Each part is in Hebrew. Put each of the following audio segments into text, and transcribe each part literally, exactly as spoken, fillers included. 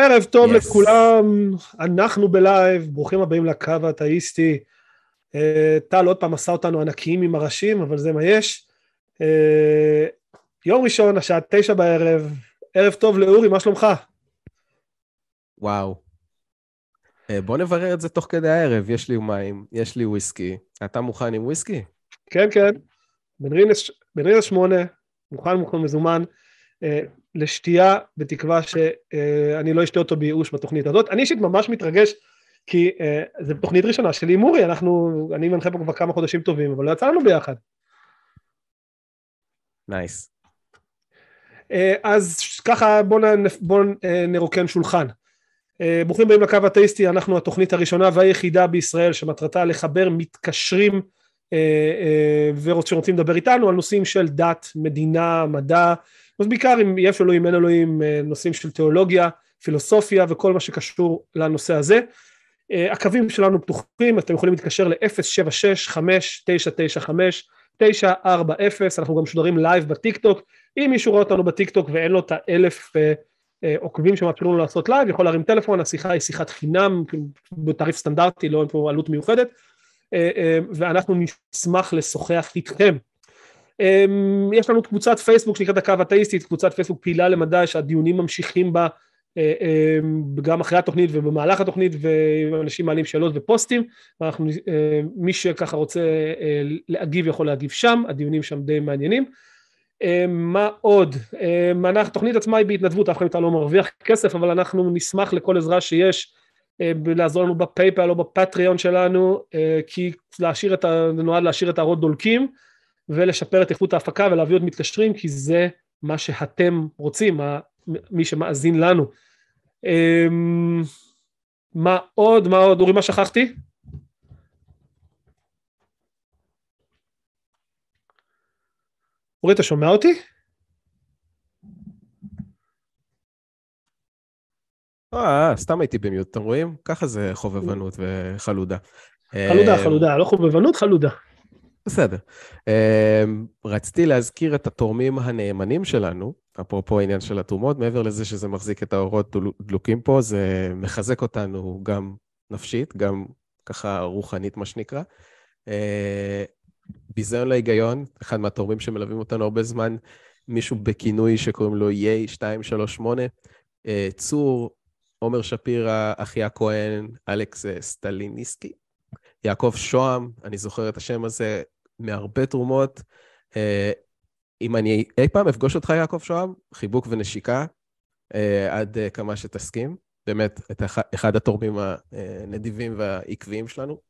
ערב טוב Yes. לכולם, אנחנו בלייב, ברוכים הבאים לקו האתאיסטי. טל עוד פעם עשה אותנו ענקיים עם הראשים, אבל זה מה יש. יום ראשון, השעה תשע בערב, ערב טוב לאורי, מה שלומך? וואו. בוא נברר את זה תוך כדי הערב, יש לי מים, יש לי וויסקי. אתה מוכן עם וויסקי? כן, כן, בנרינס שמונה, מוכן מוכן מזומן, לשתייה, בתקווה שאני לא אשתה אותו בייאוש בתוכנית הזאת. אני אישית ממש מתרגש, כי זו תוכנית ראשונה שלי עם אורי, אנחנו, אני מנחה פה כבר כמה חודשים טובים, אבל לא יצא לנו ביחד. נייס. אז ככה בואו בוא נרוקן שולחן. ברוכים באים לקו האתאיסטי, אנחנו התוכנית הראשונה והיחידה בישראל שמטרתה לחבר מתקשרים ורוצים לדבר איתנו על נושאים של דת, מדינה, מדע, אז בעיקר אם יש אלוהים, אין אלוהים, נושאים של תיאולוגיה, פילוסופיה וכל מה שקשור לנושא הזה. הקווים שלנו פתוחים, אתם יכולים להתקשר ל-אפס שבע שש חמש תשע תשע חמש תשע ארבע אפס, אנחנו גם משודרים לייב בטיק טוק, אם מישהו רואה אותנו בטיק טוק ואין לו את האלף עוקבים שמאפשרים לנו לעשות לייב, יכול להרים טלפון, השיחה היא שיחת חינם, בתעריף סטנדרטי, לא אין פה עלות מיוחדת, ואנחנו נשמח לשוחח איתכם. יש לנו קבוצת פייסבוק שנקראת הקו האתאיסטית, קבוצת פייסבוק פעילה למדי שהדיונים ממשיכים בה גם אחרי התוכנית ובמהלך התוכנית, ואנשים מעלים שאלות ופוסטים, ואנחנו, מי שככה רוצה להגיב יכול להגיב שם, הדיונים שם די מעניינים. מה עוד? התוכנית עצמה היא בהתנדבות, אף אחד מאיתנו לא מרוויח כסף, אבל אנחנו נשמח לכל עזרה שיש, לעזור לנו בפייפל או בפטריון שלנו, כי להשאיר את, נועד להשאיר את הערות דולקים, ולשפר את איכות ההפקה ולהביא עוד מתקשרים, כי זה מה שאתם רוצים, מי שמאזין לנו. מה עוד? מה עוד? אורי, מה שכחתי? אורי, אתה שומע אותי? אה, סתם הייתי במיוט, אתם רואים? ככה זה חובבנות וחלודה. חלודה, חלודה, לא חובבנות, חלודה. בסדר. רציתי להזכיר את התורמים הנאמנים שלנו, אפרופו העניין של התרומות, מעבר לזה שזה מחזיק את האורות דלוקים פה, זה מחזק אותנו גם נפשית, גם ככה רוחנית מה שנקרא. ביזיון להיגיון, אחד מהתורמים שמלווים אותנו הרבה זמן, מישהו בכינוי שקוראים לו יי שתיים שלוש שמונה, צור, עומר שפירא, אחיה כהן, אלכס סטליניסקי, יעקב שוהם, אני זוכר את השם הזה מהרבה תרומות. אם אני אי פעם אפגוש אותך יעקב שוהם, חיבוק ונשיקה, עד כמה שתסכים, באמת את אחד התורמים הנדיבים והעקביים שלנו,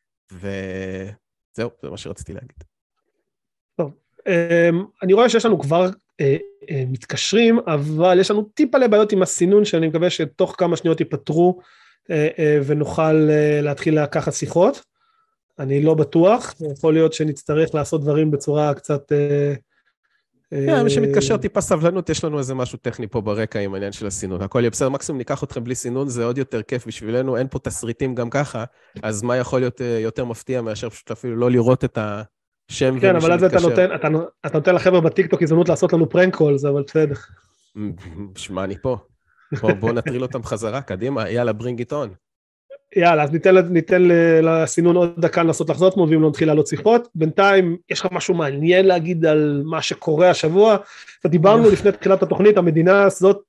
וזהו, זה מה שרציתי להגיד. טוב, אני רואה שיש לנו כבר מתקשרים, אבל יש לנו טיפה לבעיות עם הסינון, שאני מקווה שתוך כמה שניות ייפטרו, ונוכל להתחיל לקחת שיחות. אני לא בטוח, יכול להיות שנצטרך לעשות דברים בצורה קצת... כן, מי שמתקשר טיפה סבלנות, יש לנו איזה משהו טכני פה ברקע עם העניין של הסינון. הכל יהיה בסדר, מקסימום ניקח אתכם בלי סינון, זה עוד יותר כיף בשבילנו, אין פה תסריטים גם ככה, אז מה יכול להיות יותר מפתיע מאשר פשוט אפילו לא לראות את השם ומי שמתקשר. כן, אבל אז אתה נותן, אתה, אתה נותן לחבר'ה בטיקטוק הזדמנות לעשות לנו פרנק קולס, אבל בסדר. שמע, אני פה. בוא, בוא נטריל אותם חזרה, קדימה, יאללה, ברינג איט און. יאללה, אז ניתן, ניתן לסינון עוד דקה לנסות לחזות מול, ואם לא נתחיל לעלות שיחות. בינתיים, יש לך משהו מעניין להגיד על מה שקורה השבוע? ודיברנו לפני תחילת התוכנית, המדינה הזאת,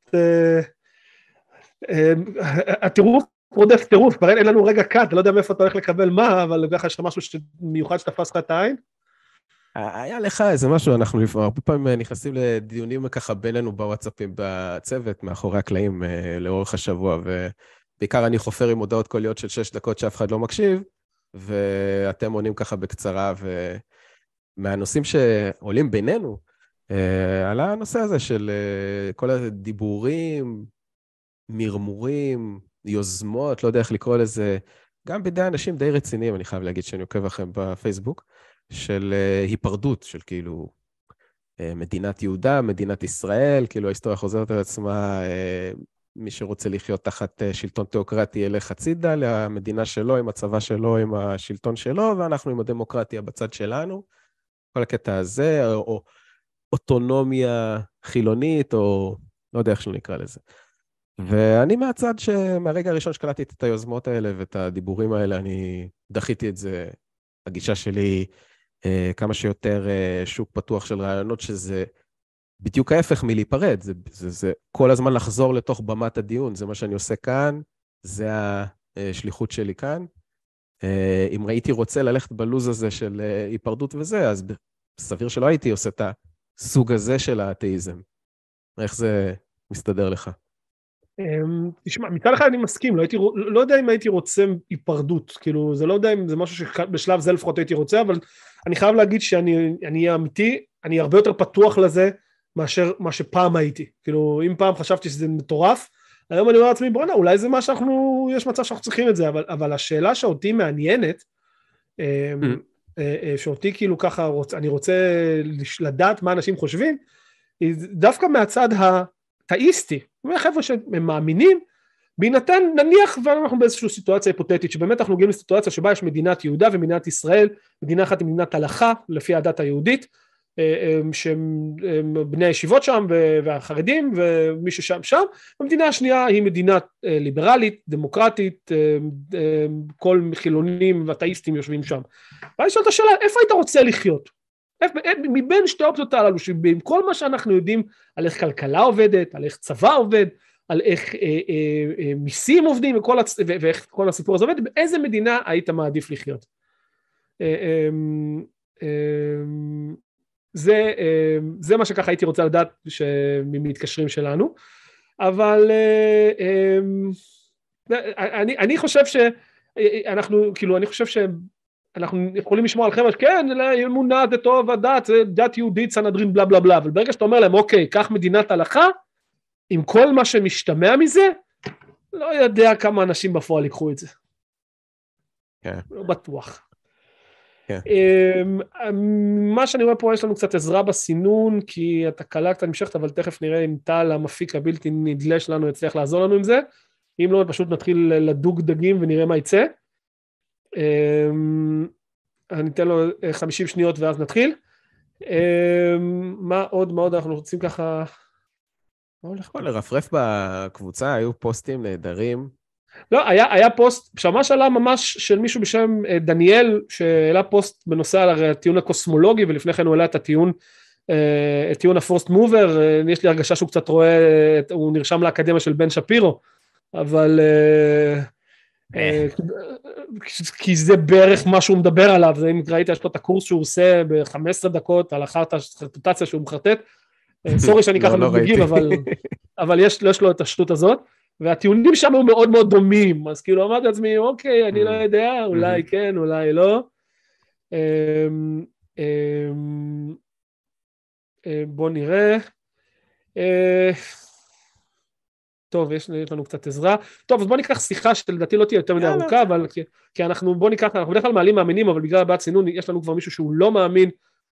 הטירוף רודף טירוף, כבר אין לנו רגע קאט, לא יודע מאיפה אתה הולך לקבל מה, אבל ככה יש לך משהו מיוחד שתפס לך את העין? היה לך איזה משהו, אנחנו הרבה פעמים נכנסים לדיונים ככה בינינו בוואטסאפים בצוות, מאחורי הקלעים לאורך השבוע, ו... בעיקר אני חופר עם הודעות קוליות של שש דקות שאף אחד לא מקשיב, ואתם עונים ככה בקצרה, ומהנושאים שעולים בינינו, על הנושא הזה של כל הדיבורים, מרמורים, יוזמות, לא יודע איך לקרוא לזה, גם בידי אנשים די רציניים, אני חייב להגיד שאני עוקב לכם בפייסבוק, של היפרדות, של כאילו מדינת יהודה, מדינת ישראל, כאילו ההיסטוריה חוזרת על עצמה, מי שרוצה לחיות תחת שלטון תיאוקרטי ילך הצידה, למדינה שלו, עם הצבא שלו, עם השלטון שלו, ואנחנו עם הדמוקרטיה בצד שלנו. כל הקטע הזה, או, או אוטונומיה חילונית, או לא יודע איך שלא נקרא לזה. ואני מהצד שמהרגע הראשון שקלטתי את היוזמות האלה ואת הדיבורים האלה, אני דחיתי את זה, הגישה שלי, כמה שיותר שוק פתוח של רעיונות, שזה בדיוק ההפך מלהיפרד, זה, זה, זה כל הזמן לחזור לתוך במת הדיון, זה מה שאני עושה כאן, זה השליחות שלי כאן. אם הייתי רוצה ללכת בלוז הזה של היפרדות וזה, אז סביר שלא הייתי עושה את הסוג הזה של האתאיזם. איך זה מסתדר לך? תשמע, מצד אחד אני מסכים, לא, הייתי, לא יודע אם הייתי רוצה היפרדות, כאילו זה לא יודע אם זה משהו שבשלב זה לפחות הייתי רוצה, אבל אני חייב להגיד שאני אני אמיתי, אני הרבה יותר פתוח לזה מאשר מה שפעם הייתי, כאילו אם פעם חשבתי שזה מטורף, היום אני אומר לעצמי, בוא'נה, אולי זה מה שאנחנו, יש מצב שאנחנו צריכים את זה, אבל, אבל השאלה שאותי מעניינת, שאותי כאילו ככה, אני רוצה לדעת מה אנשים חושבים, היא דווקא מהצד התאיסטי, חבר'ה שהם מאמינים, בהינתן נניח ואנחנו באיזושהי סיטואציה היפותטית, שבאמת אנחנו מגיעים לסיטואציה שבה יש מדינת יהודה ומדינת ישראל, מדינה אחת היא מדינת הלכה, לפי הדת היהודית, שהם בני הישיבות שם והחרדים ומי ששם שם, המדינה השנייה היא מדינה ליברלית, דמוקרטית, כל חילונים ואתאיסטים יושבים שם. ואני שואל את השאלה, איפה היית רוצה לחיות? מבין שתי האופציות הללו, שעם כל מה שאנחנו יודעים על איך כלכלה עובדת, על איך צבא עובד, על איך מיסים עובדים ואיך כל הסיפור הזה עובד, באיזה מדינה היית מעדיף לחיות? זה, זה מה שככה הייתי רוצה לדעת ממתקשרים שלנו, אבל אני, אני חושב שאנחנו, כאילו, אני חושב שאנחנו יכולים לשמוע על חבר'ה, כן, אמונה זה טוב, הדת, זה דת יהודית, סנהדרין, בלה בלה בלה, אבל ברגע שאתה אומר להם, אוקיי, קח מדינת הלכה, עם כל מה שמשתמע מזה, לא יודע כמה אנשים בפועל יקחו את זה. כן. לא בטוח. כן. מה שאני רואה פה, יש לנו קצת עזרה בסינון, כי התקלה קצת נמשכת, אבל תכף נראה אם טל המפיק הבלתי נדלה שלנו יצליח לעזור לנו עם זה, אם לא, פשוט נתחיל לדוג דגים ונראה מה יצא. אני אתן לו חמישים שניות ואז נתחיל. מה עוד, מה עוד אנחנו רוצים ככה... מה הולך פה לרפרף בקבוצה, היו פוסטים נהדרים. לא, היה, היה פוסט, שמש עלה ממש של מישהו בשם דניאל, שהעלה פוסט בנושא על הטיעון הקוסמולוגי, ולפני כן הוא העלה את הטיעון, את טיעון הפורסט מובר, יש לי הרגשה שהוא קצת רואה, הוא נרשם לאקדמיה של בן שפירו, אבל... כי זה בערך מה שהוא מדבר עליו, זה אם ראית, יש לו את הקורס שהוא עושה ב-חמש עשרה דקות, על החרטטציה שהוא מחרטט, סורי שאני ככה מגיב, אבל יש לו את השטות הזאת, והטיעונים שם היו מאוד מאוד דומים, אז כאילו אמרתי לעצמי, אוקיי, אני לא יודע, אולי כן, אולי לא. בוא נראה. טוב, יש לנו קצת עזרה. טוב, אז בוא ניקח שיחה שלדעתי לא תהיה יותר מדי ארוכה, אבל כי אנחנו, בוא ניקח, אנחנו בדרך כלל מעלים מאמינים, אבל בגלל הבעת סינון, יש לנו כבר מישהו שהוא לא מאמין,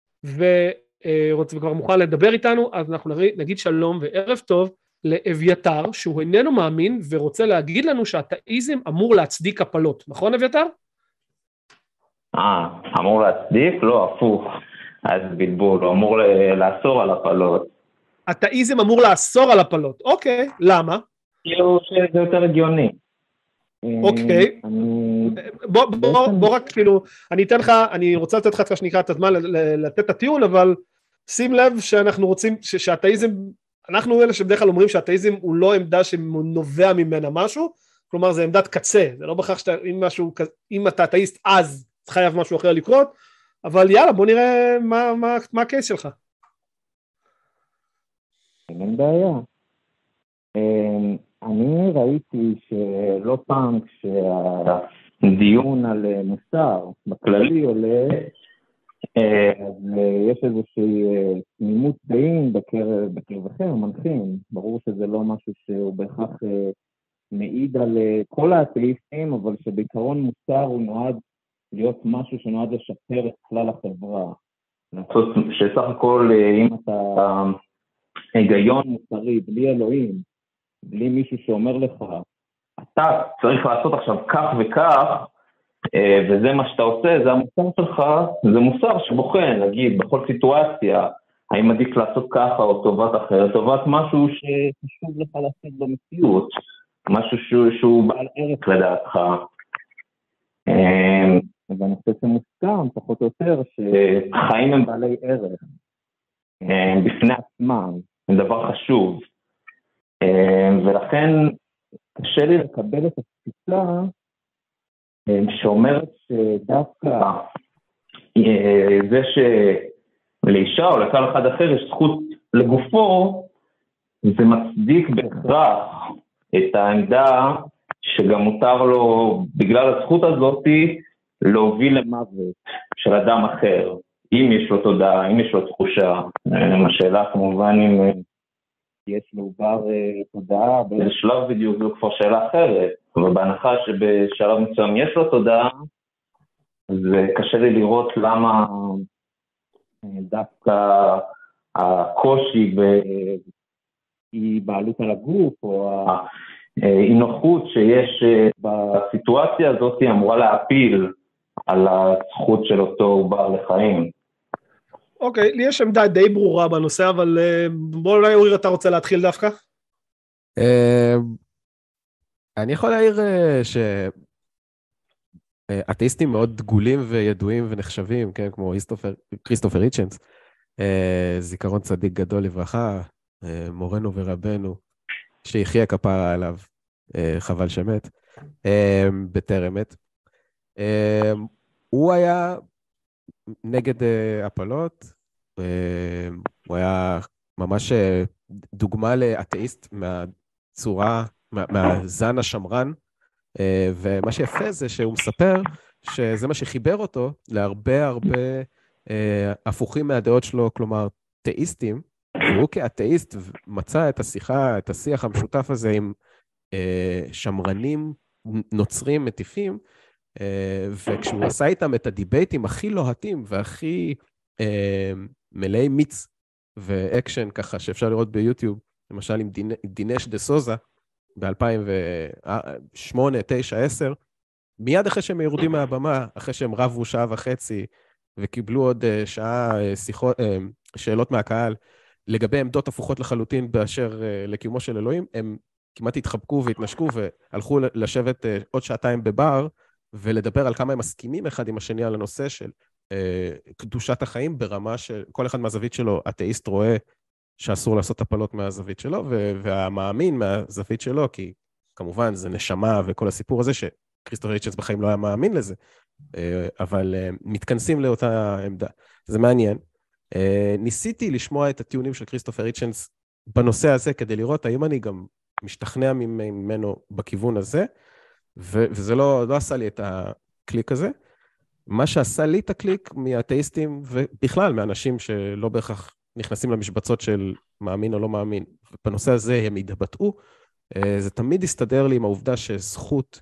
וכבר מוכן לדבר איתנו, אז אנחנו נגיד שלום וערב טוב, לאביתר, שהוא איננו מאמין, ורוצה להגיד לנו שהאתאיזם אמור להצדיק הפלות. נכון, אביתר? אה, אמור להצדיק? לא, הפוך. אז בלבול, הוא אמור לאסור על הפלות. אתאיזם אמור לאסור על הפלות. אוקיי, למה? כאילו שזה יותר הגיוני. אוקיי. בוא, בוא, בוא רק, כאילו, אני אתן לך, אני רוצה לתת לך את שנקרא את הזמן לתת את הטיעון, אבל שים לב שאנחנו רוצים, שהאתאיזם, אנחנו אלה שבדרך כלל אומרים שהאתאיזם הוא לא עמדה שנובע ממנה משהו, כלומר זה עמדת קצה, זה לא בכך שאתה, אם משהו, אם אתה אתאיסט אז חייב משהו אחר לקרות, אבל יאללה בוא נראה מה, מה, מה הקייס שלך. אין בעיה. אני ראיתי שלא פעם כשהדיון על מוסר בכללי עולה, אז יש איזושהי תמימות דעים בקרבכם, המנחים, ברור שזה לא משהו שהוא בהכרח מעיד על כל האתאיסטים, אבל שבעיקרון מוסר הוא נועד להיות משהו שנועד לשפר את כלל החברה. שסך הכל אם אתה היגיון מוסרי, בלי אלוהים, בלי מישהו שאומר לך, אתה צריך לעשות עכשיו כך וכך, וזה מה שאתה עושה, זה המוסר שלך, זה מוסר שבוחן, נגיד, בכל סיטואציה, האם עדיף לעשות ככה או טובת אחרת, טובת משהו שחשוב לך לעשות במציאות, משהו שהוא, שהוא בעל ערך לדעתך. ואני חושב שמוסכם, פחות או יותר, שחיים הם בעלי ערך, בפני עצמם, הם דבר חשוב. ולכן קשה לי לקבל את התפיסה שאומרת שדווקא זה שלאישה או לכל אחד אחר יש זכות לגופו, זה מצדיק בהכרח את העמדה שגם מותר לו, בגלל הזכות הזאת, להוביל למוות של אדם אחר, אם יש לו תודעה, אם יש לו תחושה. השאלה כמובן אם יש לו בר תודעה, באיזה שלב בדיוק זו כבר שאלה אחרת, אבל בהנחה שבשלב מסוים יש לו תודעה, אז קשה לי לראות למה דווקא הקושי היא בעלות על הגוף, או האי-נוחות שיש בסיטואציה הזאת אמורה להפיל על הזכות של אותו בעל לחיים. אוקיי, לי יש עמדה די ברורה בנושא, אבל בוא אולי אוריר, אתה רוצה להתחיל דווקא? אני יכול להעיר שאתאיסטים מאוד דגולים וידועים ונחשבים, כן, כמו כריסטופר היצ'נס, זיכרון צדיק גדול לברכה, מורנו ורבנו, שיחיה כפרה עליו, חבל שמת, בטרם מת. הוא היה נגד הפלות, הוא היה ממש דוגמה לאתאיסט מהצורה, מהזן השמרן, ומה שיפה זה שהוא מספר שזה מה שחיבר אותו להרבה הרבה הפוכים מהדעות שלו, כלומר תאיסטים, והוא כאתאיסט מצא את השיחה, את השיח המשותף הזה עם שמרנים נוצרים מטיפים, וכשהוא עשה איתם את הדיבייטים הכי לוהטים והכי מלאי מיץ ואקשן ככה שאפשר לראות ביוטיוב, למשל עם דינש דה סוזה ב-אלפיים ושמונה, תשע, עשר, מיד אחרי שהם יורדים מהבמה, אחרי שהם רבו שעה וחצי וקיבלו עוד שעה שיחות, שאלות מהקהל לגבי עמדות הפוכות לחלוטין באשר לקיומו של אלוהים, הם כמעט התחבקו והתנשקו והלכו לשבת עוד שעתיים בבר ולדבר על כמה הם מסכימים אחד עם השני על הנושא של אה, קדושת החיים ברמה שכל אחד מהזווית שלו, אתאיסט רואה שאסור לעשות הפלות מהזווית שלו, והמאמין מהזווית שלו, כי כמובן זה נשמה וכל הסיפור הזה שכריסטופר היצ'נס בחיים לא היה מאמין לזה, אה, אבל אה, מתכנסים לאותה עמדה. זה מעניין. אה, ניסיתי לשמוע את הטיעונים של כריסטופר היצ'נס בנושא הזה, כדי לראות האם אני גם משתכנע ממנו בכיוון הזה, וזה לא, לא עשה לי את הקליק הזה. מה שעשה לי את הקליק מהאתאיסטים, ובכלל מאנשים שלא בהכרח נכנסים למשבצות של מאמין או לא מאמין, ובנושא הזה הם יתבטאו, זה תמיד הסתדר לי עם העובדה שזכות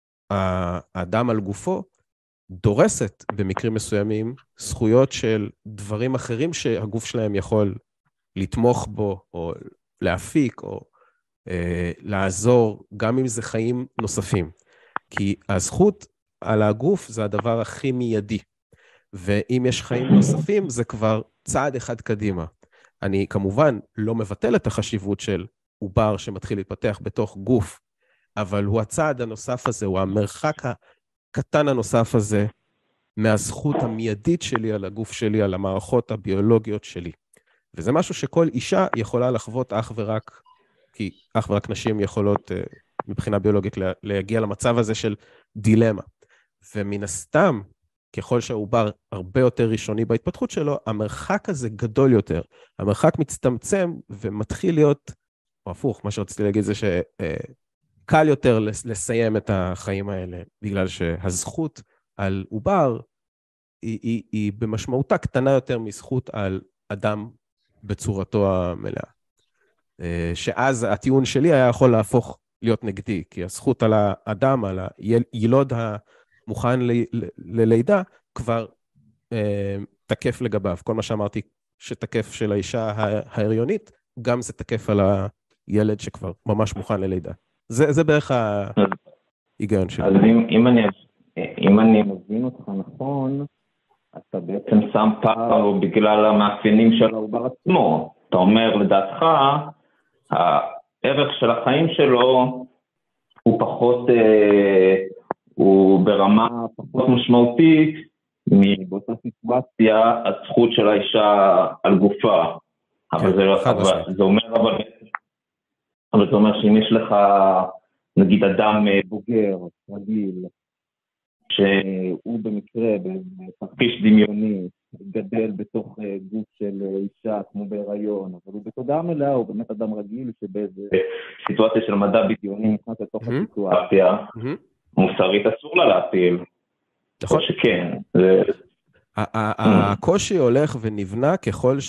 האדם על גופו, דורסת במקרים מסוימים, זכויות של דברים אחרים שהגוף שלהם יכול לתמוך בו, או להפיק, או לעזור, גם אם זה חיים נוספים. כי הזכות על הגוף זה הדבר הכי מיידי, ואם יש חיים נוספים זה כבר צעד אחד קדימה. אני כמובן לא מבטל את החשיבות של עובר שמתחיל להתפתח בתוך גוף, אבל הוא הצעד הנוסף הזה, הוא המרחק הקטן הנוסף הזה, מהזכות המיידית שלי על הגוף שלי, על המערכות הביולוגיות שלי. וזה משהו שכל אישה יכולה לחוות אך ורק, כי אך ורק נשים יכולות מבחינה ביולוגית להגיע למצב הזה של דילמה. ומן הסתם, ככל שהעובר הרבה יותר ראשוני בהתפתחות שלו, המרחק הזה גדול יותר. המרחק מצטמצם ומתחיל להיות, או הפוך, מה שרציתי להגיד זה שקל יותר לסיים את החיים האלה, בגלל שהזכות על עובר היא, היא, היא במשמעותה קטנה יותר מזכות על אדם בצורתו המלאה. שאז הטיעון שלי היה יכול להפוך להיות נגדי, כי הזכות על האדם, על הילוד המוכן ללידה, כבר תקף לגביו. כל מה שאמרתי שתקף של האישה ההריונית, גם זה תקף על הילד שכבר ממש מוכן ללידה. זה, זה בערך ההיגיון שלי. אז אם, אם אני, אם אני מבין אותך נכון, אתה בעצם שם פער בגלל המאפיינים של העובר עצמו. אתה אומר, לדעתך, הערך של החיים שלו הוא פחות, אה, הוא ברמה פחות משמעותית, מבאותה סיטואציה, הזכות של האישה על גופה. אבל זה, אבל, זה אומר, אבל, אבל זה אומר שאם יש לך, נגיד, אדם בוגר, רגיל, שהוא במקרה, בתרחיש דמיוני, גדל בתוך גוף של אישה כמו בהיריון, אבל הוא בתודעה מלאה, הוא באמת אדם רגיל שבאיזה סיטואציה של מדע בדיוני נכנס לתוך הסיטואציה, מוסרית אסור לה להפיל. נכון. שכן. הקושי הולך ונבנה ככל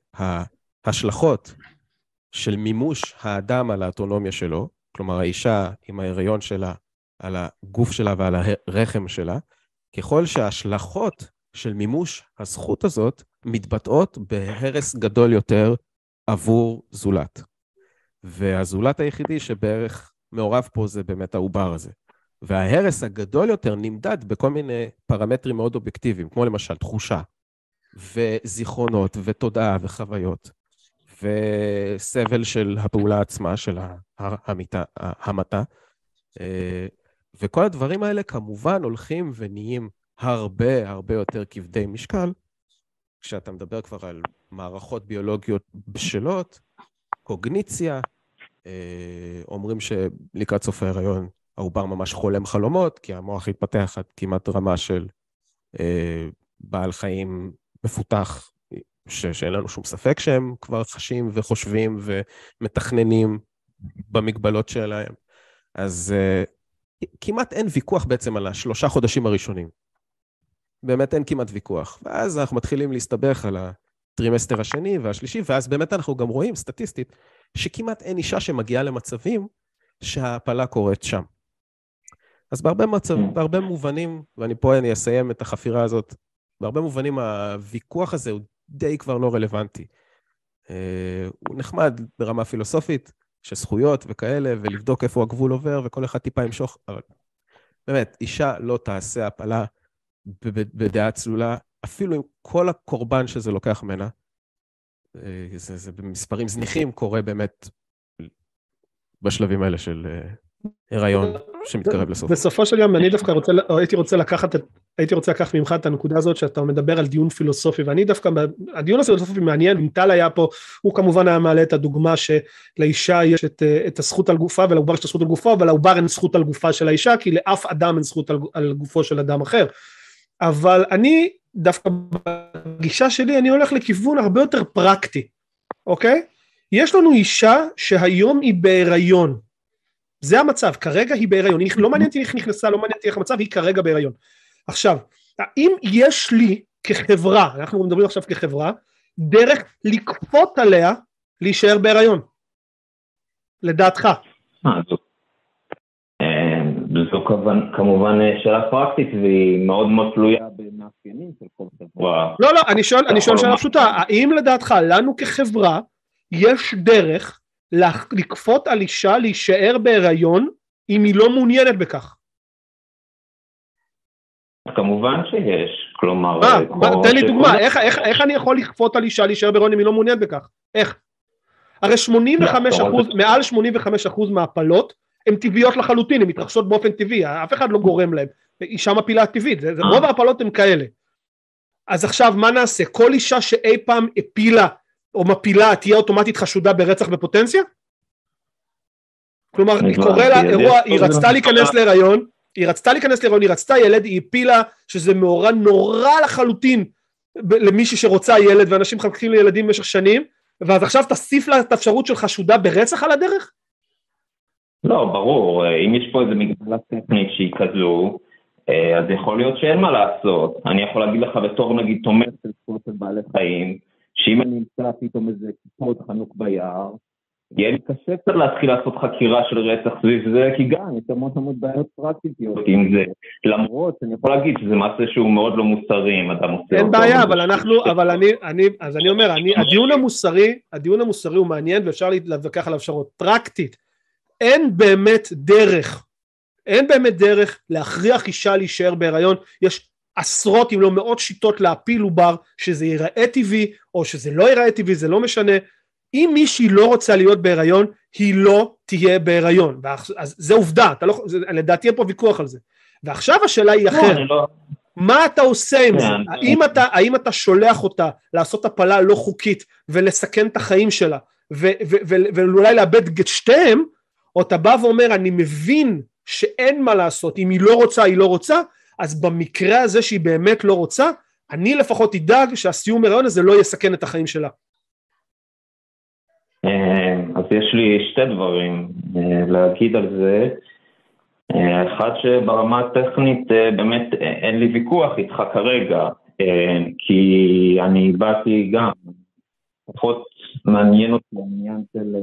שההשלכות של מימוש האדם על האוטונומיה שלו, כלומר האישה עם ההיריון שלה, על הגוף שלה ועל הרחם שלה, ככל שההשלכות של מימוש הזכות הזאת מתבטאות בהרס גדול יותר עבור זולת. והזולת היחידי שבערך מעורב פה זה באמת העובר הזה. וההרס הגדול יותר נמדד בכל מיני פרמטרים מאוד אובייקטיביים, כמו למשל תחושה, וזיכרונות, ותודעה, וחוויות, וסבל של הפעולה עצמה, של המיטה, המתה, וכל הדברים האלה כמובן הולכים ונהיים הרבה הרבה יותר כבדי משקל, כשאתה מדבר כבר על מערכות ביולוגיות בשלות, קוגניציה, אומרים שלקראת סוף ההיריון, העובר ממש חולם חלומות, כי המוח התפתח עד כמעט רמה של אה, בעל חיים מפותח, ש- שאין לנו שום ספק שהם כבר חשים וחושבים ומתכננים במגבלות שלהם. אז אה, כמעט אין ויכוח בעצם על השלושה חודשים הראשונים. באמת אין כמעט ויכוח. ואז אנחנו מתחילים להסתבך על הטרימסטר השני והשלישי, ואז באמת אנחנו גם רואים סטטיסטית, שכמעט אין אישה שמגיעה למצבים שההפלה קורית שם. אז בהרבה מצב, בהרבה מובנים, ואני פה אני אסיים את החפירה הזאת, בהרבה מובנים הוויכוח הזה הוא די כבר לא רלוונטי. הוא נחמד ברמה פילוסופית, שזכויות וכאלה, ולבדוק איפה הגבול עובר, וכל אחד טיפה ימשוך, אבל באמת, אישה לא תעשה הפלה בדעה צלולה, אפילו עם כל הקורבן שזה לוקח ממנה, זה, זה במספרים זניחים קורה באמת בשלבים האלה של הריון שמתקרב לסוף. בסופו של יום אני דווקא רוצה, הייתי רוצה לקחת, הייתי רוצה לקחת ממך את הנקודה הזאת שאתה מדבר על דיון פילוסופי, ואני דווקא, הדיון הפילוסופי מעניין, אם טל היה פה, הוא כמובן היה מעלה את הדוגמה שלאישה יש את, את הזכות על גופה, ולעובר יש את הזכות על גופו, אבל לעובר אין זכות על גופה של האישה, כי לאף אדם אין זכות על, על גופו של אדם אחר. אבל אני דווקא בגישה שלי, אני הולך לכיוון הרבה יותר פרקטי, אוקיי? יש לנו אישה שהיום היא בהיריון, זה המצב, כרגע היא בהיריון, היא לא מעניינתי איך נכנסה, לא מעניינתי איך המצב, היא כרגע בהיריון. עכשיו, האם יש לי כחברה, אנחנו מדברים עכשיו כחברה, דרך לקפות עליה להישאר בהיריון? לדעתך. זו, זו כמובן שאלה פרקטית, והיא מאוד מאוד תלויה במאפיינים של כל חברה. לא, לא, אני שואל, אני שואל שאלה פשוטה, האם לדעתך, לנו כחברה, יש דרך לקפות על אישה להישאר בהיריון אם היא לא מעוניינת בכך? כמובן שיש, כלומר... תן לי דוגמה, איך אני יכול לכפות על אישה להישאר בהיריון אם היא לא מעוניינת בכך? איך? הרי שמונים וחמישה אחוז, מעל שמונים וחמישה אחוז מהפלות הן טבעיות לחלוטין, הן מתרחשות באופן טבעי, אף אחד לא גורם להם, אישה מפילה טבעית, רוב ההפלות הן כאלה. אז עכשיו מה נעשה? כל אישה שאי פעם הפילה או מפילה תהיה אוטומטית חשודה ברצח בפוטנציה? כלומר, היא קורא לה אירוע, היא רצתה להיכנס להיריון, היא רצתה להיכנס להיריון, היא רצתה ילד, היא הפילה שזה מאורע נורא לחלוטין למישהי שרוצה ילד, ואנשים מחכים לילדים במשך שנים, ואז עכשיו תוסיף לה את האפשרות של חשודה ברצח על הדרך? לא, ברור, אם יש פה איזו מגבלה טכנית שהיא כזו, אז יכול להיות שאין מה לעשות. אני יכול להגיד לך בתור נגיד תומך של זכויות של בעלי חיים, שאם אני אמצא פתאום איזה כיפות חנוק ביער, יהיה לי קשה קצת להתחיל לעשות חקירה של רצח סביב זה, כי גם יש המון המון בעיות פרקטיות עם זה, למרות שאני יכול להגיד שזה מעשה שהוא מאוד לא מוסרי, אם אדם עושה... אין בעיה, אבל אנחנו, אבל אני, אני, אז אני אומר, אני, הדיון המוסרי, הדיון המוסרי הוא מעניין, ואפשר להתווכח עליו אפשרות פרקטית, אין באמת דרך, אין באמת דרך להכריח אישה להישאר בהיריון, יש עשרות אם לא מאות שיטות להפיל עובר, שזה ייראה טבעי, או שזה לא ייראה טבעי, זה לא משנה. אם מישהי לא רוצה להיות בהיריון, היא לא תהיה בהיריון, אז זה עובדה, אתה לא, זה, לדעתי אין פה ויכוח על זה. ועכשיו השאלה היא אחרת, לא. מה אתה עושה עם זה? האם אתה, האם אתה שולח אותה לעשות הפלה לא חוקית, ולסכן את החיים שלה, ו, ו, ו, ואולי לאבד את שתיהם, או אתה בא ואומר, אני מבין שאין מה לעשות, אם היא לא רוצה, היא לא רוצה, אז במקרה הזה שהיא באמת לא רוצה, אני לפחות אדאג שהסיום הריון הזה לא יסכן את החיים שלה. אז יש לי שתי דברים להגיד על זה. אחד שברמה הטכנית באמת אין לי ויכוח איתך כרגע, כי אני באתי גם, פחות מעניין אותי העניין של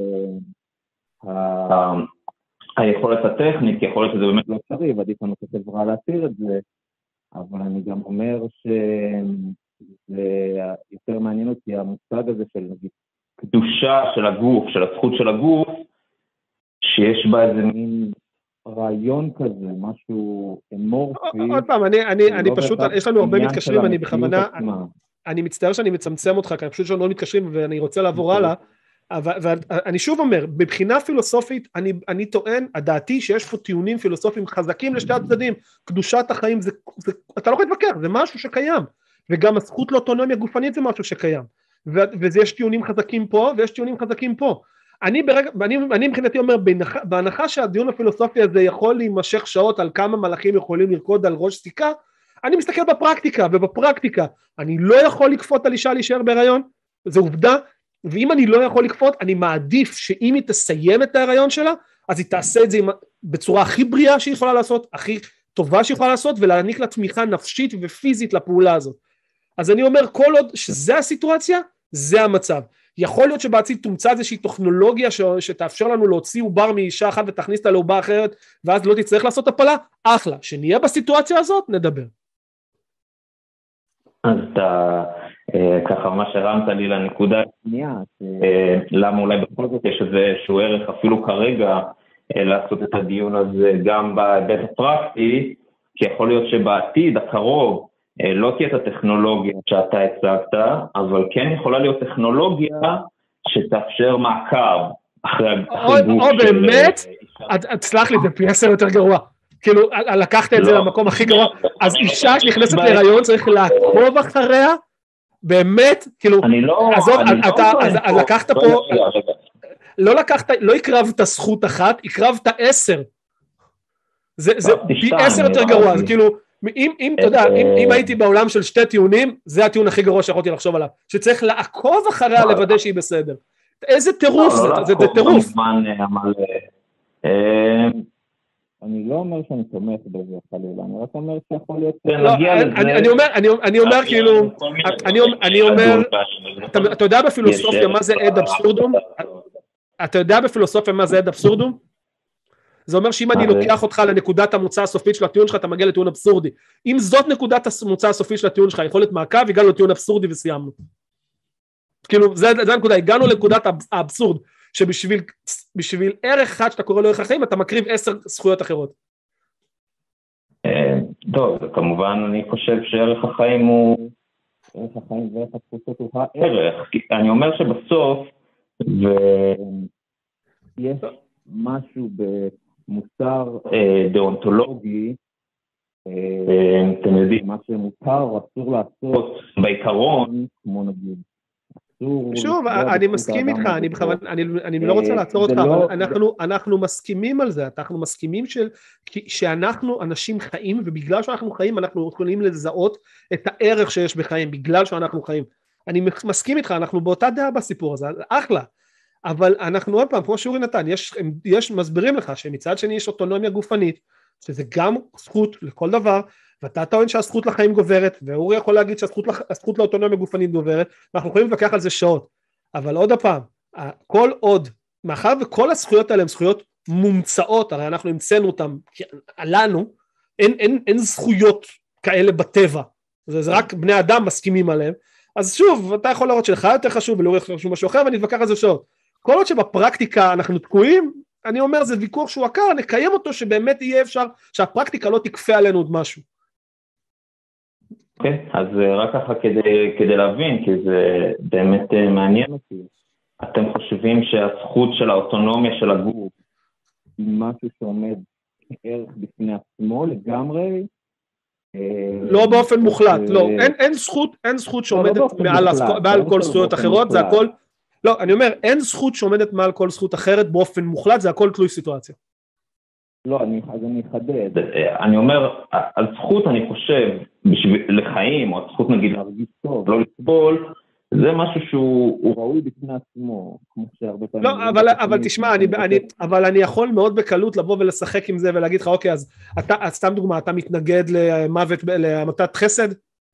היכולת הטכנית, כי יכולת שזה באמת לא אפשרי, ועדיף לנו כחברה להסיר את זה, אבל אני גם אומר שזה יותר מעניין אותי המושג הזה של נגיד, קדושה של הגוף, של הזכות של הגוף, שיש בה איזה מין רעיון כזה, משהו אמורפי. עוד פעם, אני, אני, אני פשוט, יש לנו הרבה מתקשרים, אני בכוונה, אני מצטער שאני מצמצם אותך, כי אני פשוט שלא מתקשרים ואני רוצה לעבור הלאה, אבל, ואני שוב אומר, בבחינה פילוסופית, אני, אני טוען, הדעתי שיש פה טיעונים פילוסופיים חזקים לשתי הצדדים, קדושת החיים, זה, זה, אתה לא יכול להתווכח, זה משהו שקיים, וגם הזכות לאוטונומיה גופנית זה משהו שקיים, ויש טיעונים חזקים פה, ויש טיעונים חזקים פה. אני, ברגע, אני, אני מבחינתי אומר, בהנחה, בהנחה שהדיון הפילוסופי הזה יכול להימשך שעות על כמה מלאכים יכולים לרקוד על ראש סיכה, אני מסתכל בפרקטיקה, ובפרקטיקה אני לא יכול לקפות על אישה להישאר בהיריון, זה עובדה, ואם אני לא יכול לקפות, אני מעדיף שאם היא תסיים את ההיריון שלה, אז היא תעשה את זה בצורה הכי בריאה שהיא יכולה לעשות, הכי טובה שהיא יכולה לעשות, ולהעניק לה תמיכה נפשית ופיזית לפעולה הזאת. אז אני אומר, כל עוד שזה הסיטואציה, זה המצב. יכול להיות שבעתיד תומצא איזושהי טכנולוגיה ש... שתאפשר לנו להוציא עובר מאישה אחת ותכניס אותה לעובר אחרת, ואז לא תצטרך לעשות הפלה, אחלה. שנהיה בסיטואציה הזאת, נדבר. אז אתה ככה ממש הרמת לי לנקודה השנייה, למה אולי בכל זאת יש איזשהו ערך אפילו כרגע לעשות את הדיון הזה גם בהיבט הפרקטי, כי יכול להיות שבעתיד הקרוב, לא תהיה את הטכנולוגיה שאתה הצגת, אבל כן יכולה להיות טכנולוגיה שתאפשר מעקב אחרי הגוף. או באמת, תסלח לי, זה פי עשר יותר גרוע. כאילו, לקחת את זה למקום הכי גרוע, אז אישה שנכנסת להיריון צריך לעקוב אחריה, באמת, כאילו, עזוב, אז לקחת פה, לא לקחת, לא הקרבת זכות אחת, הקרבת עשר. זה פי עשר יותר גרוע, זה כאילו, אם, אם, אתה יודע, אם, אם הייתי בעולם של שתי טיעונים, זה הטיעון הכי גרוע שיכולתי לחשוב עליו, שצריך לעקוב אחריה לוודא שהיא בסדר. איזה טירוף זה, זה טירוף. אני לא אומר שאני תומך בזה חלילה, אני רק אומר שיכול להיות... אני אומר כאילו, אני אומר, אתה יודע בפילוסופיה מה זה עד אבסורדום? אתה יודע בפילוסופיה מה זה עד אבסורדום? זה אומר שאם אני לוקח אותך לנקודת המוצא הסופית של הטיעון שלך, אתה מגיע לטיעון אבסורדי. אם זאת נקודת המוצא הסופית של הטיעון שלך, יכולת מעקב, הגענו לטיעון אבסורדי וסיימנו. כאילו, זה הנקודה, הגענו לנקודת האבסורד, שבשביל ערך אחד שאתה קורא לו ערך החיים, אתה מקריב עשר זכויות אחרות. טוב, כמובן אני חושב שערך החיים הוא, ערך החיים וערך התפוצות הוא הערך. אני אומר שבסוף, ויש משהו במוסר דאונטולוגי, אתם יודעים, מה שמותר או אסור לעשות בעיקרון, כמו נגיד, שוב, אני מסכים איתך, אני לא רוצה לעצור אותך, אבל אנחנו מסכימים על זה, אנחנו מסכימים שאנחנו אנשים חיים, ובגלל שאנחנו חיים אנחנו יכולים לזהות את הערך שיש בחיים, בגלל שאנחנו חיים. אני מסכים איתך, אנחנו באותה דעה בסיפור הזה, אחלה, אבל אנחנו עוד פעם, כמו שאורי נתן, יש מסבירים לך שמצד שני יש אוטונומיה גופנית, שזה גם זכות לכל דבר, ואתה טוען שהזכות לחיים גוברת, ואורי יכול להגיד שהזכות לאוטונומיה גופנית גוברת, ואנחנו יכולים להתווכח על זה שעות, אבל עוד הפעם, כל עוד, מאחר וכל הזכויות האלה הן זכויות מומצאות, הרי אנחנו המצאנו אותן, עלינו, אין, אין, אין זכויות כאלה בטבע, זה, זה רק בני אדם מסכימים עליהם, אז שוב, אתה יכול לראות שלך יותר חשוב, ולאורי חשוב משהו אחר, ואני אתווכח על זה שעות. כל עוד שבפרקטיקה אנחנו תקועים, אני אומר, זה ויכוח שהוא עקר, נקיים אותו שבאמת יהיה אפשר, שהפרקטיקה לא תקפה עלינו עוד משהו. אוקיי, אז רק ככה כדי, כדי להבין, כי זה באמת מעניין אותי. אתם חושבים שהזכות של האוטונומיה של הגוף היא משהו שעומד כערך בפני עצמו לגמרי? לא באופן מוחלט, לא, אין, אין זכות, אין זכות שעומדת מעל, מעל כל זכויות אחרות, זה הכל, לא, אני אומר, אין זכות שעומדת מעל כל זכות אחרת באופן מוחלט, זה הכל תלוי סיטואציה. לא, אני, אז אני אחדד, אני אומר, על זכות אני חושב, בשביל, לחיים, או זכות נגיד להרגיש טוב, לא לסבול, זה משהו שהוא ראוי בפני עצמו, כמו שהרבה פעמים... לא, אבל, אבל תשמע, אני, אני, אבל אני יכול מאוד בקלות לבוא ולשחק עם זה ולהגיד לך, אוקיי, אז אתה, סתם דוגמה, אתה מתנגד למוות, להמתת חסד?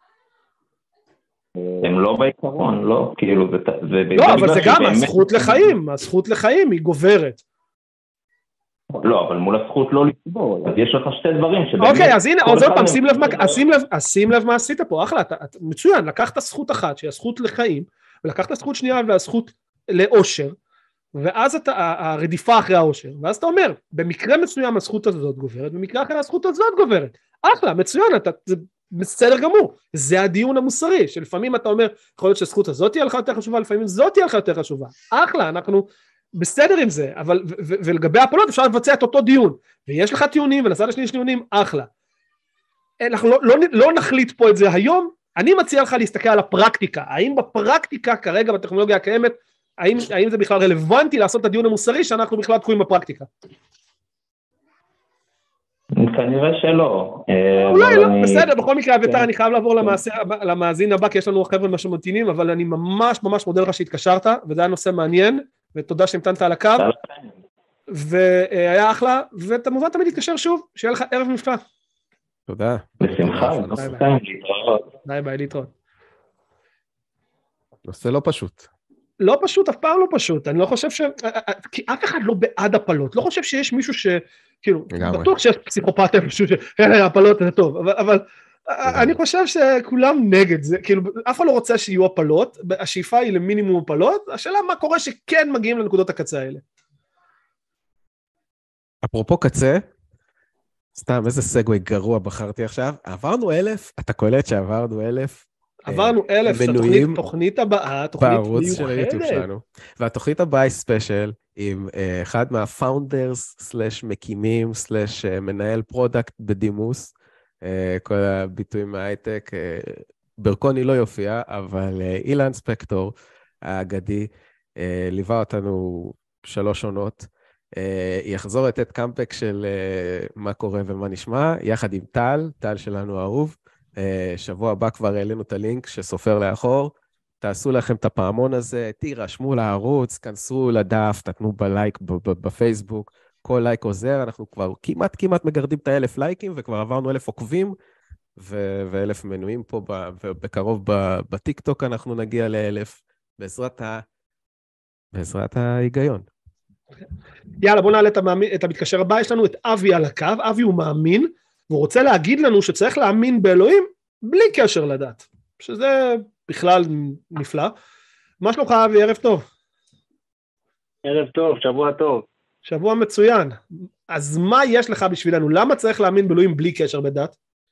הם לא בעיקרון, לא, כאילו, זה... לא, אבל זה גם הזכות לחיים, הזכות לחיים היא גוברת. לא, אבל מול הזכות לא לסבול, אז יש לך שתי דברים שבאמת... אוקיי, אז הנה, עוד פעם, שים לב, שים לב, שים לב מה עשית פה, אחלה, מצוין, לקחת זכות אחת, שהיא הזכות לחיים, ולקחת זכות שנייה והזכות לאושר, ואז אתה, הרדיפה אחרי האושר, ואז אתה אומר, במקרה מסוים הזכות הזאת גוברת, במקרה אחרי הזכות הזאת גוברת, אחלה, מצוין, אתה, זה בסדר גמור, זה הדיון המוסרי, שלפעמים אתה אומר, יכול להיות שהזכות הזאת תהיה לך יותר חשובה, לפעמים זאת תהיה לך יותר חשובה, אחלה, אנחנו בסדר עם זה, אבל, ו- ו- ולגבי הפלות אפשר לבצע את אותו דיון, ויש לך טיעונים, ולצד השני יש טיעונים, אחלה. אנחנו לא, לא, לא נחליט פה את זה היום, אני מציע לך להסתכל על הפרקטיקה, האם בפרקטיקה כרגע בטכנולוגיה הקיימת, האם, האם זה בכלל רלוונטי לעשות את הדיון המוסרי, שאנחנו בכלל תקועים בפרקטיקה? כנראה שלא. אולי לא, בסדר, בכל מקרה, אביתר, אני חייב לעבור למאזין הבא, כי יש לנו חבר'ה משהו ממתינים, אבל אני ממש ממש מודה לך שהתקשרת, וזה היה נושא מעניין, ותודה שהמתנת על הקו, והיה אחלה, ואתה מובן תמיד תתקשר שוב, שיהיה לך ערב נפלא. תודה. בשמחה, ביי ביי, להתראות. נושא לא פשוט. לא פשוט, אף פעם לא פשוט, אני לא חושב ש... כי אף אחד לא בעד הפלות, לא חושב שיש מישהו ש... כאילו, בטוח שיש פסיכופת איפשהו שהפלות זה טוב, אבל אני חושב שכולם נגד זה, כאילו, אף אחד לא רוצה שיהיו הפלות, השאיפה היא למינימום הפלות, השאלה מה קורה שכן מגיעים לנקודות הקצה האלה. אפרופו קצה, סתם איזה סגווי גרוע בחרתי עכשיו, עברנו אלף, אתה קולט שעברנו אלף, עברנו אלף, תוכנית הבאה, תוכנית בערוץ של היוטיוב שלנו, והתוכנית הבאה היא ספיישל, עם אחד מהפאונדרס, סלש מקימים, סלש מנהל פרודקט בדימוס, כל הביטויים מההייטק, ברקוני לא יופיע, אבל אילן ספקטור, האגדי, ליווה אותנו שלוש עונות, יחזור לתת קאמפק של מה קורה ומה נשמע, יחד עם טל, טל שלנו האהוב, שבוע הבא כבר העלינו את הלינק שסופר לאחור, תעשו לכם את הפעמון הזה, תירשמו לערוץ, כנסו לדף, תתנו בלייק בפייסבוק, כל לייק עוזר, אנחנו כבר כמעט כמעט מגרדים את האלף לייקים, וכבר עברנו אלף עוקבים, ואלף מנויים פה, ובקרוב בטיק-טוק אנחנו נגיע לאלף, בעזרת ה... בעזרת ההיגיון. יאללה, בוא נעלה את המתקשר הבא, יש לנו את אבי על הקו, אבי הוא מאמין, והוא רוצה להגיד לנו שצריך להאמין באלוהים, בלי קשר לדת, שזה בכלל נפלא. מה שלומך אבי, ערב טוב. ערב טוב, שבוע טוב. שבוע מצוין. אז מה יש לך בשבילנו? למה צריך להאמין באלוהים בלי קשר בדת?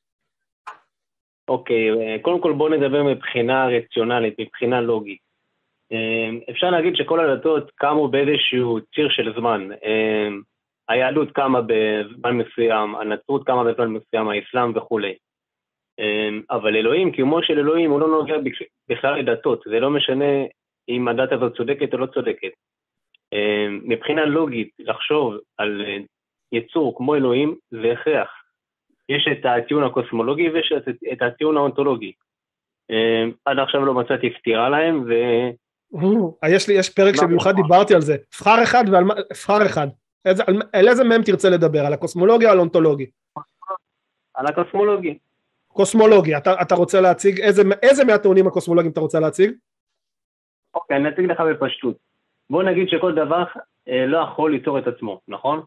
אוקיי, קודם כל בוא נדבר מבחינה רציונלית, מבחינה לוגית. אפשר להגיד שכל הדתות קמו באיזשהו ציר של זמן. היהדות קמה בזמן מסוים, הנצרות קמה בזמן מסוים, האסלאם וכו'. אבל אלוהים, קיומו של אלוהים, הוא לא נוגע בכלל לדתות. זה לא משנה אם הדת הזאת צודקת או לא צודקת. מבחינה לוגית, לחשוב על יצור כמו אלוהים, זה הכרח. יש את הטיעון הקוסמולוגי ויש את הטיעון האונתולוגי. עד עכשיו לא מצאתי סתירה להם, ו... יש לי, יש פרק שבמיוחד דיברתי על זה. פחר אחד ועל מה... פחר אחד. על איזה מהם תרצה לדבר? על הקוסמולוגיה או על האונתולוגי? על הקוסמולוגי. קוסמולוגי. אתה, אתה רוצה להציג, איזה, איזה מהטיעונים הקוסמולוגיים אתה רוצה להציג? אוקיי, אני אציג לך בפשטות. בוא נגיד שכל דבר לא יכול ליצור את עצמו, נכון?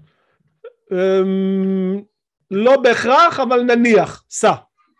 לא בהכרח, אבל נניח, סע.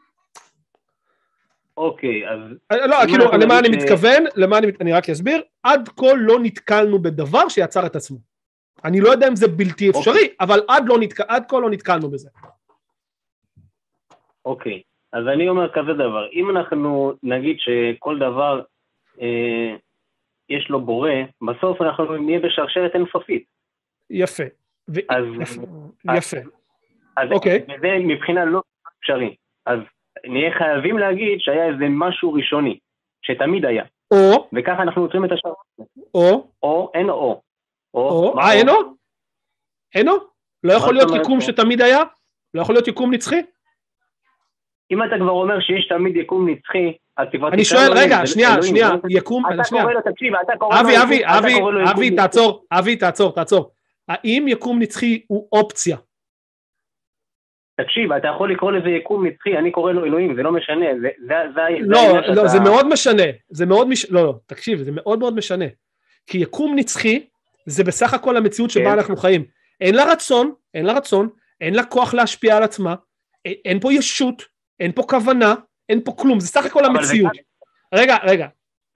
אוקיי, אז... לא, כאילו, למה אני מתכוון, למה אני רק אסביר, עד כה לא נתקלנו בדבר שיצר את עצמו. אני לא יודע אם זה בלתי אפשרי, אבל עד כה לא נתקלנו בזה. אוקיי, אז אני אומר כזה דבר, אם אנחנו נגיד שכל דבר אה, יש לו בורא, בסוף אנחנו נהיה בשרשרת אינסופית. יפה. ו... אז, יפה. אז, יפה. אז אוקיי. וזה מבחינה לא אפשרי. אז נהיה חייבים להגיד שהיה איזה משהו ראשוני, שתמיד היה. או. וככה אנחנו יוצרים את השרשרת. או. או, אין או. או. אה, אין או? אין או? לא יכול להיות יקום שתמיד היה? לא יכול להיות יקום נצחי? אם אתה כבר אומר שיש תמיד יקום נצחי, אז כבר... אני שואל, רגע, שנייה, שנייה, יקום, שנייה. אתה קורא לו, תקשיב, אתה קורא לו... אבי, אבי, אבי, אבי, תעצור, אבי, תעצור, תעצור. האם יקום נצחי הוא אופציה? תקשיב, אתה יכול לקרוא לזה יקום נצחי, אני קורא לו אלוהים, זה לא משנה, זה... לא, לא, זה מאוד משנה, זה מאוד משנה, לא, לא, תקשיב, זה מאוד מאוד משנה. כי יקום נצחי, זה בסך הכל המציאות שבה אנחנו חיים. אין לה רצון, אין לה רצון, אין לה כוח להשפיע על עצמה, אין פה ישות, אין פה כוונה, אין פה כלום, זה סך הכל המציאות. רגע, רגע.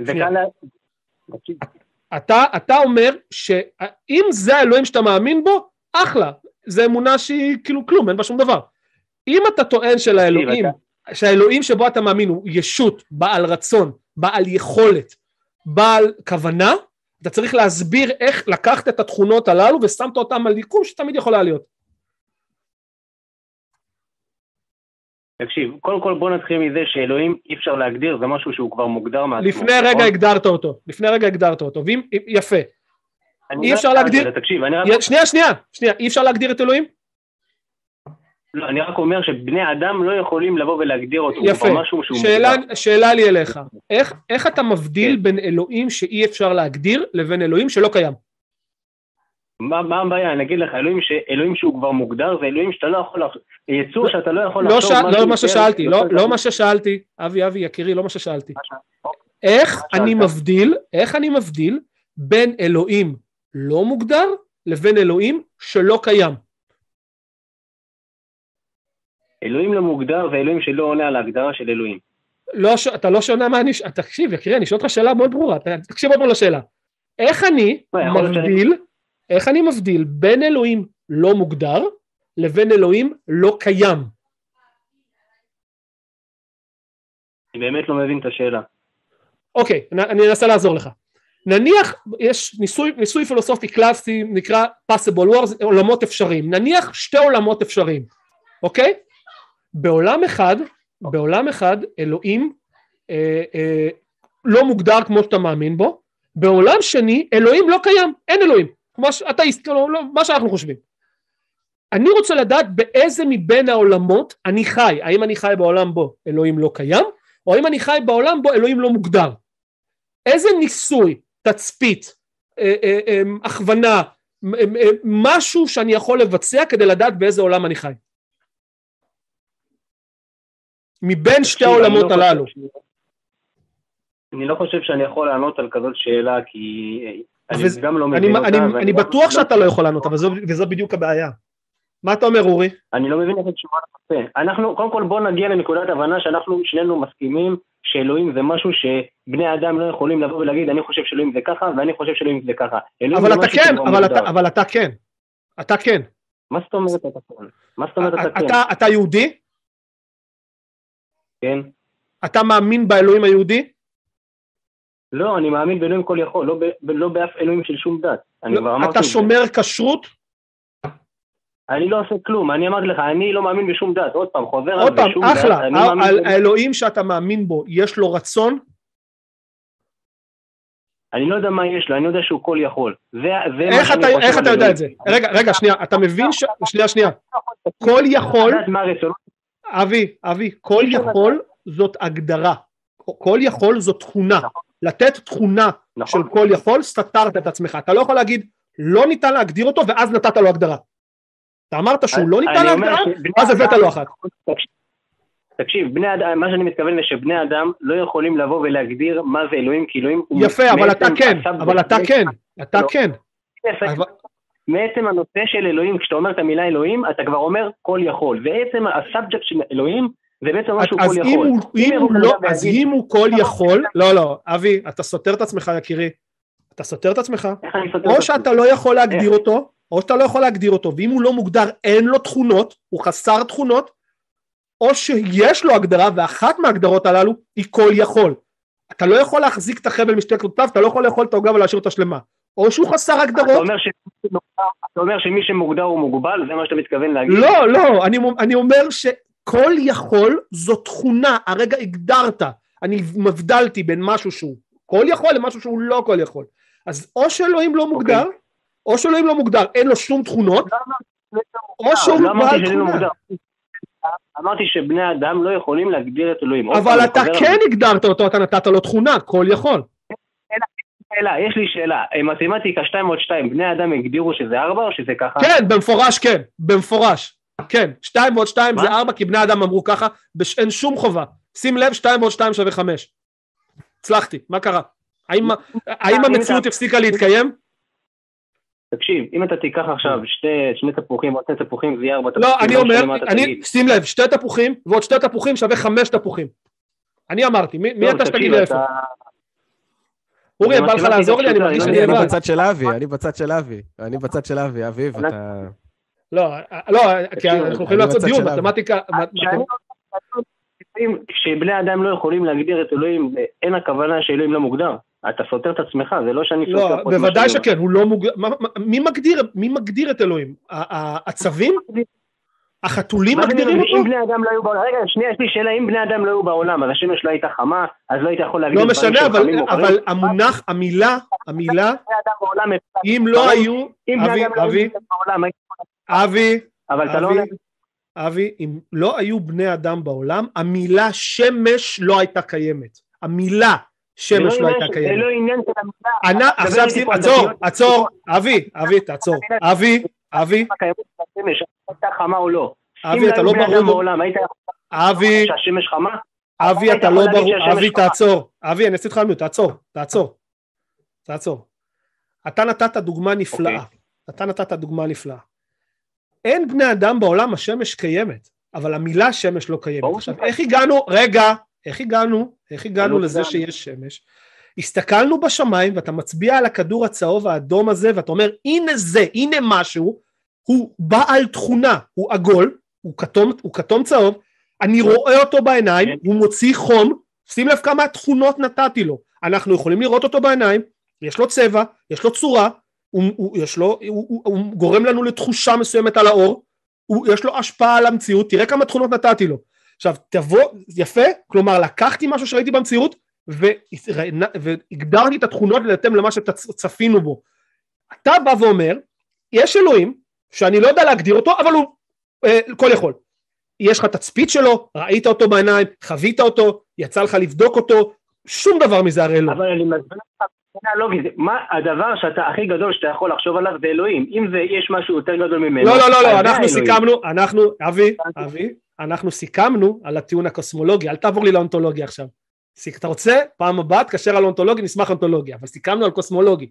אתה, אתה אומר שאם זה האלוהים שאתה מאמין בו, אחלה, זה אמונה שהיא כאילו כלום, אין בה שום דבר. אם אתה טוען של האלוהים, שהאלוהים שבו אתה מאמין הוא ישות, בעל רצון, בעל יכולת, בעל כוונה, אתה צריך להסביר איך לקחת את התכונות הללו ושמת אותם על יקום שתמיד יכולה להיות. תקשיב, קודם כל בוא נתחיל מזה שאלוהים אי אפשר להגדיר, זה משהו שהוא כבר מוגדר מעצמו. לפני רגע הגדרת אותו, לפני רגע הגדרת אותו, ואם, יפה. אי אפשר להגדיר, תקשיב, אני רק... שנייה, שנייה, שנייה, אי אפשר להגדיר את אלוהים? לא, אני רק אומר שבני אדם לא יכולים לבוא ולהגדיר אותו. יפה, שאלה, שאלה לי אליך, איך, איך אתה מבדיל בין אלוהים שאי אפשר להגדיר לבין אלוהים שלא קיים? מה, מה הבעיה? אני אגיד לך, אלוהים, ש... אלוהים שהוא כבר מוגדר, זה אלוהים שאתה לא יכול לחשוב, יצור שאתה לא יכול לחשוב. לא, ש... לא מה ששאלתי, לא, לא מה ששאלתי, אבי, אבי, יקירי, לא מה ששאלתי. איך אני מבדיל, איך אני מבדיל בין אלוהים לא מוגדר לבין אלוהים שלא קיים? אלוהים לא מוגדר ואלוהים שלא עונה על ההגדרה של אלוהים. לא, אתה לא שונה מה אני, תקשיב, יקירי, אני שואל אותך שאלה מאוד ברורה, תקשיב עוד פעם לשאלה. איך אני מבדיל, איך אני מבדיל בין אלוהים לא מוגדר לבין אלוהים לא קיים? אני באמת לא מבין את השאלה. אוקיי, אני אנסה לעזור לך. נניח, יש ניסוי, ניסוי פילוסופי קלאסי, נקרא possible worlds, עולמות אפשריים. נניח שתי עולמות אפשריים, אוקיי? בעולם אחד, בעולם אחד, אלוהים אה, אה, לא מוגדר כמו שאתה מאמין בו, בעולם שני, אלוהים לא קיים, אין אלוהים, כמו שאתאיסט, לא, לא, מה שאנחנו חושבים. אני רוצה לדעת באיזה מבין העולמות אני חי, האם אני חי בעולם בו אלוהים לא קיים, או האם אני חי בעולם בו אלוהים לא מוגדר. איזה ניסוי, תצפית, אה, אה, אה, הכוונה, אה, אה, משהו שאני יכול לבצע כדי לדעת באיזה עולם אני חי. מבין שתי העולמות הללו. אני לא חושב שאני יכול לענות על כזאת שאלה, כי אני גם לא מבין אותה. אני בטוח שאתה לא יכול לענות, וזו בדיוק הבעיה. מה אתה אומר, אורי? אני לא מבין איך את תשובה לפה. אנחנו, קודם כל בוא נגיע לנקודת הבנה שאנחנו שנינו מסכימים שאלוהים זה משהו שבני אדם לא יכולים לבוא ולהגיד, אני חושב שאלוהים זה ככה, ואני חושב שאלוהים זה ככה. אבל אתה כן, אבל אתה כן. אתה כן. מה זאת אומרת אתה כן? מה זאת אומרת אתה כן? אתה יהודי? כן. אתה מאמין באלוהים היהודי? לא, אני מאמין באלוהים כל יכול, לא, ב, לא באף אלוהים של שום דת. לא, אתה שומר כשרות? אני לא עושה כלום, אני אמרתי לך, אני לא מאמין בשום דת, עוד פעם, חוזר עוד פעם, אחלה, האלוהים שאתה מאמין בו, יש לו רצון? אני לא יודע מה יש לו, אני יודע שהוא כל יכול. איך אתה יודע את זה? רגע, רגע, שנייה, אתה מבין ש... שנייה, שנייה. כל יכול... אבי, אבי, כל יכול זאת הגדרה. כל יכול זאת תכונה. לתת תכונה של כל יכול, סתרת את עצמך. אתה לא יכול להגיד, לא ניתן להגדיר אותו, ואז נתת לו הגדרה. אתה אמרת שהוא לא ניתן להגדרה, אז הבאת לו אחת. תקשיב, בני אדם, מה שאני מתכוון זה שבני אדם לא יכולים לבוא ולהגדיר מה זה אלוהים, כי אלוהים... יפה, אבל אתה כן, אבל אתה כן, אתה כן. מעצם הנושא של אלוהים, כשאתה אומר את המילה אלוהים, אתה כבר אומר כל יכול, ועצם הסאבג'קט של אלוהים, זה בעצם משהו כל יכול. אז אם הוא כל יכול, לא, לא, אבי, אתה סותר את עצמך, יקירי, אתה סותר את עצמך, או שאתה לא יכול להגדיר אותו, או שאתה לא יכול להגדיר אותו, ואם הוא לא מוגדר, אין לו תכונות, הוא חסר תכונות, או שיש לו הגדרה, ואחת מההגדרות הללו היא כל יכול. אתה לא יכול להחזיק את החבל משתי קצותיו, אתה לא יכול לאכול את העוגה ולהשאיר אותה שלמה. או שהוא חסר הגדרות. אתה אומר, ש... אתה אומר שמי שמוגדר הוא מוגבל, זה מה שאתה מתכוון להגיד? לא, לא, אני, אני אומר שכל יכול זו תכונה, הרגע הגדרת, אני מבדלתי בין משהו שהוא כל יכול למשהו שהוא לא כל יכול. אז או שאלוהים לא מוגדר, okay. או שאלוהים לא מוגדר, אין לו שום תכונות, או שהוא בעל תכונה. אמרתי שבני אדם לא יכולים להגדיר את אלוהים. אבל אתה כן הגדרת אותו, אתה נתת לו תכונה, כל יכול. שאלה, יש לי שאלה, מתמטיקה שתיים ועוד שתיים, בני אדם הגדירו שזה ארבע או שזה ככה? כן, במפורש כן, במפורש, כן, שתיים ועוד שתיים זה ארבע, כי בני אדם אמרו ככה, אין שום חובה, שים לב, שתיים ועוד שתיים שווה חמש, הצלחתי, מה קרה? האם המציאות הפסיקה להתקיים? תקשיב, אם אתה תיקח עכשיו שני תפוחים ועוד שני תפוחים זה יהיה ארבע תפוחים. לא, אני אומר, שים לב, שתי תפוחים ועוד שתי תפוחים שווה חמש תפוחים. אני אמרתי, מי אתה שתגיד לי איפה? אורי, בא לך לעזור לי, אני מרגיש שאני לבד. אני בצד של אבי, אני בצד של אבי, אני בצד של אבי, אביב, אתה... לא, לא, כי אנחנו יכולים לעשות דיון, מתמטיקה... כשבני אדם לא יכולים להגדיר את אלוהים, אין הכוונה שאלוהים לא מוגדר. אתה סותר את עצמך, זה לא שאני סותר... לא, בוודאי שכן, הוא לא מוגדר... מי מגדיר את אלוהים? העצבים? החתולים מגדירים אותו? אם בני אדם לא היו בעולם, רגע, שנייה, יש לי שאלה, אם בני אדם לא היו בעולם, אז השמש לא הייתה חמה, אז לא היית יכול להגיד... לא משנה, אבל המונח, המילה, המילה, אם לא היו... אבי, אבי, אבי, אבי, אבי, אם לא היו בני אדם בעולם, המילה שמש לא הייתה קיימת. המילה שמש לא הייתה קיימת. זה לא עניין של המילה. עכשיו שים, עצור, עצור, אבי, אבי, תעצור, אבי, אבי. הייתה חמה או לא. אבי, אתה לא ברור. אבי, שהשמש חמה. אבי, אתה לא ברור. אבי, תעצור. אבי, אני אעשה לך מיוט, תעצור, תעצור. תעצור. אתה נתת דוגמה נפלאה. אתה נתת דוגמה נפלאה. אין בני אדם בעולם, השמש קיימת, אבל המילה שמש לא קיימת. עכשיו, איך הגענו, רגע, איך הגענו, איך הגענו לזה שיש שמש? הסתכלנו בשמיים, ואתה מצביע על הכדור הצהוב האדום הזה, ואתה אומר, הנה זה, הנה משהו, הוא בעל תכונה, הוא עגול, הוא כתום, הוא כתום צהוב, אני רואה אותו בעיניים, הוא מוציא חום, שים לב כמה תכונות נתתי לו, אנחנו יכולים לראות אותו בעיניים, יש לו צבע, יש לו צורה, הוא, הוא, יש לו, הוא, הוא, הוא גורם לנו לתחושה מסוימת על האור, הוא, יש לו השפעה על המציאות, תראה כמה תכונות נתתי לו. עכשיו תבוא, יפה, כלומר לקחתי משהו שראיתי במציאות, והגדרתי את התכונות לדעתם למה שצפינו בו. אתה בא ואומר, יש אלוהים, שאני לא יודע להגדיר אותו, אבל הוא אה, כל יכול. יש לך תצפית שלו, ראית אותו בעיניים, חווית אותו, יצא לך לבדוק אותו, שום דבר מזה הרי לא. אבל אני מסביר לך, מה הדבר שאתה הכי גדול שאתה יכול לחשוב עליו זה אלוהים, אם זה יש משהו יותר גדול ממנו. לא, לא, לא, לא, אנחנו סיכמנו, אנחנו, אבי, אבי, אנחנו סיכמנו על הטיעון הקוסמולוגי, אל תעבור לי לאונתולוגיה עכשיו. אתה רוצה, פעם הבאה, תקשר על אונתולוגי, נשמח אונתולוגיה, אבל סיכמנו על קוסמולוגי.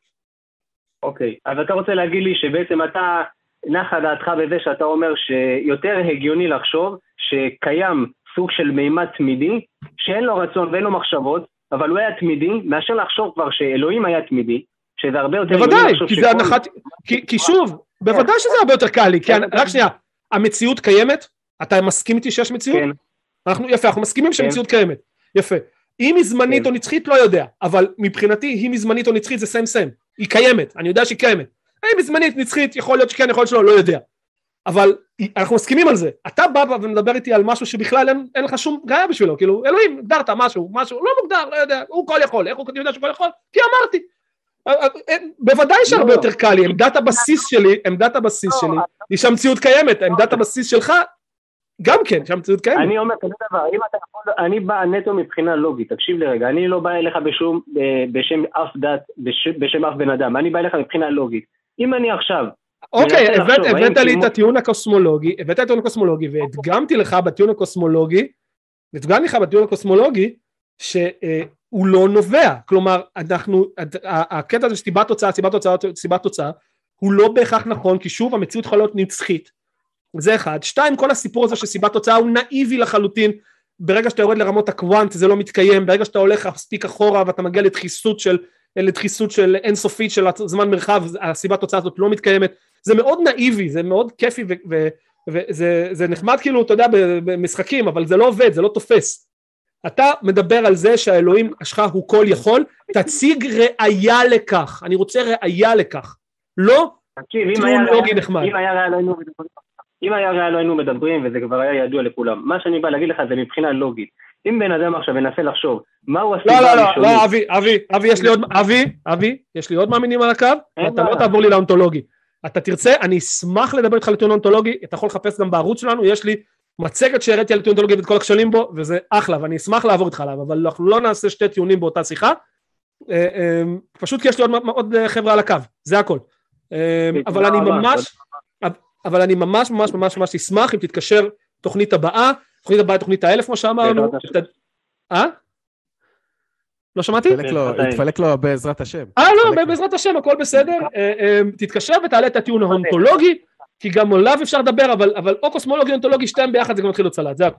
אוקיי, אז אתה רוצה להגיד לי שבעצם אתה נחה דעתך בזה שאתה אומר שיותר הגיוני לחשוב שקיים סוג של מימד תמידי, שאין לו רצון ואין לו מחשבות, אבל הוא היה תמידי, מאשר לחשוב כבר שאלוהים היה תמידי, שזה הרבה יותר... בוודאי, כי זה הנחת... כי שוב, בוודאי שזה הרבה יותר קל לי, כי רק שנייה, המציאות קיימת? אתה מסכים איתי שיש מציאות? כן. אנחנו, יפה, אנחנו מסכימים שמציאות קיימת. יפה. אם היא זמנית או נצחית, לא יודע, אבל מבחינתי, אם היא זמנית או נצחית, זה סיים סיים. היא קיימת, אני יודע שהיא קיימת. אם היא זמנית, נצחית, יכול להיות שכן, יכול להיות שלא, לא יודע. אבל אנחנו מסכימים על זה. אתה בא ומדבר איתי על משהו שבכלל אין, אין לך שום גאה בשבילו, כאילו, אלוהים, הגדרת משהו, משהו, לא מוגדר, לא יודע, הוא כל יכול, איך הוא יודע שהוא כל יכול? כי אמרתי. בוודאי שהרבה יותר קל לי, עמדת הבסיס שלי, עמדת הבסיס שלי, היא שהמציאות קיימת, עמדת הבסיס שלך, גם כן, שהמציאות קיימת. אני אומר כזה דבר, אם אתה יכול, אני בא נטו מבחינה לוגית, תקשיב לי רגע, אני לא בא אליך בשום, בשם אף דת, בשם אף בן אדם, אני בא אליך מבחינה לוגית. אם אני עכשיו, אוקיי, הבאת לי את הטיעון הקוסמולוגי, הבאת את הטיעון הקוסמולוגי, והדגמתי לך בטיעון הקוסמולוגי, הדגמתי לך בטיעון הקוסמולוגי, שהוא לא נובע, כלומר, אנחנו, הקטע הזה שסיבת תוצאה, סיבת תוצאה, סיבת תוצאה, הוא לא בהכרח נכון, כי שוב, המציאות יכולה להיות נצחית, זה אחד. שתיים, כל הסיפור הזה שסיבת תוצאה הוא נאיבי לחלוטין, ברגע שאתה יורד לרמות הקוונט זה לא מתקיים, ברגע שאתה הולך מספיק אחורה ואתה מגיע לדחיסות של, לדחיסות של אינסופית של זמן מרחב, הסיבת תוצאה הזאת לא מתקיימת, זה מאוד נאיבי, זה מאוד כיפי ו- ו- וזה זה נחמד כאילו, אתה יודע, במשחקים, אבל זה לא עובד, זה לא תופס. אתה מדבר על זה שהאלוהים שלך הוא כל יכול, תציג ראייה לכך, אני רוצה ראייה לכך, לא טיעון לוגי נחמד. אם היה ראייה לא היינו מדברים, וזה כבר היה ידוע לכולם, מה שאני בא להגיד לך זה מבחינה לוגית, אם בן אדם עכשיו ינסה לחשוב, מהו הסיבה הראשונית? לא, לא, לא, אבי, אבי, אבי, יש לי עוד, אבי, אבי, יש לי עוד מאמינים על הקו, ואתה לא תעבור לי לאונתולוגי. אתה תרצה, אני אשמח לדבר איתך לטיעון אונתולוגי, אתה יכול לחפש גם בערוץ שלנו, יש לי מצגת שהראיתי על טיעון אונתולוגי ואת כל הכשלים בו, וזה אחלה, ואני אשמח לעבור איתך עליו, אבל אנחנו לא נעשה שתי טיעונים באותה שיחה, פשוט כי יש לי עוד, עוד חבר'ה על הקו, זה הכל. אבל אני ממש, אבל אני ממש ממש ממש ממש אשמח אם תתקשר תוכנית הבאה, תוכנית הבאה, תוכנית האלף, כמו שאמרנו. אה? לא שמעתי? התפלק לו בעזרת השם. אה, לא, בעזרת השם, הכל בסדר. תתקשר ותעלה את הטיעון ההונטולוגי, כי גם עליו אפשר לדבר, אבל או קוסמולוגי, הונטולוגי, שתיהם ביחד, זה גם מתחיל לצלט, זה הכל.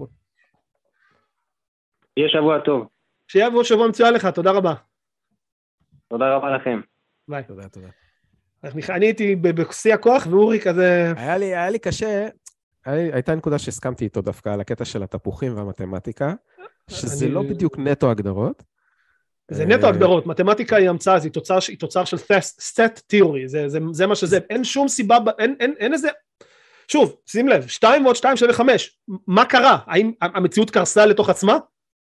יהיה שבוע טוב. שיהיה שבוע מצוין לך, תודה רבה. תודה רבה לכם. ביי. תודה, תודה. אני הייתי בשיא הכוח, ואורי כזה... היה לי, היה לי קשה, הייתה נקודה שהסכמתי איתו דווקא על הקטע של התפוחים והמתמטיקה, שזה לא בדיוק נטו הגדרות. זה נטו הגדרות, מתמטיקה היא המצאה, היא תוצר של סט תיאורי, זה מה שזה, אין שום סיבה, אין איזה... שוב, שים לב, שתיים ועוד שתיים שווה חמש, מה קרה? האם המציאות קרסה לתוך עצמה?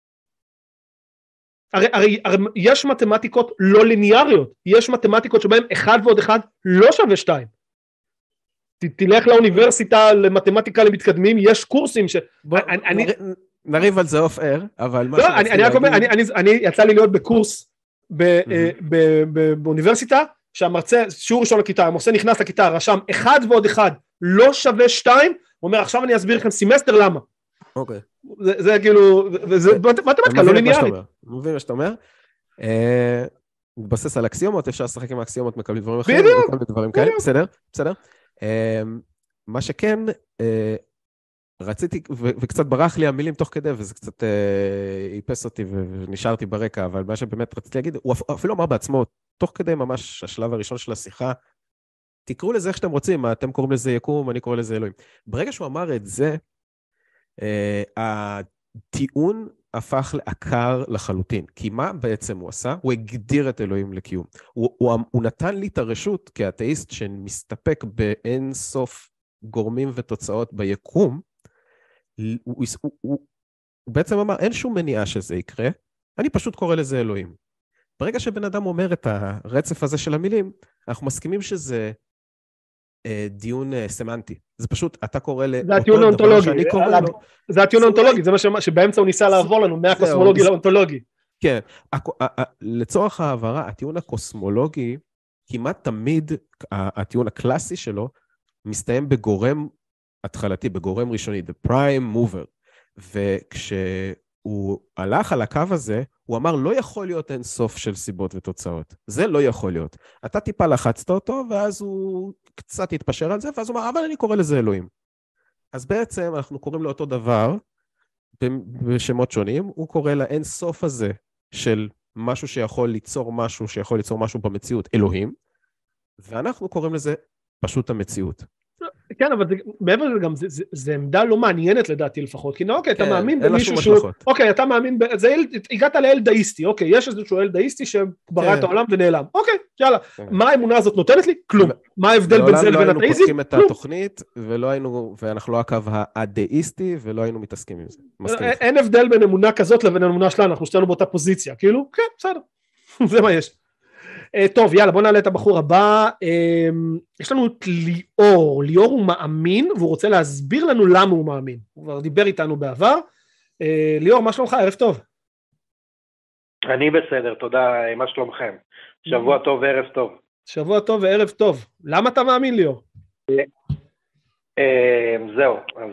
הרי, הרי, הרי יש מתמטיקות לא ליניאריות, יש מתמטיקות שבהן אחד ועוד אחד לא שווה שתיים. ת, תלך לאוניברסיטה למתמטיקה למתקדמים, יש קורסים ש... בוא, אני, נר, נריב על זה אוף אר, אבל... לא, אני, אני, להגיד... אני, אני, אני יצא לי להיות בקורס ב, mm-hmm. ב, ב, באוניברסיטה, שהמרצה, שיעור ראשון לכיתה, המרצה נכנס לכיתה, רשם אחד ועוד אחד לא שווה שתיים, הוא אומר, עכשיו אני אסביר לכם סמסטר למה. אוקיי. זה, זה כאילו, זה מתמטיקה לא ליניארית. מבין מה שאתה אומר? מתבסס על אקסיומות, אפשר לשחק עם האקסיומות, מקבלים דברים אחרים. בדיוק. דברים כאלה, בסדר, בסדר. מה שכן, רציתי, וקצת ברח לי המילים תוך כדי, וזה קצת איפס אותי ונשארתי ברקע, אבל מה שבאמת רציתי להגיד, הוא אפילו אמר בעצמו, תוך כדי ממש השלב הראשון של השיחה, תקראו לזה איך שאתם רוצים, אתם קוראים לזה יקום, אני קורא לזה אלוהים. ברגע שהוא אמר את זה, הטיעון הפך לעקר לחלוטין, כי מה בעצם הוא עשה? הוא הגדיר את אלוהים לקיום. הוא, הוא, הוא נתן לי את הרשות כאתאיסט שמסתפק באין סוף גורמים ותוצאות ביקום, הוא, הוא, הוא, הוא בעצם אמר, אין שום מניעה שזה יקרה, אני פשוט קורא לזה אלוהים. ברגע שבן אדם אומר את הרצף הזה של המילים, אנחנו מסכימים שזה דיון סמנטי. זה פשוט, אתה קורא לאותו דבר שאני קורא לו. זה הטיעון האונתולוגי, זה מה שבאמצע הוא ניסה לעבור לנו, מהקוסמולוגי לאונתולוגי. כן, לצורך העברה, הטיעון הקוסמולוגי, כמעט תמיד, הטיעון הקלאסי שלו, מסתיים בגורם התחלתי, בגורם ראשוני, the prime mover. וכשהוא הלך על הקו הזה, הוא אמר, לא יכול להיות אין סוף של סיבות ותוצאות. זה לא יכול להיות. אתה טיפה לחצת אותו, ואז הוא קצת התפשר על זה, ואז הוא אמר, אבל אני קורא לזה אלוהים. אז בעצם אנחנו קוראים לו אותו דבר, בשמות שונים, הוא קורא לאין סוף הזה, של משהו שיכול ליצור משהו, שיכול ליצור משהו במציאות, אלוהים, ואנחנו קוראים לזה פשוט המציאות. כן, אבל מעבר לזה גם, זה עמדה לא מעניינת לדעתי לפחות, כי אוקיי, אתה מאמין במישהו שהוא, אוקיי, אתה מאמין, הגעת לאל דאיסטי, אוקיי, יש איזשהו אל דאיסטי שברא את העולם ונעלם, אוקיי, יאללה, מה האמונה הזאת נותנת לי? כלום. מה ההבדל בין זה לבין לא התאיזם? היינו פותחים את התוכנית, ואנחנו לא הקו האדאיסטי, ולא היינו מתעסקים עם זה. אין הבדל בין אמונה כזאת לבין אמונה שלנו, אנחנו שתינו באותה פוזיציה, כאילו, כן, בסדר, זה מה יש. טוב, יאללה, בוא נעלה את הבחור הבא. יש לנו את ליאור. ליאור הוא מאמין, והוא רוצה להסביר לנו למה הוא מאמין. הוא כבר דיבר איתנו בעבר. ליאור, מה שלומך? ערב טוב. אני בסדר, תודה. מה שלומכם? שבוע טוב וערב טוב. שבוע טוב וערב טוב. למה אתה מאמין, ליאור? זהו, אז...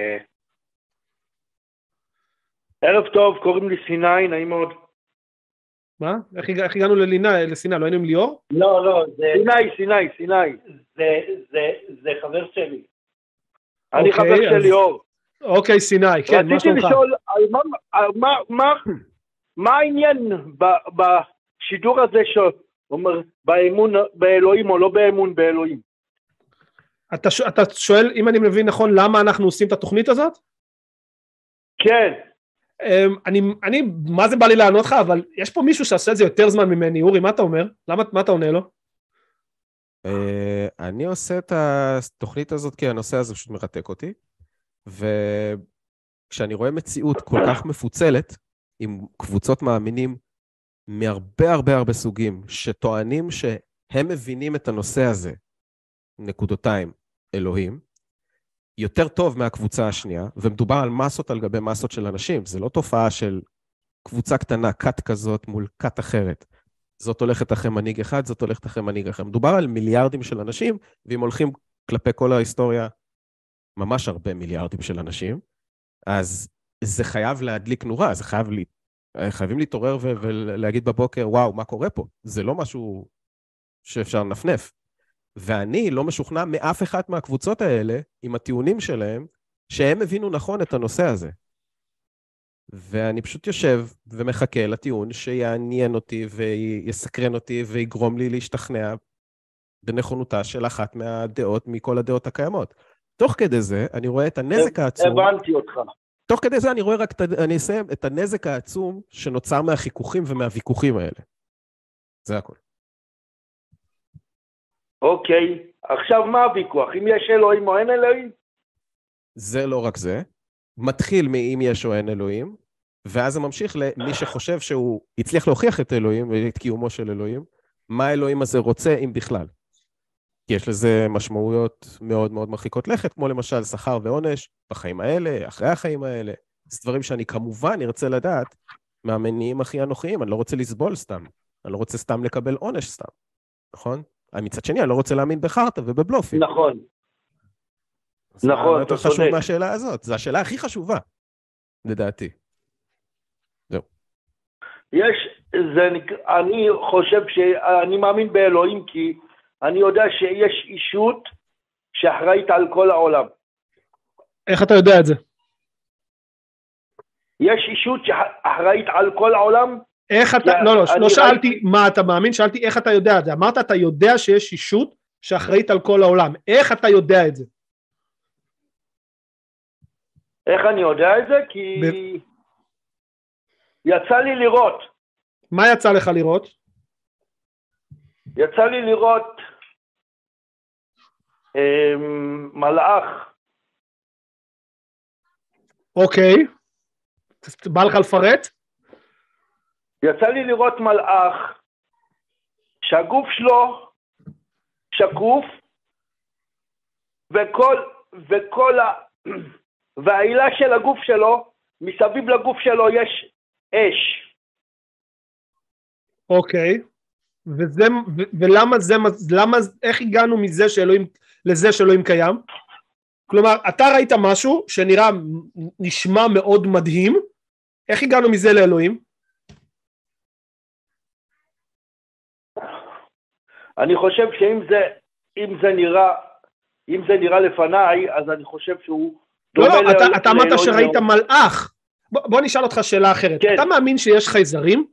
ערב טוב, קוראים לי סיני, נעים מאוד. מה? איך, איך הגענו ללינה, לסיני? לא היינו עם ליאור? לא, לא, זה... סיני, סיני, סיני. זה, זה, זה חבר שלי. אני חבר אז... של ליאור. אוקיי, סיני, כן, מה שלומך? רציתי לשאול, מה, מה, מה, מה העניין ב, בשידור הזה שאומר באמון באלוהים או לא באמון באלוהים? אתה, אתה שואל, אם אני מבין נכון, למה אנחנו עושים את התוכנית הזאת? כן. אני, אני, מה זה בא לי לענות לך, אבל יש פה מישהו שעושה את זה יותר זמן ממני, אורי, מה אתה אומר? למה, מה אתה עונה לו? אני עושה את התוכנית הזאת כי הנושא הזה פשוט מרתק אותי, וכשאני רואה מציאות כל כך מפוצלת, עם קבוצות מאמינים מהרבה הרבה הרבה סוגים, שטוענים שהם מבינים את הנושא הזה, נקודותיים, אלוהים, יותר טוב מהקבוצה השנייה, ומדובר על מסות על גבי מסות של אנשים, זה לא תופעה של קבוצה קטנה, קט כזאת מול קט אחרת. זאת הולכת אחרי מנהיג אחד, זאת הולכת אחרי מנהיג אחר. מדובר על מיליארדים של אנשים, ואם הולכים כלפי כל ההיסטוריה, ממש הרבה מיליארדים של אנשים, אז זה חייב להדליק נורה, זה חייב לי, חייבים להתעורר ו- ולהגיד בבוקר, וואו, מה קורה פה? זה לא משהו שאפשר לנפנף. ואני לא משוכנע מאף אחת מהקבוצות האלה, עם הטיעונים שלהם, שהם הבינו נכון את הנושא הזה. ואני פשוט יושב ומחכה לטיעון שיעניין אותי ויסקרן אותי ויגרום לי להשתכנע בנכונותה של אחת מהדעות, מכל הדעות הקיימות. תוך כדי זה, אני רואה את הנזק העצום. הבנתי אותך. תוך כדי זה אני רואה רק, אני אסיים, את הנזק העצום שנוצר מהחיכוכים ומהוויכוחים האלה. זה הכל. אוקיי, עכשיו מה הוויכוח? אם יש אלוהים או אין אלוהים? זה לא רק זה. מתחיל מאם יש או אין אלוהים, ואז זה ממשיך למי שחושב שהוא הצליח להוכיח את אלוהים ואת קיומו של אלוהים, מה האלוהים הזה רוצה אם בכלל. כי יש לזה משמעויות מאוד מאוד מרחיקות לכת, כמו למשל שכר ועונש בחיים האלה, אחרי החיים האלה. זה דברים שאני כמובן ארצה לדעת מהמניעים הכי אנוכיים, אני לא רוצה לסבול סתם, אני לא רוצה סתם לקבל עונש סתם, נכון? מצד שני, אני לא רוצה להאמין בחרטה ובבלופים. נכון. נכון, אתה צודק. חשוב מהשאלה הזאת, זו השאלה הכי חשובה, לדעתי. זהו. יש, זה, אני חושב שאני מאמין באלוהים, כי אני יודע שיש אישות שאחראית על כל העולם. איך אתה יודע את זה? יש אישות שאחראית על כל העולם. איך אתה, לא, לא, לא שאלתי מה אתה מאמין, שאלתי איך אתה יודע את זה. אמרת, אתה יודע שיש אישות שאחראית על כל העולם. איך אתה יודע את זה? איך אני יודע את זה? כי ב... יצא לי לראות. מה יצא לך לראות? יצא לי לראות אה, מלאך. אוקיי. בא לך לפרט? יצא לי לראות מלאך שהגוף שלו שקוף, וכל, וכל ה... והעילה של הגוף שלו, מסביב לגוף שלו יש אש. אוקיי. וזה, ו, ולמה זה, למה, איך הגענו מזה שאלוהים, לזה שאלוהים קיים? כלומר, אתה ראית משהו שנראה, נשמע מאוד מדהים, איך הגענו מזה לאלוהים? אני חושב שאם זה, אם זה נראה, אם זה נראה לפניי, אז אני חושב שהוא... לא, לא, אתה, אתה אמרת שראית מלאך. בוא, בוא נשאל אותך שאלה אחרת. כן. אתה מאמין שיש חייזרים?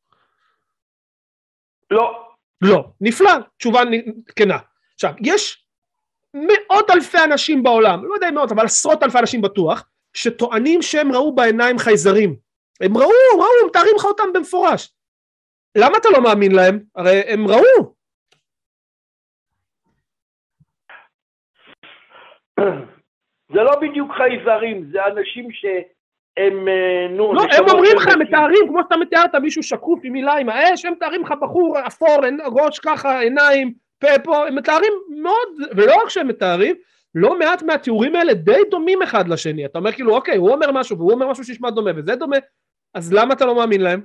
לא. לא, נפלא, תשובה כנה. עכשיו, יש מאות אלפי אנשים בעולם, לא יודע מאות, אבל עשרות אלפי אנשים בטוח, שטוענים שהם ראו בעיניים חייזרים. הם ראו, ראו, הם תארים לך אותם במפורש. למה אתה לא מאמין להם? הרי הם ראו. זה לא בדיוק חייזרים, זה אנשים שהם... נו, לא, הם אומרים לך, הם מתארים, כמו שאתה מתארת, מישהו שקוף עם מילה עם האש, הם מתארים לך בחור אפור, ראש ככה, עיניים, פה פה, הם מתארים מאוד, ולא רק שהם מתארים, לא מעט מהתיאורים האלה די דומים אחד לשני. אתה אומר כאילו, אוקיי, הוא אומר משהו, והוא אומר משהו שישמע דומה, וזה דומה, אז למה אתה לא מאמין להם?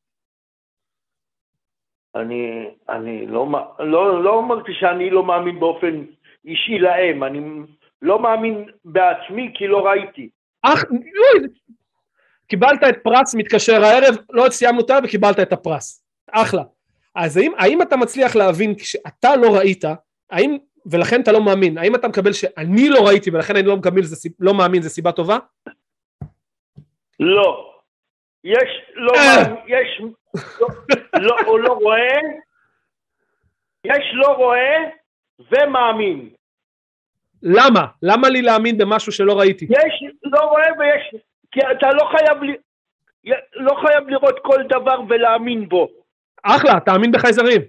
אני, אני לא, לא, לא אמרתי שאני לא מאמין באופן אישי להם, אני לא מאמין בעצמי כי לא ראיתי. אך, קיבלת את פרס, מתקשר הערב, לא סיימנו אותה וקיבלת את הפרס. אחלה. אז האם, האם אתה מצליח להבין כשאתה לא ראית, האם, ולכן אתה לא מאמין, האם אתה מקבל שאני לא ראיתי ולכן אני לא, מקבל, זה, לא מאמין, זה סיבה טובה? לא. יש, לא מאמין, יש, לא, לא, הוא לא רואה, יש לא רואה ומאמין. למה? למה לי להאמין במשהו שלא ראיתי? יש, לא רואה ויש, כי אתה לא חייב, לי, לא חייב לראות כל דבר ולהאמין בו. אחלה, תאמין בחייזרים.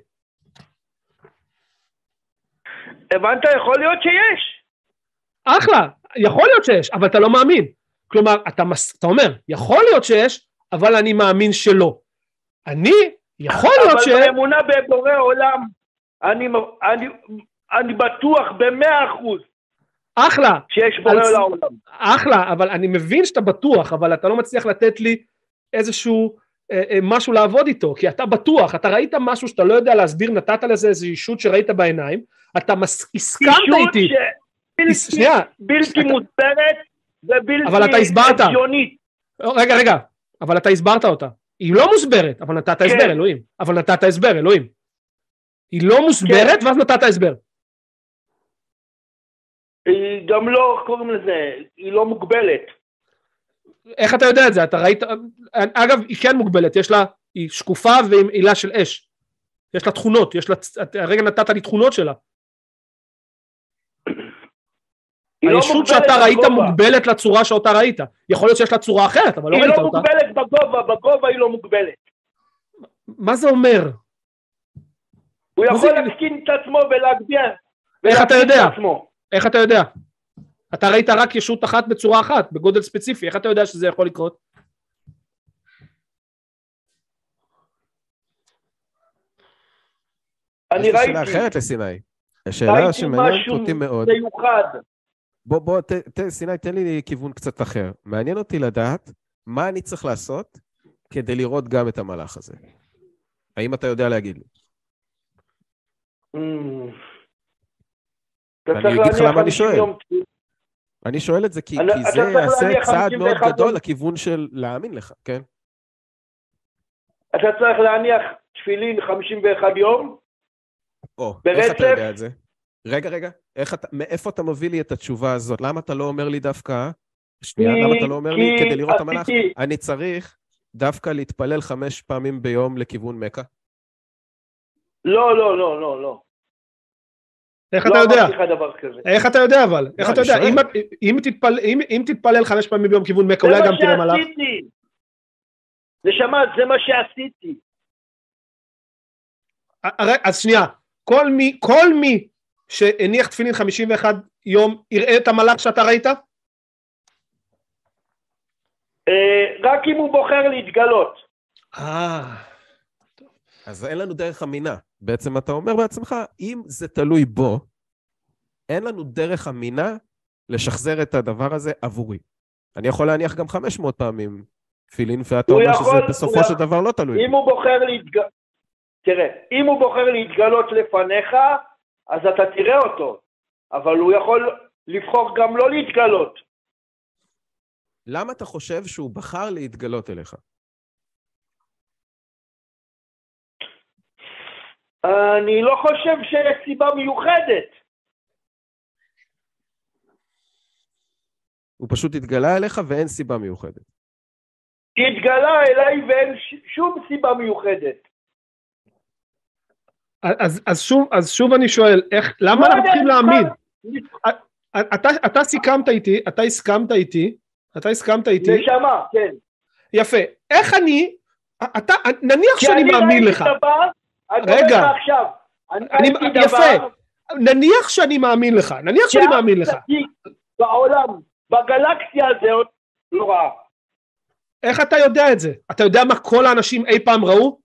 הבנת? יכול להיות שיש. אחלה, יכול להיות שיש, אבל אתה לא מאמין. כלומר, אתה, מס, אתה אומר, יכול להיות שיש, אבל אני מאמין שלא. אני, יכול להיות ש... אבל באמונה בבורא עולם, אני, אני, אני בטוח במאה אחוז. אחלה. שיש בורא אז, לעולם. אחלה, אבל אני מבין שאתה בטוח, אבל אתה לא מצליח לתת לי איזשהו אה, אה, משהו לעבוד איתו, כי אתה בטוח, אתה ראית משהו שאתה לא יודע להסביר, נתת לזה איזו אישות שראית בעיניים, אתה מס... הסכמת איתי. אישות שבלתי, שנייה. בלתי אתה... מוסברת ובלתי אבל אתה הסברת. הגיונית. רגע, רגע, אבל אתה הסברת אותה. היא לא מוסברת, אבל נתת כן. הסבר, אלוהים. אבל נתת הסבר, אלוהים. היא לא מוסברת, כן. ואז נתת הסבר. היא גם לא, קוראים לזה, היא לא מוגבלת. איך אתה יודע את זה? אתה ראית, אגב, היא כן מוגבלת, יש לה, היא שקופה ועם עילה של אש. יש לה תכונות, יש לה, הרגע נתת לי תכונות שלה. הישות שאתה ראית מוגבלת לצורה שאותה ראית. יכול להיות שיש לה צורה אחרת, אבל לא ראית אותה. היא לא מוגבלת בגובה, בגובה היא לא מוגבלת. מה זה אומר? הוא יכול להקטין את עצמו ולהגביה. איך אתה יודע? איך אתה יודע? אתה ראית רק ישות אחת בצורה אחת, בגודל ספציפי, איך אתה יודע שזה יכול לקרות? אני ראיתי. יש שאלה אחרת לסיני. השאלה שמעניינת אותי מאוד. ראיתי משהו מיוחד. בוא, בוא, ת, ת, סיני, תן לי כיוון קצת אחר. מעניין אותי לדעת מה אני צריך לעשות כדי לראות גם את המלאך הזה. האם אתה יודע להגיד לי? אני אגיד לך למה אני שואל. אני שואל את זה כי, כי זה יעשה צעד מאוד גדול לכיוון של להאמין לך, כן? אתה צריך להניח תפילין חמישים ואחד יום? או, איך אתה יודע את זה? רגע, רגע, איך אתה, מאיפה אתה מביא לי את התשובה הזאת? למה אתה לא אומר לי דווקא, שנייה, למה אתה לא אומר לי כדי לראות את המלאך? אני צריך דווקא להתפלל חמש פעמים ביום לכיוון מקה? לא, לא, לא, לא, לא. איך אתה יודע? לא אמרתי לך דבר כזה. איך אתה יודע אבל? איך אתה יודע? אם תתפלל חמש פעמים ביום כיוון מקה, אולי גם תראה מלאך? זה מה שעשיתי. נשמה, זה מה שעשיתי. אז שנייה, כל מי, כל מי שהניח תפילין חמישים ואחד יום, יראה את המלאך שאתה ראית? רק אם הוא בוחר להתגלות. אה. אז אין לנו דרך אמינה. בעצם אתה אומר בעצמך, אם זה תלוי בו, אין לנו דרך אמינה לשחזר את הדבר הזה עבורי. אני יכול להניח גם חמש מאות פעמים תפילין, ואתה אומר שזה בסופו של דבר לא תלוי. אם הוא בוחר להתגלות, תראה, אם הוא בוחר להתגלות לפניך, אז אתה תראה אותו, אבל הוא יכול לבחור גם לא להתגלות. למה אתה חושב שהוא בחר להתגלות אליך? אני לא חושב שיש סיבה מיוחדת. הוא פשוט התגלה אליך ואין סיבה מיוחדת. התגלה אליי ואין שום סיבה מיוחדת. אז, אז, שוב, אז שוב אני שואל, איך, למה אנחנו צריכים להאמין? אתה, אתה סיכמת איתי, אתה הסכמת איתי, אתה הסכמת איתי. נשמה, כן. יפה. איך אני, אתה, נניח שאני מאמין לך. רגע. עכשיו, אני, יפה. נניח שאני מאמין לך, נניח שאני מאמין לך. בעולם, בגלקסיה הזאת, לא רע. איך אתה יודע את זה? אתה יודע מה כל האנשים אי פעם ראו?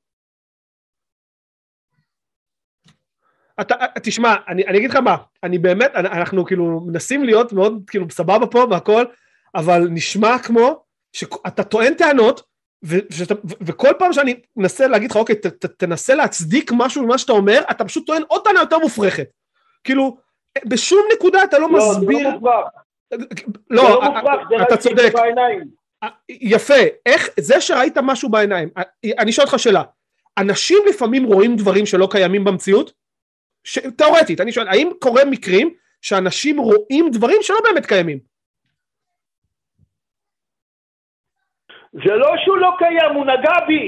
אתה, תשמע, אני, אני אגיד לך מה, אני באמת, אנחנו כאילו מנסים להיות מאוד כאילו סבבה פה והכל, אבל נשמע כמו שאתה טוען טענות, ו, ושאתה, ו, וכל פעם שאני מנסה להגיד לך, אוקיי, ת, ת, תנסה להצדיק משהו ממה שאתה אומר, אתה פשוט טוען עוד טענה יותר מופרכת. כאילו, בשום נקודה אתה לא, לא מסביר... זה לא מופרך. לא, זה לא מופרך, זה אתה צודק. בעיניים. יפה, איך, זה שראית משהו בעיניים, אני שואל אותך שאלה, אנשים לפעמים רואים דברים שלא קיימים במציאות? ש... תיאורטית, אני שואל, האם קורה מקרים שאנשים רואים דברים שלא באמת קיימים? זה לא שהוא לא קיים, הוא נגע בי.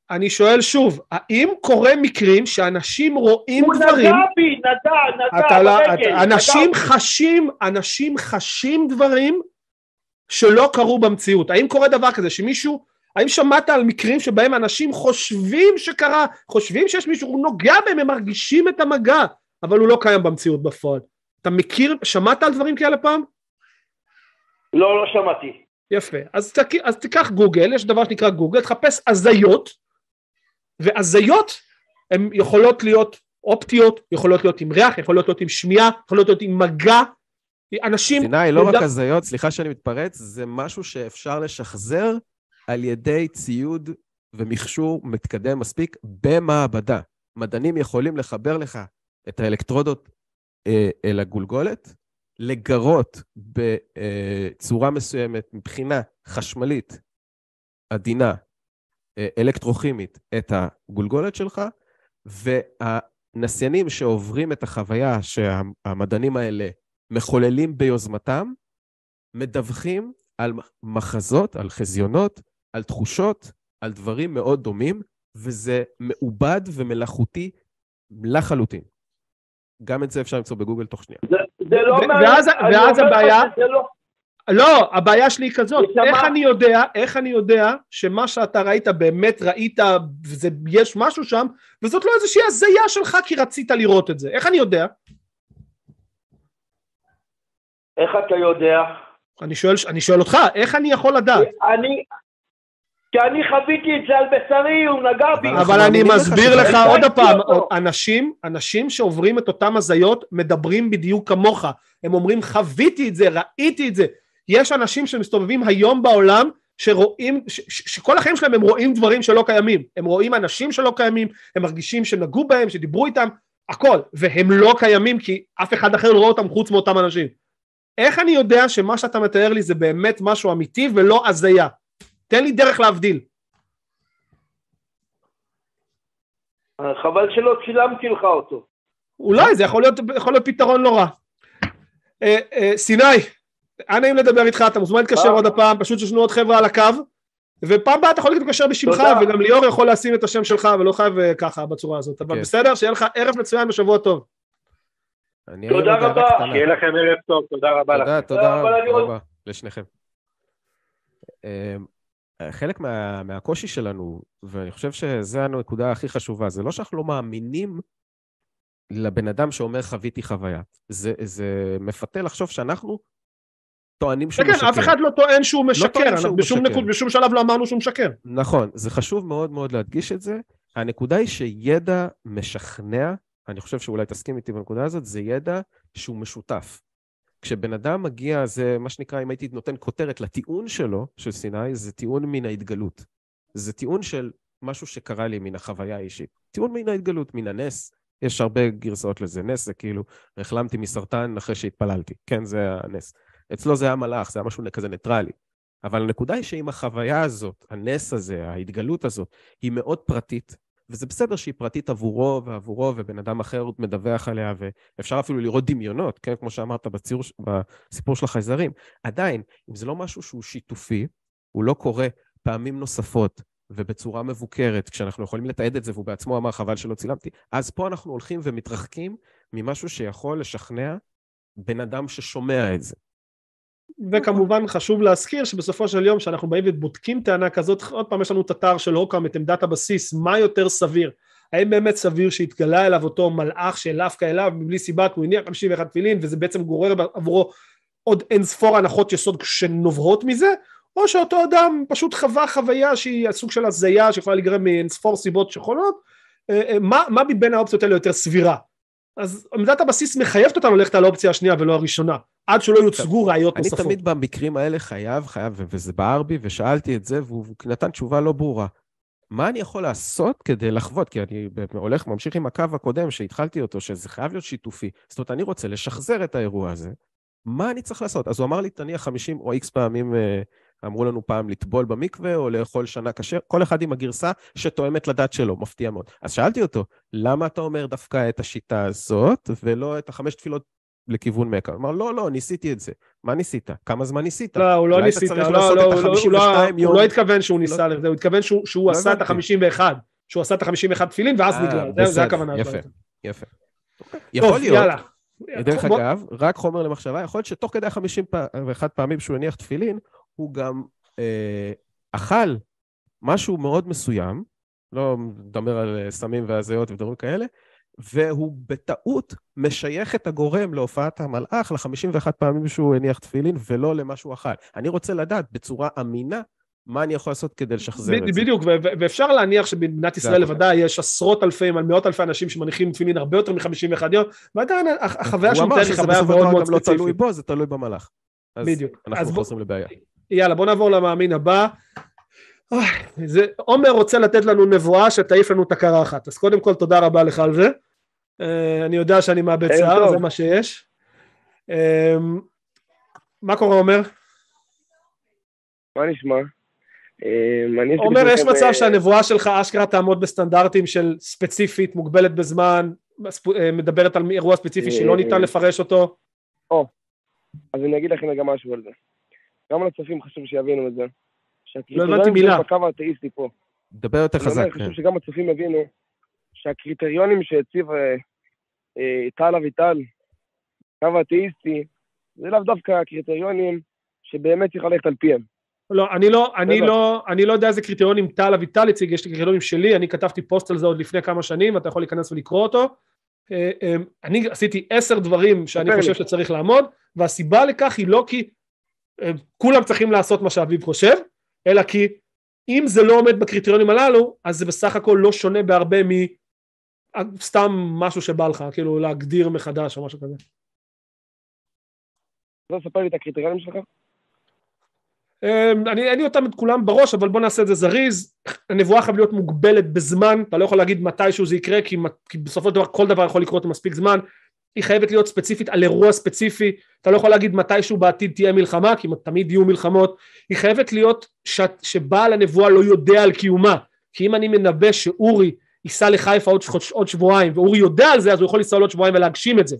אני שואל שוב, האם קורה מקרים שאנשים רואים הוא דברים... נגע בי, נגע, נגע אתה לא, ברגל, אתה, אנשים נגע. חשים, אנשים חשים דברים שלא קרו במציאות. האם קורה דבר כזה שמישהו, האם שמעת על מקרים שבהם אנשים חושבים שקרה, חושבים שיש מישהו, הוא נוגע בהם, הם מרגישים את המגע, אבל הוא לא קיים במציאות בפועל. אתה מכיר, שמעת על דברים כאלה פעם? לא, לא שמעתי. יפה, אז, תק, אז תיקח גוגל, יש דבר שנקרא גוגל, תחפש הזיות, והזיות הן יכולות להיות אופטיות, יכולות להיות עם ריח, יכולות להיות עם שמיעה, יכולות להיות עם מגע, אנשים... סיני, לא רק הזיות, סליחה שאני מתפרץ, זה משהו שאפשר לשחזר על ידי ציוד ומכשור מתקדם מספיק במעבדה. מדענים יכולים לחבר לך את האלקטרודות אה, אל הגולגולת, לגרות בצורה מסוימת מבחינה חשמלית, עדינה, אלקטרוכימית, את הגולגולת שלך, והנסיינים שעוברים את החוויה שהמדענים האלה מחוללים ביוזמתם, מדווחים על מחזות, על חזיונות, על תחושות, על דברים מאוד דומים, וזה מעובד ומלאכותי לחלוטין. גם את זה אפשר למצוא בגוגל תוך שנייה. זה, זה לא ואז, ואז הבעיה, זה לא... לא, הבעיה שלי היא כזאת, איך אני יודע, איך אני יודע שמה שאתה ראית באמת ראית, וזה, יש משהו שם, וזאת לא איזושהי הזיה שלך כי רצית לראות את זה, איך אני יודע? איך אתה יודע? אני שואל, אני שואל אותך, איך אני יכול לדעת? אני, כי אני חוויתי את זה על בשרי, הוא נגע בי. אבל אני מסביר לך עוד הפעם, אנשים, אנשים שעוברים את אותם הזיות מדברים בדיוק כמוך, הם אומרים חוויתי את זה, ראיתי את זה, יש אנשים שמסתובבים היום בעולם שרואים, ש, ש, שכל החיים שלהם הם רואים דברים שלא קיימים, הם רואים אנשים שלא קיימים, הם מרגישים שנגעו בהם, שדיברו איתם, הכל, והם לא קיימים כי אף אחד אחר לא רואה אותם חוץ מאותם אנשים. איך אני יודע שמה שאתה מתאר לי זה באמת משהו אמיתי ולא הזיה? תן לי דרך להבדיל. חבל שלא צילמתי לך אותו. אולי, זה יכול להיות, יכול להיות פתרון לא רע. אה, אה, סיני, היה נעים לדבר איתך, אתה מוזמן להתקשר עוד הפעם, פשוט יש לנו עוד חבר'ה על הקו, ופעם הבאה אתה יכול להתקשר בשמך, וגם ליאור יכול לשים את השם שלך, ולא חייב ככה בצורה הזאת, אבל בסדר, שיהיה לך ערב מצוין ושבוע טוב. תודה רבה. שיהיה לכם ערב טוב, תודה רבה לכם. תודה, תודה רבה לשניכם. חלק מה, מהקושי שלנו, ואני חושב שזה הנקודה הכי חשובה, זה לא שאנחנו לא מאמינים לבן אדם שאומר חוויתי חוויה. זה, זה מפתה לחשוב שאנחנו טוענים שהוא כן, משקר. אף אחד לא טוען שהוא משקר, לא שהוא בשום, משקר. נקוד, בשום שלב לא אמרנו שהוא משקר. נכון, זה חשוב מאוד מאוד להדגיש את זה. הנקודה היא שידע משכנע, אני חושב שאולי תסכים איתי בנקודה הזאת, זה ידע שהוא משותף. כשבן אדם מגיע, זה מה שנקרא, אם הייתי נותן כותרת לטיעון שלו, של סיני, זה טיעון מן ההתגלות. זה טיעון של משהו שקרה לי מן החוויה האישית. טיעון מן ההתגלות, מן הנס. יש הרבה גרסאות לזה. נס זה כאילו, החלמתי מסרטן אחרי שהתפללתי. כן, זה הנס. אצלו זה היה מלאך, זה היה משהו כזה ניטרלי. אבל הנקודה היא שאם החוויה הזאת, הנס הזה, ההתגלות הזאת, היא מאוד פרטית, וזה בסדר שהיא פרטית עבורו ועבורו, ובן אדם אחר מדווח עליה, ואפשר אפילו לראות דמיונות, כן? כמו שאמרת בציר, בסיפור של החייזרים. עדיין, אם זה לא משהו שהוא שיתופי, הוא לא קורה פעמים נוספות, ובצורה מבוקרת, כשאנחנו יכולים לתעד את זה, והוא בעצמו אמר חבל שלא צילמתי, אז פה אנחנו הולכים ומתרחקים ממשהו שיכול לשכנע בן אדם ששומע את זה. וכמובן חשוב להזכיר שבסופו של יום שאנחנו באים ובודקים טענה כזאת, עוד פעם יש לנו את אתר של הוקם, את עמדת הבסיס, מה יותר סביר? האם באמת סביר שהתגלה אליו אותו מלאך שאלף אליו מבלי סיבה, הוא הניח חמישים ואחת תפילין, וזה בעצם גורר עבורו עוד אין ספור הנחות יסוד שנובעות מזה, או שאותו אדם פשוט חווה חוויה שהיא הסוג של הזיה שיכולה לגרם מאין ספור סיבות שחולות, מה, מה מבין האופציות האלה יותר סבירה? אז עמדת הבסיס מחייבת אותנו ללכת על האופציה השנייה ולא הראשונה, עד שלא יוצגו ראיות נוספות. אני תמיד במקרים האלה חייב, חייב, וזה בער בי, ושאלתי את זה, והוא נתן תשובה לא ברורה. מה אני יכול לעשות כדי לחוות? כי אני הולך, ממשיך עם הקו הקודם שהתחלתי אותו, שזה חייב להיות שיתופי. זאת אומרת, אני רוצה לשחזר את האירוע הזה. מה אני צריך לעשות? אז הוא אמר לי, תניח חמישים או איקס פעמים, אמרו לנו פעם לטבול במקווה, או לאכול שנה כשר, כל אחד עם הגרסה שתואמת לדת שלו, מפתיע מאוד. אז שאלתי אותו, למה אתה אומר דווקא את השיטה הזאת, ולא את החמש תפילות לכיוון מכה. הוא אמר, לא, לא, ניסיתי את זה. מה ניסית? כמה זמן ניסית? לא, הוא לא ניסית, הוא לא התכוון שהוא ניסה לזה, הוא התכוון שהוא עשה את ה-חמישים ואחת, שהוא עשה את ה-חמישים ואחת תפילין, ואז נגלה, זה הכוונה. יפה, יפה. יכול להיות, דרך אגב, רק חומר למחשבה, יכול להיות שתוך כדי ה-חמישים ואחת פעמים שהוא הניח תפילין, הוא גם אכל משהו מאוד מסוים, לא מדבר על סמים והזיות ודברים כאלה, והוא בטעות משייך את הגורם להופעת המלאך ל-חמישים ואחת פעמים שהוא הניח תפילין, ולא למה שהוא אכל. אני רוצה לדעת בצורה אמינה, מה אני יכול לעשות כדי לשחזר את זה. בדיוק, ואפשר להניח שבמדינת ישראל לבדה יש עשרות אלפים, על מאות אלפי אנשים שמניחים תפילין הרבה יותר מ-חמישים ואחת יום, ועדיין החוויה שהוא מתאר היא חוויה מאוד מאוד ספציפית. לא תלוי בו, זה תלוי במלאך. בדיוק. אז אנחנו חוזרים לבעיה. יאללה, בוא נעבור למאמין הבא. עומר רוצה לתת לנו נבואה שתעיף לנו את הקרחת, אז קודם כל תודה רבה לך על זה, אני יודע שאני מאבד שיער, זה מה שיש. מה קורה עומר? מה נשמע? עומר, יש מצב שהנבואה שלך אשכרה תעמוד בסטנדרטים של ספציפית, מוגבלת בזמן, מדברת על אירוע ספציפי שלא ניתן לפרש אותו? או, אז אני אגיד לכם גם משהו על זה. גם לצופים חשוב שיבינו את זה. לא הבנתי מילה. בקו האתאיסטי פה. דבר יותר חזק. חשוב שגם הצופים יבינו שהקריטריונים שהציב טל אביטל, קו האתאיסטי, זה לאו דווקא הקריטריונים שבאמת צריך ללכת על פיהם. לא, אני לא, אני לא, אני לא יודע איזה קריטריונים טל אביטל הציג, יש לי קריטריונים שלי, אני כתבתי פוסט על זה עוד לפני כמה שנים, אתה יכול להיכנס ולקרוא אותו. אני עשיתי עשר דברים שאני חושב שצריך לעמוד, והסיבה לכך היא לא כי כולם צריכים לעשות מה שאביב חושב, אלא כי אם זה לא עומד בקריטריונים הללו, אז זה בסך הכל לא שונה בהרבה מסתם משהו שבא לך, כאילו להגדיר מחדש או משהו כזה. לא ספר לי את הקריטריונים שלך? אני, אין לי אותם את כולם בראש, אבל בוא נעשה את זה זריז. הנבואה חייב להיות מוגבלת בזמן, אתה לא יכול להגיד מתישהו זה יקרה, כי, כי בסופו של דבר כל דבר יכול לקרות מספיק זמן, היא חייבת להיות ספציפית על אירוע ספציפי, אתה לא יכול להגיד מתישהו בעתיד תהיה מלחמה, כי תמיד יהיו מלחמות, היא חייבת להיות ש, שבעל הנבואה לא יודע על קיומה, כי אם אני מנבא שאורי ייסע לחיפה עוד, עוד שבועיים, ואורי יודע על זה, אז הוא יכול לנסוע עוד שבועיים ולהגשים את זה.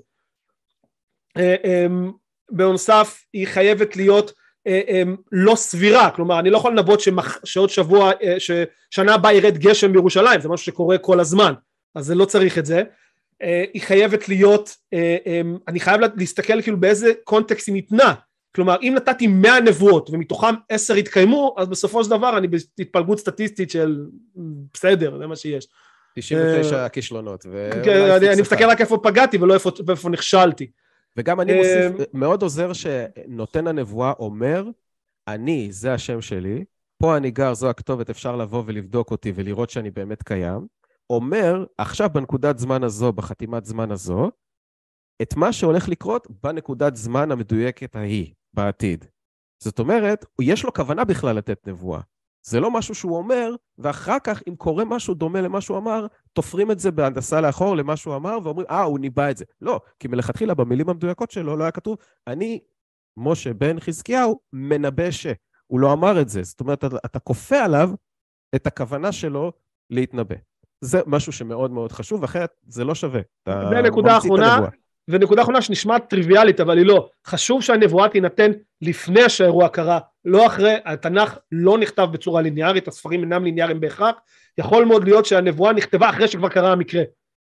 בנוסף, היא חייבת להיות לא סבירה, כלומר אני לא יכול לנבוא שעוד שבוע, ששנה הבאה ירד גשם בירושלים, זה משהו שקורה כל הזמן, אז זה לא צריך את זה. היא חייבת להיות, אני חייב להסתכל כאילו באיזה קונטקסט היא ניתנה, כלומר אם נתתי מאה נבואות ומתוכם עשר התקיימו, אז בסופו של דבר אני בהתפלגות סטטיסטית של בסדר, זה מה שיש. תשעים ותשע כישלונות. אני מסתכל רק איפה פגעתי ולא איפה נכשלתי. וגם אני מוסיף, מאוד עוזר שנותן הנבואה אומר, אני, זה השם שלי, פה אני גר, זו הכתובת, אפשר לבוא ולבדוק אותי ולראות שאני באמת קיים, אומר, עכשיו בנקודת זמן הזו, בחתימת זמן הזו, את מה שהולך לקרות בנקודת זמן המדויקת ההיא, בעתיד. זאת אומרת, יש לו כוונה בכלל לתת נבואה. זה לא משהו שהוא אומר, ואחר כך, אם קורה משהו דומה למה שהוא אמר, תופרים את זה בהנדסה לאחור למה שהוא אמר, ואומרים, אה, הוא ניבא את זה. לא, כי מלכתחילה במילים המדויקות שלו לא היה כתוב, אני, משה בן חזקיהו, מנבא ש. הוא לא אמר את זה. זאת אומרת, אתה, אתה כופה עליו את הכוונה שלו להתנבא. זה משהו שמאוד מאוד חשוב, אחרת זה לא שווה. ונקודה אחרונה, ונקודה אחרונה שנשמעת טריוויאלית, אבל היא לא. חשוב שהנבואה תינתן לפני שהאירוע קרה, לא אחרי. התנ"ך לא נכתב בצורה ליניארית, הספרים אינם ליניאריים בהכרח, יכול מאוד להיות שהנבואה נכתבה אחרי שכבר קרה המקרה.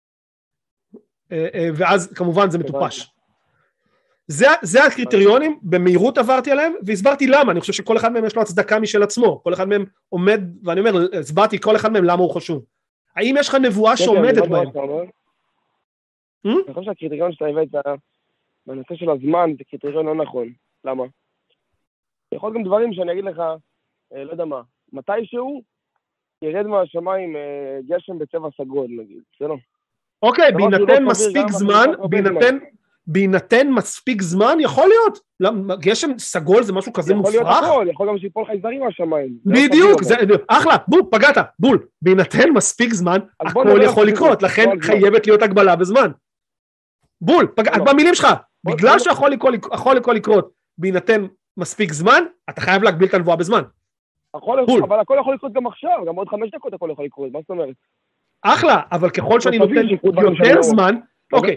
ואז כמובן זה מטופש. זה, זה הקריטריונים, במהירות עברתי עליהם, והסברתי למה, אני חושב שכל אחד מהם יש לו הצדקה משל עצמו, כל אחד מהם עומד, ואני אומר, הסברתי כל אחד מהם למה הוא חשוב. האם יש לך נבואה שעומדת בהם? אני חושב שהקריטריון שאתה הבאת בנושא של הזמן זה קריטריון לא נכון. למה? יכול גם דברים שאני אגיד לך, לא יודע מה, מתישהו ירד מהשמיים גשם בצבע סגול, נגיד, זה לא. אוקיי, בהינתן מספיק זמן, בהינתן מספיק זמן, יכול להיות. גשם סגול זה משהו כזה מופרך? יכול להיות הכל, יכול גם שיפול לך זרים מהשמיים. בדיוק, אחלה, בול, פגעת, בול. בהינתן מספיק זמן, הכל יכול לקרות, לכן חייבת להיות הגבלה בזמן. בול, פגעת במילים שלך, בגלל שיכול לכל לקרות, בהינתן מספיק זמן, אתה חייב להגביל את הנבואה בזמן. אבל הכל יכול לקרות גם עכשיו, גם עוד חמש דקות הכל יכול לקרות, מה זאת אומרת? אחלה, אבל ככל שאני נותן יותר זמן, אוקיי,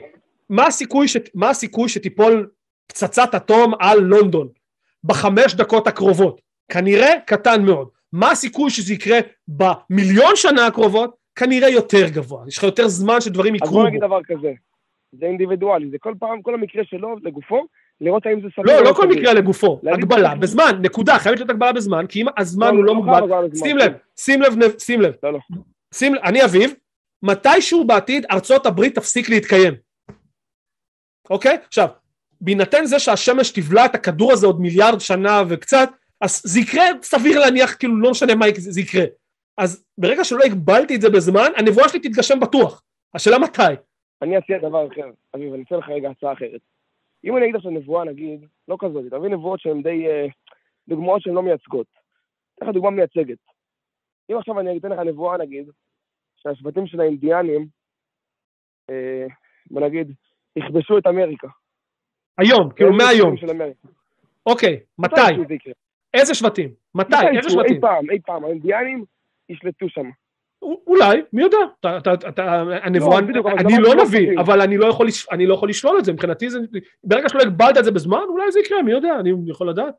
מה הסיכוי, ש... מה הסיכוי שתיפול פצצת אטום על לונדון בחמש דקות הקרובות? כנראה קטן מאוד. מה הסיכוי שזה יקרה במיליון שנה הקרובות? כנראה יותר גבוה. יש לך יותר זמן שדברים יקרו. אז בוא נגיד דבר כזה, זה אינדיבידואלי, זה כל פעם, כל המקרה שלו לגופו, לראות האם זה סביר. לא, לא כל מקרה לגופו, הגבלה, בזמן, נקודה, חייבת להיות הגבלה בזמן, כי אם הזמן הוא לא מוגבל, שים לב, שים לב, שים לב, שים לב, אני אביב, מתישהו בעתיד ארצות הברית תפסיק להתקיים. אוקיי? עכשיו, בהינתן זה שהשמש תבלע את הכדור הזה עוד מיליארד שנה וקצת, אז זה יקרה, סביר להניח, כאילו לא משנה מה זה יקרה. אז ברגע שלא הגבלתי את זה בזמן, הנבואה שלי תתגשם בטוח. השאלה מתי? אני אציע דבר אחר, אביב, אני אציע לך רגע הצעה אחרת. אם אני אגיד עכשיו נבואה, נגיד, לא כזאת, תביא נבואות שהן די, דוגמאות שהן לא מייצגות. איך הדוגמה מייצגת? אם עכשיו אני אתן לך נבואה, נגיד, שהשבטים של האינדיאנים, אה, בוא נגיד, יכבשו את אמריקה. היום, כאילו מהיום. אוקיי, מתי? איזה שבטים? מתי? איזה שבטים? אי פעם, אי פעם, האינדיאנים ישלטו שם. אולי, מי יודע? הנבואה, אני לא נביא, אבל אני לא יכול לשלול את זה, מבחינתי זה, ברגע שלא הגבלת את זה בזמן, אולי זה יקרה, מי יודע? אני יכול לדעת.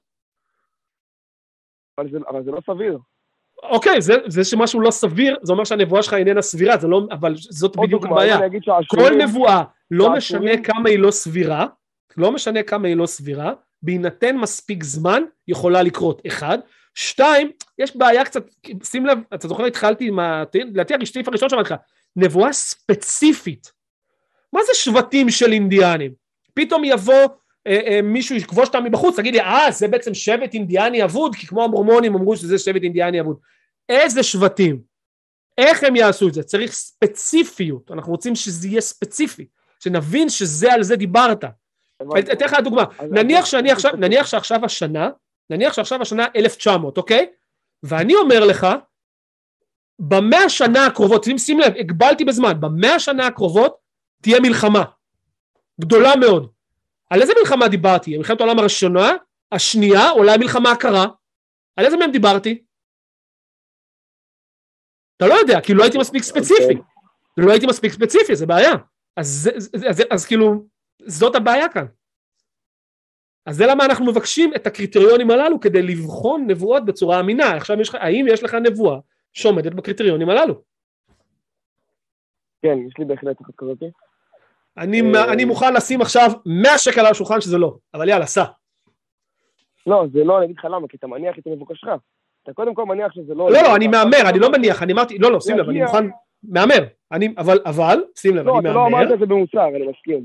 אבל זה לא סביר. אוקיי, זה שמשהו לא סביר, זה אומר שהנבואה שלך איננה סבירה, אבל זאת בדיוק הבעיה. כל נבואה, לא משנה כמה היא לא סבירה, לא משנה כמה היא לא סבירה, בהינתן מספיק זמן, יכולה לקרות. אחד, שתיים, יש בעיה קצת, שים לב, אתה זוכר, התחלתי עם לדעתי הרשתיף הראשון שמעתי לך, נבואה ספציפית. מה זה שבטים של אינדיאנים? פתאום יבוא אה, אה, מישהו יכבוש אותם מבחוץ, תגיד לי, אה, זה בעצם שבט אינדיאני אבוד, כי כמו המורמונים אמרו שזה שבט אינדיאני אבוד. איזה שבטים? איך הם יעשו את זה? צריך ספציפיות, אנחנו רוצים שזה יהיה ספציפי, שנבין שזה על זה דיברת. אתן לך דוגמה, נניח שאני עכשיו, נניח שעכשיו השנה, נניח שעכשיו השנה אלף תשע מאות, אוקיי? ואני אומר לך, במאה השנה הקרובות, שים לב, הגבלתי בזמן, במאה השנה הקרובות תהיה מלחמה, גדולה מאוד. על איזה מלחמה דיברתי? מלחמת העולם הראשונה, השנייה, אולי המלחמה הקרה. על איזה מהם דיברתי? אתה לא יודע, כי לא הייתי מספיק ספציפי. לא הייתי מספיק ספציפי, זה בעיה. אז, אז, אז, אז כאילו, זאת הבעיה כאן. אז זה למה אנחנו מבקשים את הקריטריונים הללו, כדי לבחון נבואות בצורה אמינה. עכשיו, יש לך, האם יש לך נבואה שעומדת בקריטריונים הללו? כן, יש לי בהחלט אחת כזאת. אני, אני מוכן לשים עכשיו מאה שקל על השולחן שזה לא, אבל יאללה, סע. לא, זה לא, אני אגיד לך למה, כי אתה מניח את מבוקשך. אתה קודם כל מניח שזה לא... לא, לא, אני מאמר, אני לא מניח, אני אמרתי, לא, לא, שים לב, אני מוכן, מאמר, אני, אבל, אבל, שים לב, אני מאמר. לא, אתה לא אמרת את זה במוצר, אני מסכים.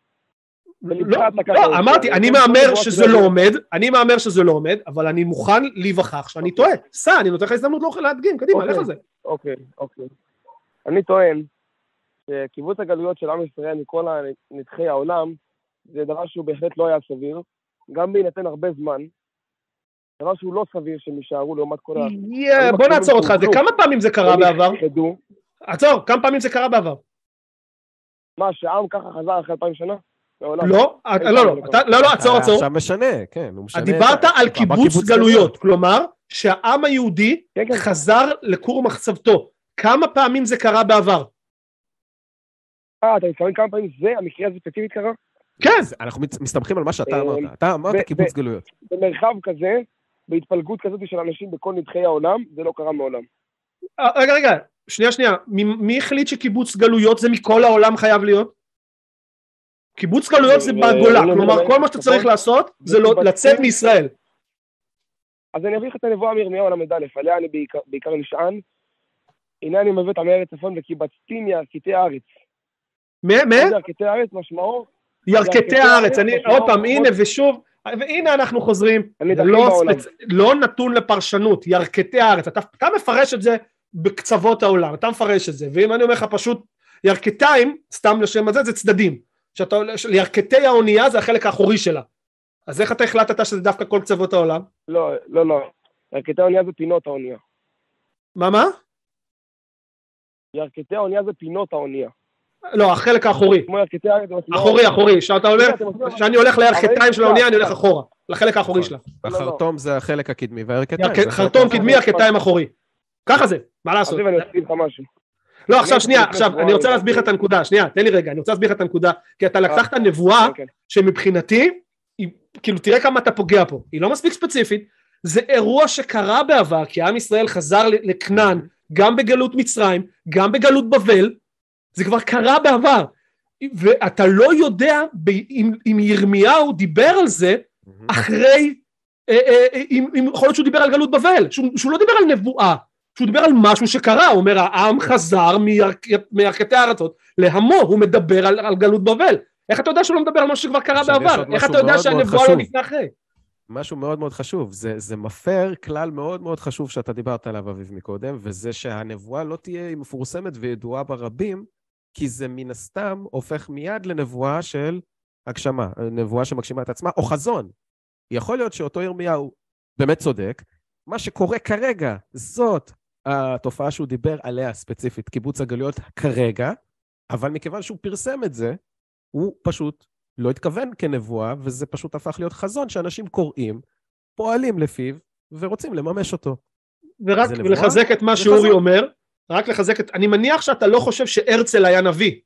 לא, אמרתי, אני מאמר שזה לא עומד, אני מאמר שזה לא עומד, אבל אני מוכן להיווכח שאני טועה. סע, אני נותן לך הזדמנות לא להדגים, קדימה, לך על זה. אוקיי, אוקיי. אני טוען שקיבוץ הגלויות של עם ישראל מכל נדחי העולם, זה דבר שהוא בהחלט לא היה סביר, גם בהינתן הרבה זמן, דבר שהוא לא סביר שהם יישארו לעומת כל ה... בוא נעצור אותך, זה כמה פעמים זה קרה בעבר? עצור, כמה פעמים זה קרה בעבר? מה, שהעם ככה חזר אחרי אלפיים שנה? לא, לא, לא, לא, לא, עצור, עצור. עכשיו משנה, כן, הוא משנה. דיברת על קיבוץ גלויות, כלומר, שהעם היהודי חזר לכור מחצבתו. כמה פעמים זה קרה בעבר? אה, אתה מתכוון כמה פעמים זה, המקרה הזה ספציפית קרה? כן. אנחנו מסתמכים על מה שאתה אמרת. אתה אמרת קיבוץ גלויות. במרחב כזה, בהתפלגות כזאת של אנשים בכל נדחי העולם, זה לא קרה מעולם. רגע, רגע, שנייה, שנייה. מי החליט שקיבוץ גלויות זה מכל העולם חייב להיות? קיבוץ גלויות זה בגולה, כלומר כל מה שאתה צריך לעשות זה לצאת מישראל. אז אני אביא לך את הנבואה מירמיהו למד א', עליה אני בעיקר נשען. הנה אני מביא את עמי ארץ צפון וקיבצתים ירכתי הארץ. מה? מה? ירכתי הארץ משמעו? ירכתי הארץ, אני עוד פעם, הנה ושוב, והנה אנחנו חוזרים, לא נתון לפרשנות, ירכתי הארץ, אתה מפרש את זה בקצוות העולם, אתה מפרש את זה, ואם אני אומר לך פשוט ירכתיים, סתם לשם הזה, זה צדדים. ירכתי האונייה זה החלק האחורי שלה. אז איך אתה החלטת שזה דווקא כל קצוות העולם? לא, לא, לא. ירכתי האונייה זה פינות האונייה. מה, מה? ירכתי האונייה זה פינות האונייה. לא, החלק האחורי. כמו ירכתי הארץ. אחורי, אחורי. כשאני הולך לירכתיים של האונייה, אני הולך אחורה. לחלק האחורי שלה. החרטום זה החלק הקדמי, והירכתיים. חרטום קדמי, ירכתיים אחורי. ככה זה, מה לעשות? אז אני אסביר לך משהו. לא, עכשיו שנייה, עכשיו אני רוצה להסביר לך את הנקודה, שנייה, תן לי רגע, אני רוצה להסביר לך את הנקודה, כי אתה לקחת נבואה שמבחינתי, כאילו תראה כמה אתה פוגע פה, היא לא מספיק ספציפית, זה אירוע שקרה בעבר, כי עם ישראל חזר לכנען, גם בגלות מצרים, גם בגלות בבל, זה כבר קרה בעבר, ואתה לא יודע אם ירמיהו דיבר על זה, אחרי, אם יכול להיות שהוא דיבר על גלות בבל, שהוא לא דיבר על נבואה, שהוא דיבר על משהו שקרה, הוא אומר העם חזר מירכתי הארצות להמו, הוא מדבר על, על גלות בבל, איך אתה יודע שהוא לא מדבר על משהו שכבר קרה בעבר, איך אתה יודע שהנבואה לא לפני אחרי? משהו מאוד מאוד חשוב, זה, זה מפר כלל מאוד מאוד חשוב שאתה דיברת עליו אביב מקודם, וזה שהנבואה לא תהיה מפורסמת וידועה ברבים, כי זה מן הסתם הופך מיד לנבואה של הגשמה, נבואה שמגשימה את עצמה, או חזון. יכול להיות שאותו ירמיהו באמת צודק, מה שקורה כרגע, זאת התופעה שהוא דיבר עליה ספציפית, קיבוץ הגלויות כרגע, אבל מכיוון שהוא פרסם את זה, הוא פשוט לא התכוון כנבואה, וזה פשוט הפך להיות חזון שאנשים קוראים, פועלים לפיו, ורוצים לממש אותו. ורק לחזק את מה שאורי אומר, רק לחזק את, אני מניח שאתה לא חושב שהרצל היה נביא.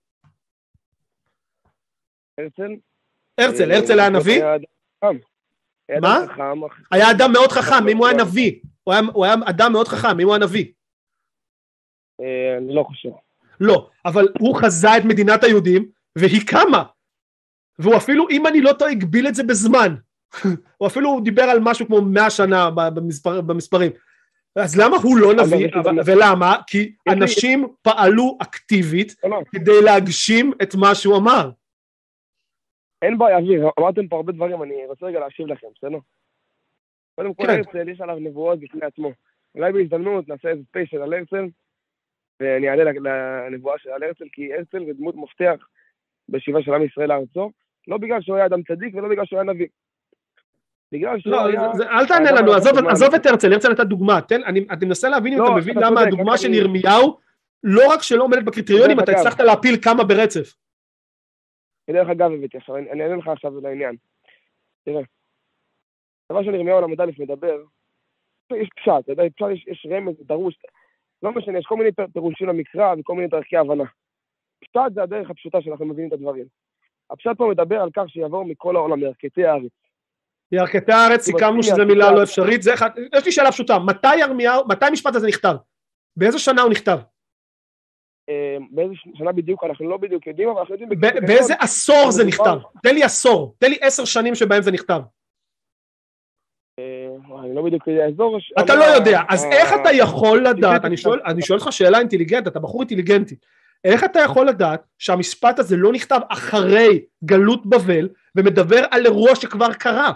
הרצל? הרצל, הרצל היה נביא? מה? היה אדם מאוד חכם, אם הוא היה נביא. הוא היה אדם מאוד חכם, אם הוא היה נביא. אני לא חושב. לא, אבל הוא חזה את מדינת היהודים, והיא קמה. והוא אפילו, אם אני לא טועה, הגביל את זה בזמן. הוא אפילו דיבר על משהו כמו מאה שנה במספרים. אז למה הוא לא נביא, ולמה? כי אנשים פעלו אקטיבית כדי להגשים את מה שהוא אמר. אין בעיה, אביר, אמרתם פה הרבה דברים, אני רוצה רגע להשיב לכם, בסדר? קודם כל, הרצל, יש עליו נבואות בפני עצמו. אולי בהזדמנות נעשה איזה ספיישל על הרצל, ואני אעלה לנבואה של הרצל, כי הרצל זה דמות מפתח בשיבה של עם ישראל לארצו, לא בגלל שהוא היה אדם צדיק ולא בגלל שהוא היה נביא. לא, אל תענה לנו, עזוב את הרצל, הרצל הייתה דוגמה, אני מנסה להבין אם אתה מבין למה הדוגמה של ירמיהו, לא רק שלא עומדת בקריטריונים, אתה הצלחת להפיל כמה ברצף. דרך אגב, הבאתי עכשיו, אני אענה לך עכשיו לעניין. תראה, דבר של ירמיהו על המדלף מדבר, יש פשט, אתה יודע, פשט יש רמז, דרוש, לא משנה, יש כל מיני פירושים למקרא וכל מיני דרכי הבנה. פשט זה הדרך הפשוטה שאנחנו מבינים את הדברים. הפשט פה מדבר על כך שיעבור מכל העולם, מירכתי הארץ. ירכתי הארץ, סיכמנו שזו מילה לא אפשרית, יש לי שאלה פשוטה, מתי ירמיהו, מתי המשפט הזה נכתב? באיזה שנה הוא נכתב? באיזה שנה בדיוק, אנחנו לא בדיוק יודעים, אבל אנחנו יודעים... באיזה עשור זה נכתב? תן לי עשור, תן לי עשר שנים שבהם זה נכתב. אני לא בדיוק יודע, אזור... אתה לא יודע, אז איך אתה יכול לדעת, אני שואל אותך שאלה אינטליגנטית, אתה בחור אינטליגנטי, איך אתה יכול לדעת שהמשפט הזה לא נכתב אחרי גלות בבל, ומדבר על אירוע שכבר קרה?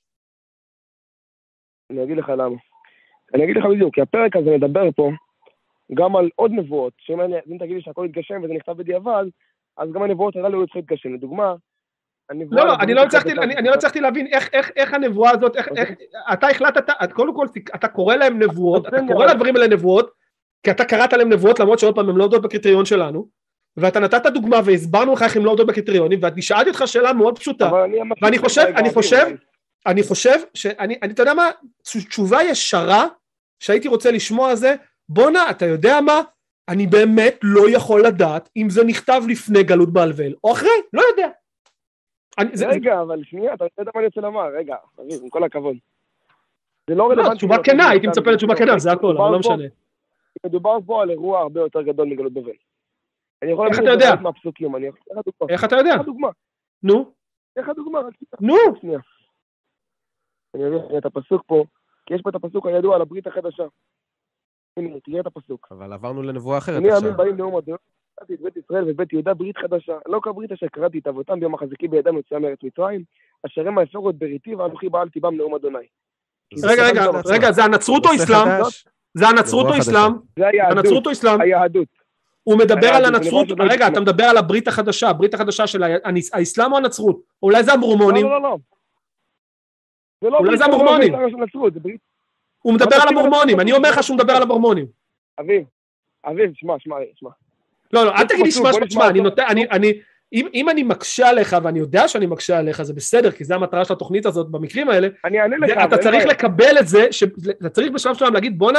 אני אגיד לך למה. אני אגיד לך בדיוק, כי הפרק הזה מדבר פה גם על עוד נבואות, שאם תגיד לי שהכל יתגשם וזה נכתב בדיעבד, אז גם הנבואות הללו יצטרכו להתגשם. לדוגמה, לא, לא, אני לא הצלחתי, אני לא הצלחתי להבין איך, איך, איך הנבואה הזאת, איך, איך, אתה החלטת, קודם כל, אתה קורא להם נבואות, אתה קורא לדברים האלה נבואות, כי אתה קראת להם נבואות, למרות שעוד פעם הם לא עובדות בקריטריון שלנו, ואתה נתת דוגמה והסברנו לך איך הם לא עובדות בקריטריונים, ואני שאלתי אותך שאלה מאוד פשוטה, ואני חושב, אני חושב, אני חושב שאני, אתה יודע מה, תשובה ישרה, שהייתי רוצה לשמוע זה, בונה, אתה יודע מה, אני באמת לא יכול לדעת אם זה נכתב לפני גלות בבל, או אחרי, לא יודע. רגע, אבל שנייה, אתה יודע מה אני רוצה לומר, רגע, עם כל הכבוד. זה לא רלוונטי. תשובה כנה, הייתי מצפה לתשובה כנה, זה הכל, אבל לא משנה. מדובר פה על אירוע הרבה יותר גדול מגלות בבל. איך אתה יודע? איך אתה יודע? איך הדוגמה? נו? איך הדוגמה? נו? אני אביא לך את הפסוק פה, כי יש פה את הפסוק הידוע על הברית החדשה. הנה, תראה את הפסוק. אבל עברנו לנבואה אחרת עכשיו. אני באים נאום הדעות, קראתי את בית ישראל ובית יהודה ברית חדשה, לא כברית אשר קראתי את אבותם ביום החזקי בידם יציאה מארץ מצרים, אשר הם הפרו את בריתי ואנוכי בעלתי בם נאום אדוני. רגע, רגע, רגע, זה הנצרות או אסלאם? זה הנצרות או אסלאם? זה הנצרות או אסלאם? היהדות. הוא מדבר על הנצרות, רגע, אתה מדבר על הברית החדשה, הברית החדשה של האסלאם או הנצרות? אולי זה המורמונים? לא, לא, לא. אולי זה המורמונים. הוא מדבר על המורמונים, אני אומר לך שהוא מדבר על המורמונים. אביב, אביב, שמע, שמע, שמע. לא, לא, אל תגיד לי שמע, שמע, אני נותן, אני, אני, אם אני מקשה עליך, ואני יודע שאני מקשה עליך, זה בסדר, כי זה המטרה של התוכנית הזאת במקרים האלה, אני אענה לך. אתה צריך לקבל את זה, אתה צריך בשלב שלנו להגיד, בונה,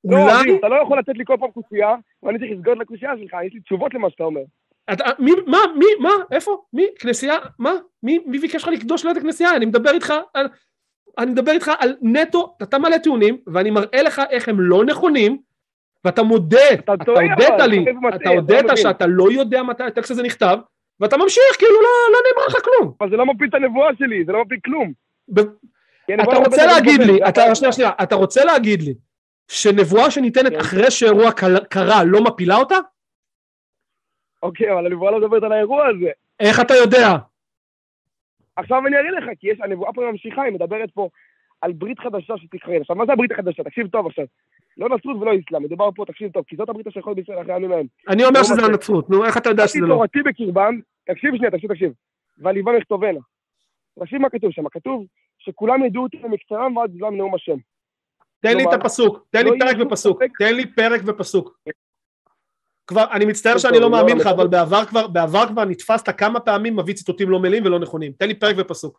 לא, אולי... אביב, אתה לא יכול לתת לי כל פעם קושייה, ואני צריך לסגור את הקושייה שלך, יש לי תשובות למה שאתה אומר. אתה, מי, מה, מי, מה, איפה? מי? כנסייה? מה? מי, מי ביקש לך לקדוש ליד הכנסייה? אני מדבר איתך על, אני מדבר איתך על נטו, אתה מלא טיעונים, ואני מראה לך איך הם לא נכונים, ואתה מודה, אתה הודית לי, אתה הודית שאתה לא יודע מתי הטקסט הזה נכתב, ואתה ממשיך, כאילו לא, לא נאמר לך כלום. אבל זה לא מפיל את הנבואה שלי, זה לא מפיל כלום. אתה רוצה להגיד לי, שנייה, שנייה, אתה רוצה להגיד לי, שנבואה שניתנת אחרי שאירוע קרה לא מפילה אותה? אוקיי, אבל הנבואה לא מדברת על האירוע הזה. איך אתה יודע? עכשיו אני אראה לך, כי יש, הנבואה פה ממשיכה, היא מדברת פה על ברית חדשה שתקרה. עכשיו, מה זה הברית החדשה? תקשיב טוב עכשיו. לא נצרות ולא איסלאם, מדובר פה, תקשיב טוב, כי זאת הברית אשר יכול בישראל אחרי הימים ההם. אני אומר שזה הנצרות, נו, איך אתה יודע שזה לא? תורתי בקרבם, תקשיב שנייה, תקשיב, תקשיב. והליבם יכתובנה. תקשיב מה כתוב שם, כתוב שכולם ידעו אותי במקצרם ועד זמן נאום השם. תן לי את הפסוק, תן לי פרק ופסוק, תן לי פרק ופסוק. כבר, אני מצטער שאני לא מאמין לך, אבל בעבר כבר, בעבר כבר נתפסת כמה פעמים מביא ציטוטים לא מלאים ולא נכונים. תן לי פרק ופסוק.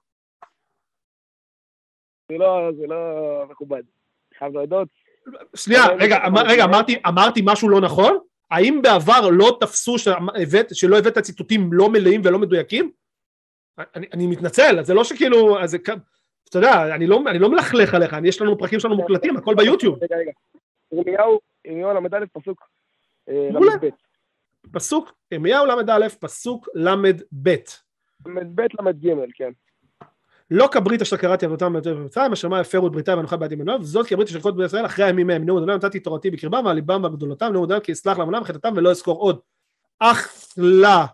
זה לא, זה לא מכובד. חייב להודות. שנייה, רגע, רגע, אמרתי, אמרתי משהו לא נכון? האם בעבר לא תפסו שלא הבאת ציטוטים לא מלאים ולא מדויקים? אני, אני מתנצל, זה לא שכאילו, אז אתה יודע, אני לא, אני לא מלכלך עליך, יש לנו פרקים שלנו מוקלטים, הכל ביוטיוב. רגע, רגע. ירמיהו, ירמיהו למד א' פסוק למד ב'. פסוק, ירמיהו למד א', פסוק למד ב'. למד ב' למד ג', כן. לא כברית אשר קראתי אבותם במצרים, אשר מה הפרו את בריתה ואנוחה ביד ימינו, וזאת כברית אשר קראתי בישראל אחרי הימים מהם, נאום אדוני נתתי תורתי בקרבם ועל ליבם ועל גדולתם, נאום אדוני כי יסלח לעמלם וחטאתם ולא אזכור עוד. אך לה.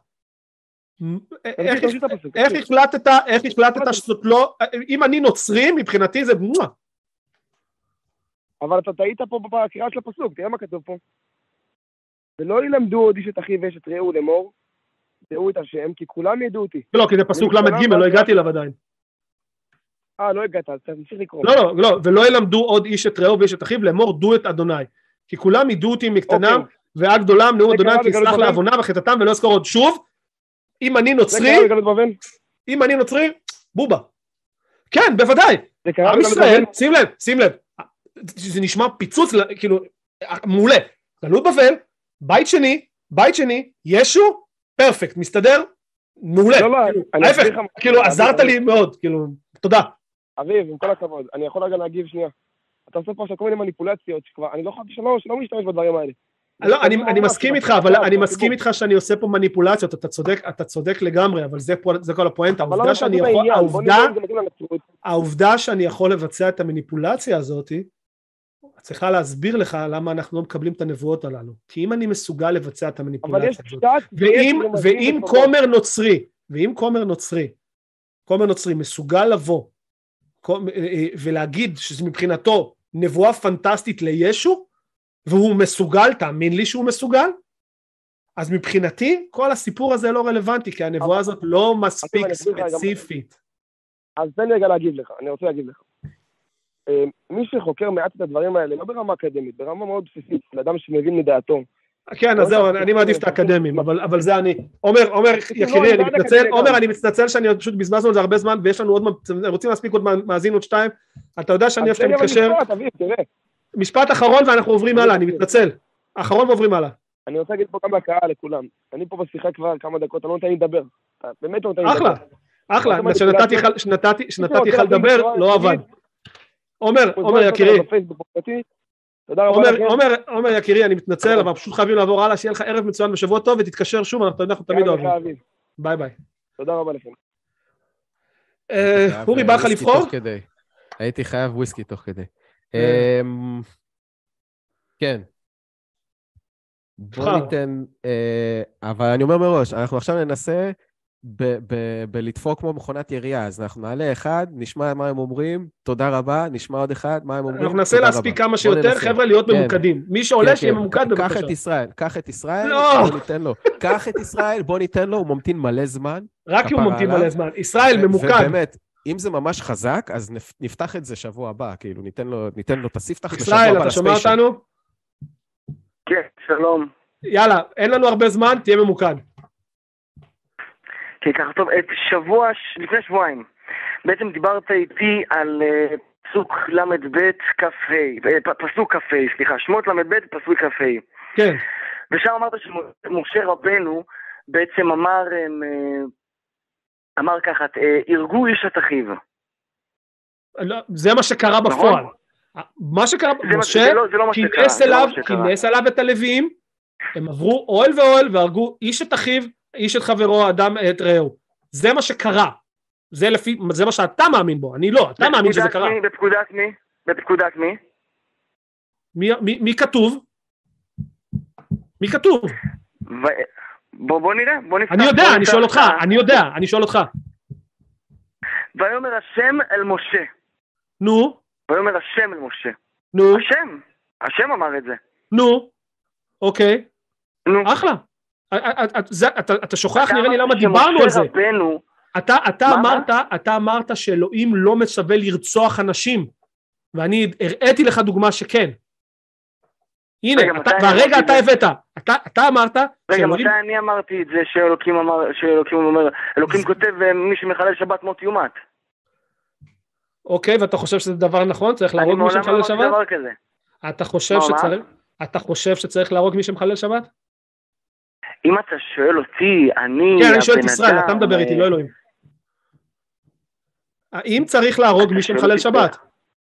איך החלטת, איך החלטת שזאת לא, אם אני נוצרי מבחינתי זה מואה. אבל אתה טעית פה בקריאה של הפסוק, תראה מה כתוב פה. ולא ילמדו עוד איש את אחיו ואש את רעהו לאמור, דעו את השם, כי כולם ידעו אותי. לא, כי זה פסוק למד ג', לא הגעתי אליו עדיין. אה, לא הגעת, אז תמשיך לקרוא. לא, לא, לא, ולא ילמדו עוד איש את רעהו ואיש את אחיו לאמור, דעו את אדוני. כי כולם ידעו אותי מקטנם, ועד גדולם, נאום אדוני כי יסלח לעוונם וחטאתם ולא יזכור עוד. שוב, אם אני נוצרי, אם אני נוצרי, בובה. כן, בוודאי. עם ישראל, שים לב, שים לב. זה נשמע פיצוץ, כאילו, מעולה. גלות בבל, בית שני, בית שני, ישו, פרפקט, מסתדר, מעולה. ההפך, כאילו, עזרת לי מאוד, כאילו, תודה. אביב, עם כל הכבוד, אני יכול רגע להגיב שנייה. אתה עושה פה כל מיני מניפולציות, שכבר, אני לא חושב שלא משתמש בדברים האלה. לא, אני, אני מסכים איתך, אבל אני מסכים איתך שאני עושה פה מניפולציות, אתה צודק, אתה צודק לגמרי, אבל זה פה, זה כל הפואנט, העובדה שאני יכול, העובדה, העובדה שאני יכול לבצע את המניפולציה הזאת, צריכה להסביר לך למה אנחנו לא מקבלים את הנבואות הללו, כי אם אני מסוגל לבצע את המניפולציה הזאת, ואם, ואם כומר נוצרי, ואם כומר נוצרי, כומר נוצרי מסוגל לבוא, ולהגיד שזה מבחינתו נבואה פנטסטית לישו, והוא מסוגל, תאמין לי שהוא מסוגל, אז מבחינתי כל הסיפור הזה לא רלוונטי, כי הנבואה הזאת לא מספיק ספציפית. אז תן לי רגע להגיב לך, אני רוצה להגיב לך. מי שחוקר מעט את הדברים האלה, לא ברמה אקדמית, ברמה מאוד בסיסית, לאדם שמבין מדעתו. כן, אז זהו, אני מעדיף את האקדמים, אבל זה אני. עומר, עומר, יקירי, אני מתנצל, עומר, אני מתנצל שאני פשוט בזבזנו על זה הרבה זמן, ויש לנו עוד, רוצים להספיק עוד מאזין עוד שתיים, אתה יודע שאני אפשר מתקשר. משפט אחרון ואנחנו עוברים הלאה, אני מתנצל. אחרון ועוברים הלאה. אני רוצה להגיד פה גם לקהל, לכולם. אני פה בשיחה כבר כמה דקות, אני לא נותן לי לדבר. באמת לא נותן לי לדבר. אחלה, אחלה, שנתתי לך לדבר, לא עבד. עומר, עומר יקירי. עומר, עומר יקירי, אני מתנצל, אבל פשוט חייבים לעבור הלאה, שיהיה לך ערב מצוין ושבוע טוב, ותתקשר שוב, אנחנו תמיד אוהבים. ביי ביי. תודה רבה לכם. אורי, בא לך לבחור? הייתי חייב וויסקי תוך כדי. כן. בוא ניתן, אבל אני אומר מראש, אנחנו עכשיו ננסה בלדפוק כמו מכונת ירייה, אז אנחנו נעלה אחד, נשמע מה הם אומרים, תודה רבה, נשמע עוד אחד, מה הם אומרים, אנחנו ננסה להספיק כמה שיותר, חבר'ה, להיות ממוקדים. מי שעולה שיהיה ממוקד בבקשה. קח את ישראל, קח את ישראל, בוא ניתן לו. קח את ישראל, בוא ניתן לו, הוא ממתין מלא זמן. רק הוא ממתין מלא זמן. ישראל ממוקד. ובאמת, אם זה ממש חזק, אז נפתח את זה שבוע הבא, כאילו, ניתן לו, ניתן לו את הספתח לשבוע הבא. ישראל, אתה שומע אותנו? כן, שלום. יאללה, אין לנו הרבה זמן, תהיה ממוקד. כן, ככה טוב, את שבוע, לפני שבועיים, בעצם דיברת איתי על פסוק למד ב' כף ה', פסוק כף ה', סליחה, שמות למד ב' פסוק כף ה'. כן. ושם אמרת שמשה רבנו בעצם אמר, אמר ככה, הרגו איש את אחיו. זה מה שקרה בפועל. מה שקרה, משה כינס אליו, כינס אליו את הלוויים, הם עברו אוהל ואוהל והרגו איש את אחיו, איש את חברו, אדם את רעהו. זה מה שקרה. זה לפי, זה מה שאתה מאמין בו, אני לא, אתה מאמין שזה קרה. בפקודת מי? בפקודת מי? מי, מי, מי כתוב? מי כתוב? ו... בוא, בוא נראה, בוא נפתח. אני יודע, אני שואל אותך, אני יודע, אני שואל אותך. ויאמר השם אל משה. נו? ויאמר השם אל משה. נו? השם, השם אמר את זה. נו? אוקיי. נו. אחלה. אתה שוכח נראה לי למה דיברנו על זה. אתה, אתה אמרת, אתה אמרת שאלוהים לא מצווה לרצוח אנשים, ואני הראיתי לך דוגמה שכן. הנה, והרגע אתה הבאת, אתה, אתה אמרת, רגע, מתי אני אמרתי את זה שאלוקים אמר, שאלוקים אומר, אלוקים כותב מי שמחלל שבת מות יומת. אוקיי, ואתה חושב שזה דבר נכון? צריך להרוג מי שמחלל שבת? אתה חושב שצריך, אתה חושב שצריך להרוג מי שמחלל שבת? אם אתה שואל אותי, אני... כן, אני שואל את ישראל, אתה מדבר איתי, לא אלוהים. האם צריך להרוג מי שמחלל שבת?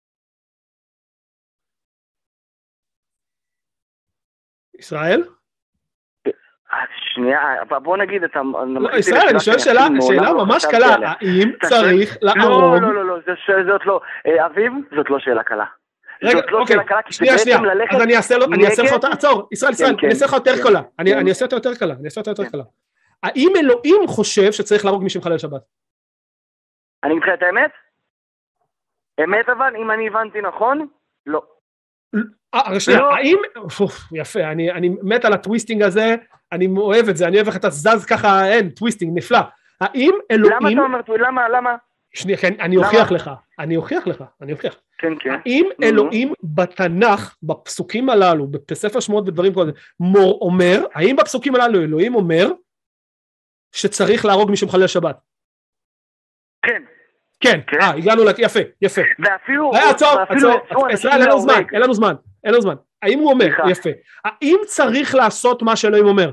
ישראל? שנייה, בוא נגיד אתה... לא, ישראל, אני שואל שאלה, שאלה ממש קלה, האם צריך להרוג... לא, לא, לא, זאת לא... אביב, זאת לא שאלה קלה. רגע, אוקיי, שנייה, שנייה, אז אני אעשה לך אותה, עצור, ישראל, ישראל, אני אעשה לך יותר קלה, אני אעשה אותה יותר קלה, אני אעשה אותה יותר קלה. האם אלוהים חושב שצריך להרוג מי שמחלל שבת? אני מתחיל את האמת? אמת אבל, אם אני הבנתי נכון, לא. אה, שנייה, האם, יפה, אני מת על הטוויסטינג הזה, אני אוהב את זה, אני אוהב איך אתה זז ככה, אין, טוויסטינג, נפלא. האם אלוהים... למה אתה אומר, למה, למה? שנייה, אני אוכיח לך, אני אוכיח לך, אני אוכיח. כן, כן. האם אלוהים בתנ"ך, בפסוקים הללו, בספר שמות ודברים כאלה, מור אומר, האם בפסוקים הללו אלוהים אומר, שצריך להרוג מי שמחלל שבת? כן. כן, אה, הגענו לק... יפה, יפה. ואפילו... עצור, עצור, ישראל, אין לנו זמן, אין לנו זמן, אין לנו זמן. האם הוא אומר, יפה, האם צריך לעשות מה שאלוהים אומר?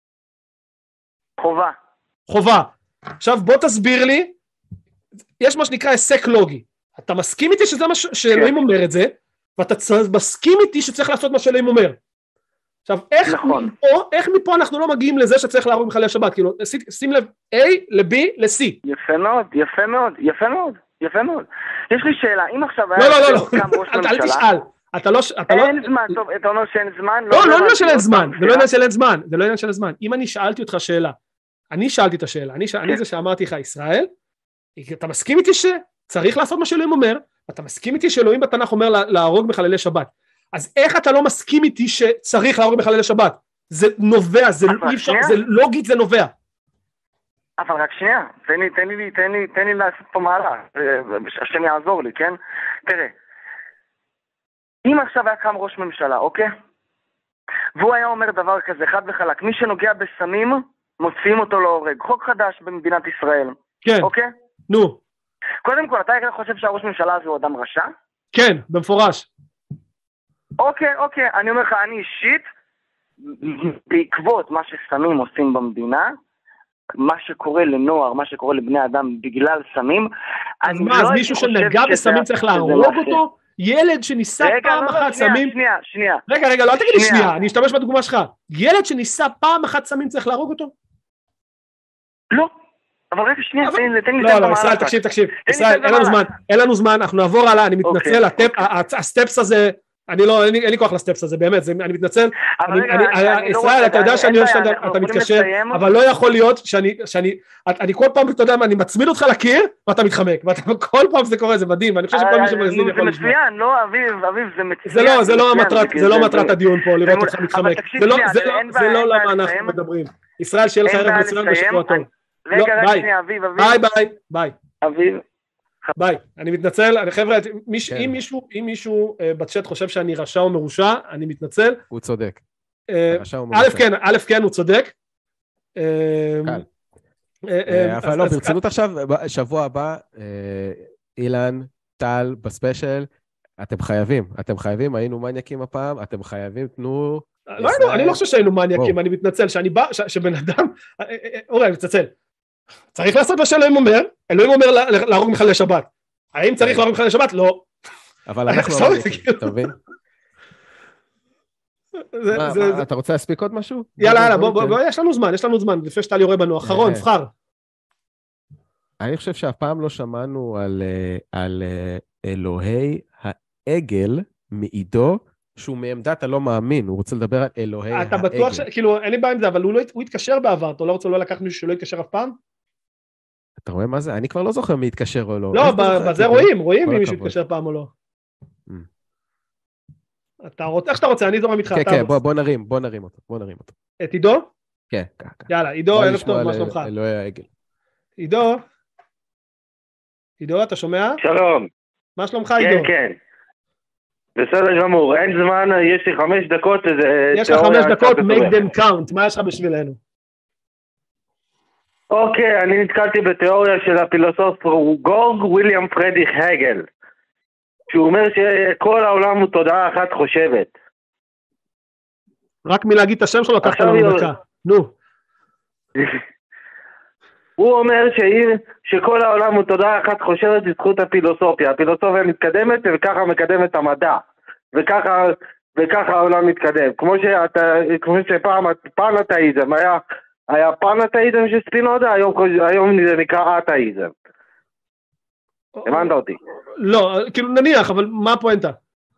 חובה. חובה. עכשיו בוא תסביר לי, יש מה שנקרא עסק לוגי. אתה מסכים איתי שזה מה שאלוהים אומר את זה, ואתה מסכים איתי שצריך לעשות מה שאלוהים אומר. עכשיו, איך מפה, איך מפה אנחנו לא מגיעים לזה שצריך להרוג מחלל שבת? כאילו, שים לב, A ל-B ל-C. יפה מאוד, יפה מאוד, יפה מאוד, יפה מאוד. יש לי שאלה, אם עכשיו... לא, לא, לא, אל תשאל. אתה לא... אין זמן, טוב, אתה אומר שאין זמן? לא, לא עניין של אין זמן, זה לא עניין של אין זמן, זה לא עניין של זמן. אם אני שאלתי אותך שאלה, אני שאלתי את השאלה, אני זה שאמרתי לך, ישראל, אתה מסכים איתי שצריך לעשות מה שאלוהים אומר, אתה מסכים איתי שאלוהים בתנ"ך אומר להרוג מחללי שבת, אז איך אתה לא מסכים איתי שצריך להרוג מחללי שבת? זה נובע, זה אי אפשר, זה לוגית, זה נובע. אבל רק שנייה, תן לי, תן לי, תן לי, תן לי לעשות פה מעלה, השם יעזור לי, כן? תראה, אם עכשיו היה קם ראש ממשלה, אוקיי? והוא היה אומר דבר כזה, חד וחלק, מי שנוגע בסמים, מוציאים אותו להורג. חוק חדש במדינת ישראל. כן. אוקיי? נו. קודם כל, אתה חושב שהראש ממשלה הזה הוא אדם רשע? כן, במפורש. אוקיי, אוקיי, אני אומר לך, אני אישית, בעקבות מה שסמים עושים במדינה, מה שקורה לנוער, מה שקורה לבני אדם בגלל סמים, אז מה, אז מישהו שנגע בסמים צריך להרוג אותו? ילד שניסה פעם אחת סמים... שנייה, שנייה. רגע, רגע, לא, אל תגיד לי שנייה, אני אשתמש בדוגמה שלך. ילד שניסה פעם אחת סמים צריך להרוג אותו? לא. אבל רגע, שנייה, תן לי... תן לי... לא, לא, ישראל, תקשיב, תקשיב. ישראל, אין לנו זמן, אין לנו זמן, אנחנו נעבור הלאה, אני מתנצל, הסטפס הזה... אני לא, אין לי, אין לי כוח לסטפס הזה, באמת, זה, אני מתנצל. אני, רגע, אני, אני, ישראל, לא אתה יודע שאני אוהב שאתה מתקשר, לסיים. אבל לא יכול להיות שאני, שאני, אני כל פעם, אתה יודע מה, אני מצמיד אותך לקיר, ואתה מתחמק, ואתה כל פעם זה קורה, זה מדהים, ואני חושב שכל מי שמאזין יכול לשמוע. זה מצוין, לא, אביב, אביב, זה מצוין. זה לא, זה לא המטרת, זה לא מטרת הדיון פה, לראות אותך מתחמק. זה לא, זה לא למה אנחנו מדברים. ישראל, שיהיה לך ערב מצוין ושבוע טוב. רגע, רגע, שנייה, אביב, אביב. ביי, ביי, ביי. אביב. ביי, אני מתנצל, חבר'ה, אם מישהו, אם מישהו בצ'אט חושב שאני רשע או מרושע, אני מתנצל. הוא צודק. א' כן, א' כן, הוא צודק. אבל לא, ברצינות עכשיו, שבוע הבא, אילן טל, בספיישל, אתם חייבים, אתם חייבים, היינו מניאקים הפעם, אתם חייבים, תנו... לא היינו, אני לא חושב שהיינו מניאקים, אני מתנצל, שאני בא, שבן אדם, אורי, אני מתנצל, צריך לעשות מה שאלוהים אומר, אלוהים אומר להרוג מחללי שבת, האם צריך להרוג מחללי שבת? לא. אבל אנחנו לא מניאקים, אתה מבין? אתה רוצה להספיק עוד משהו? יאללה, יאללה, בוא, יש לנו זמן, יש לנו זמן, לפני שאתה יורה בנו, אחרון, בחר. אני חושב שהפעם לא שמענו על אלוהי העגל מעידו, שהוא מעמדת הלא מאמין, הוא רוצה לדבר על אלוהי העגל. אתה בטוח ש... כאילו, אין לי בעיה עם זה, אבל הוא התקשר בעבר, אתה לא רוצה לא לקחת מישהו שלא יתקשר אף פעם? אתה רואה מה זה? אני כבר לא זוכר מי יתקשר או לא. לא, בזה רואים, רואים מי מישהו יתקשר פעם או לא. אתה רוצה, איך שאתה רוצה, אני זורם איתך. כן, כן, בוא נרים, בוא נרים אותו, בוא נרים אותו. את עידו? כן, ככה. יאללה, עידו, ערב טוב, מה שלומך? אלוהי העגל. עידו? עידו, אתה שומע? שלום. מה שלומך, עידו? כן, כן. בסדר גמור, אין זמן, יש לי חמש דקות, יש לך חמש דקות, make them count, מה יש לך בשבילנו? אוקיי, אני נתקלתי בתיאוריה של הפילוסוף גורג וויליאם פרדריך הגל, שהוא אומר שכל העולם הוא תודעה אחת חושבת. רק מלהגיד את השם שלו, לקחת לנו דקה. נו. הוא אומר שכל העולם הוא תודעה אחת חושבת בזכות הפילוסופיה. הפילוסופיה מתקדמת וככה מקדמת המדע. וככה, וככה העולם מתקדם. כמו שאתה, כמו שפעם פנאתאיזם היה, היה פנאתאיזם של ספינוזה, היום, היום זה נקרא אתאיזם. הבנת אותי? לא, כאילו נניח, אבל מה הפואנטה?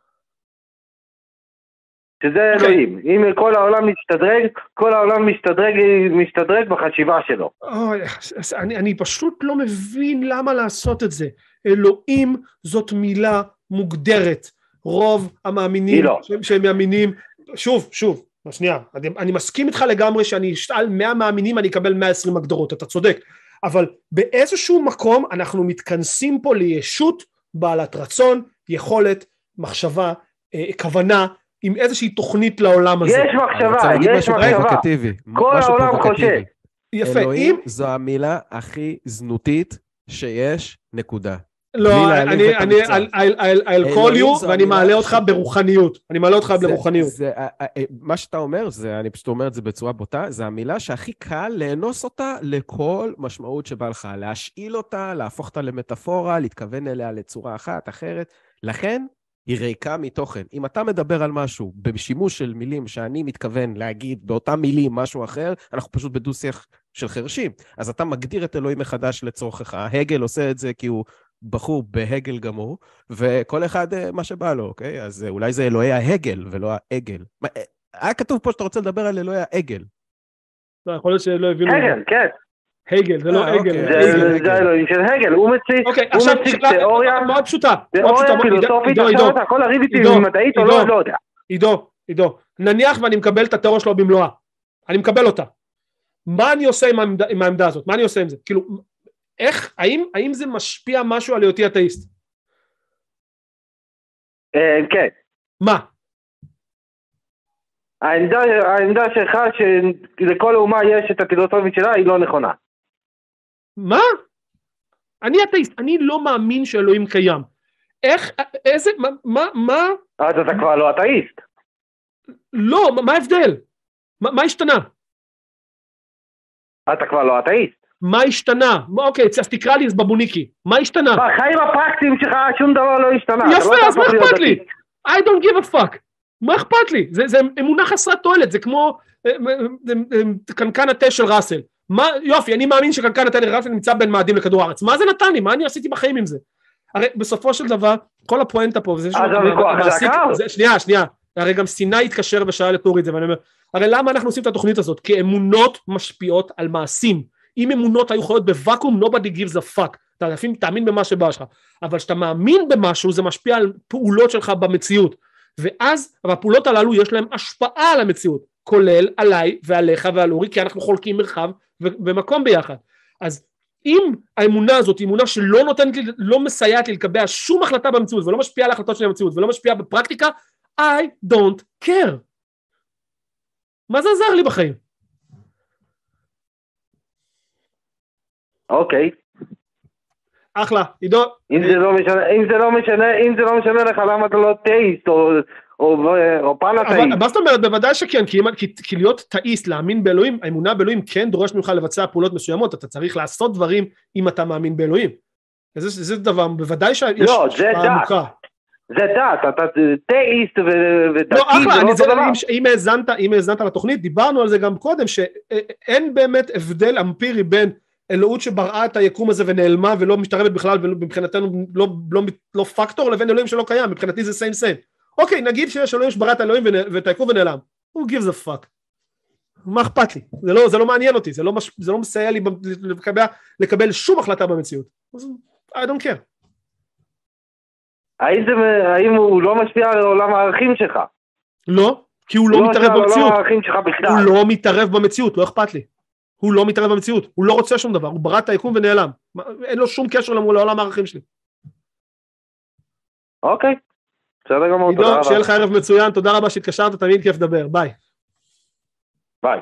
שזה אלוהים. אם כל העולם משתדרג, כל העולם משתדרג, משתדרג בחשיבה שלו. אוי, אני, אני פשוט לא מבין למה לעשות את זה. אלוהים זאת מילה מוגדרת. רוב המאמינים לא. שהם מאמינים, שוב, שוב, שנייה, אני, אני מסכים איתך לגמרי שאני אשאל מאה מאמינים, אני אקבל מאה ועשרים הגדרות, אתה צודק. אבל באיזשהו מקום אנחנו מתכנסים פה לישות בעלת רצון, יכולת, מחשבה, אה, כוונה, עם איזושהי תוכנית לעולם הזה. יש מחשבה, יש מחשבה. כל העולם חושב. יפה. אלוהים אם... זו המילה הכי זנותית שיש, נקודה. לא, אני, אני, I'll call you, ואני מעלה אותך ברוחניות. אני מעלה אותך ברוחניות. מה שאתה אומר, אני פשוט אומר את זה בצורה בוטה, זה המילה שהכי קל לאנוס אותה לכל משמעות שבא לך. להשאיל אותה, להפוך אותה למטאפורה, להתכוון אליה לצורה אחת, אחרת. לכן, היא ריקה מתוכן. אם אתה מדבר על משהו בשימוש של מילים שאני מתכוון להגיד באותם מילים משהו אחר, אנחנו פשוט בדו-שיח של חרשים. אז אתה מגדיר את אלוהים מחדש לצורכך. הגל עושה את זה כי הוא בחור בהגל גמור, וכל אחד מה שבא לו, אוקיי? אז אולי זה אלוהי ההגל ולא העגל. היה כתוב פה שאתה רוצה לדבר על אלוהי העגל. לא, יכול להיות שלא הבינו. הגל, כן. הגל, זה לא הגל. זה האלוהים של הגל, הוא מציג תיאוריה, מאוד פשוטה, תיאוריה פילוסופית, עכשיו אתה יכול להריב איתי אם מדעית או לא, לא יודע. עידו, עידו, נניח ואני מקבל את התיאוריה שלו במלואה, אני מקבל אותה. מה אני עושה עם העמדה הזאת? מה אני עושה עם זה? כאילו, איך, האם זה משפיע משהו על היותי אתאיסט? כן. מה? העמדה שלך שלכל אומה יש את הפילוסופית שלה היא לא נכונה. מה? אני אתאיסט, אני לא מאמין שאלוהים קיים. איך, איזה, מה, מה, מה? אז אתה כבר לא אתאיסט. לא, מה ההבדל? מה, מה השתנה? אתה כבר לא אתאיסט. מה השתנה? אוקיי, אז תקרא לי בבוניקי. מה השתנה? בחיים הפרקטיים שלך שום דבר לא השתנה. יפה, אז מה אכפת לי? I don't give a fuck. מה אכפת לי? זה, זה אמונה חסרת תועלת, זה כמו קנקן התה של ראסל. מה, יופי, אני מאמין שקנקן התה של ראסל נמצא בין מאדים לכדור הארץ. מה זה נתן לי? מה אני עשיתי בחיים עם זה? הרי בסופו של דבר, כל הפואנטה פה, וזה שהוא... שנייה, שנייה, הרי גם סיני התקשר ושאל את אורי את זה, ואני אומר, הרי למה אנחנו עושים את התוכנית הזאת? כי אמונות משפיעות על מעשים. אם אמונות היו חיות בוואקום, nobody gives a fuck. אתה לפעמים תאמין במה שבא שלך. אבל כשאתה מאמין במשהו, זה משפיע על פעולות שלך במציאות. ואז, הפעולות הללו יש להם השפעה על המציאות, כולל עליי ועליך ועל אורי, כי אנחנו חולקים מרחב ומקום ביחד. אז אם האמונה הזאת היא אמונה שלא נותנת לי, לא מסייעת לי לקבע שום החלטה במציאות, ולא משפיעה על ההחלטות שלי במציאות, ולא משפיעה בפרקטיקה, I don't care. מה זה עזר לי בחיים? אוקיי. אחלה, עידו. אם זה לא משנה, אם זה לא משנה, אם זה לא משנה לך, למה אתה לא טייסט, או, או, או פנאטאיסט? אבל מה זאת אומרת, בוודאי שכן, כי, כי, כי להיות טייסט, להאמין באלוהים, האמונה באלוהים כן דורש ממך לבצע פעולות מסוימות, אתה צריך לעשות דברים אם אתה מאמין באלוהים. זה, זה דבר, בוודאי שיש לא, זה דת. זה דת, אתה טייסט ודתי, לא, אחלה, זה לא אותו דבר. אם האזנת, אם האזנת לתוכנית, דיברנו על זה גם קודם, שאין באמת הבדל אמפירי בין אלוהות שבראה את היקום הזה ונעלמה ולא משתרבת בכלל, ומבחינתנו לא, לא, לא פקטור, לבין אלוהים שלא קיים, מבחינתי זה same same. אוקיי, נגיד שיש אלוהים שברא את האלוהים ואת היקום ונעלם. Who gives a fuck? מה אכפת לי? זה לא, זה לא מעניין אותי, זה לא, זה לא מסייע לי לקבל, לקבל שום החלטה במציאות. I don't care. האם, זה, האם הוא לא משפיע על עולם הערכים שלך? לא, כי הוא לא, לא מתערב במציאות. הוא לא מתערב במציאות, לא אכפת לי. הוא לא מתערב במציאות, הוא לא רוצה שום דבר, הוא ברא את היקום ונעלם. אין לו שום קשר לעולם הערכים שלי. אוקיי, בסדר גמור, תודה רבה. שיהיה לך ערב מצוין, תודה רבה שהתקשרת, תמיד כיף לדבר, ביי. ביי.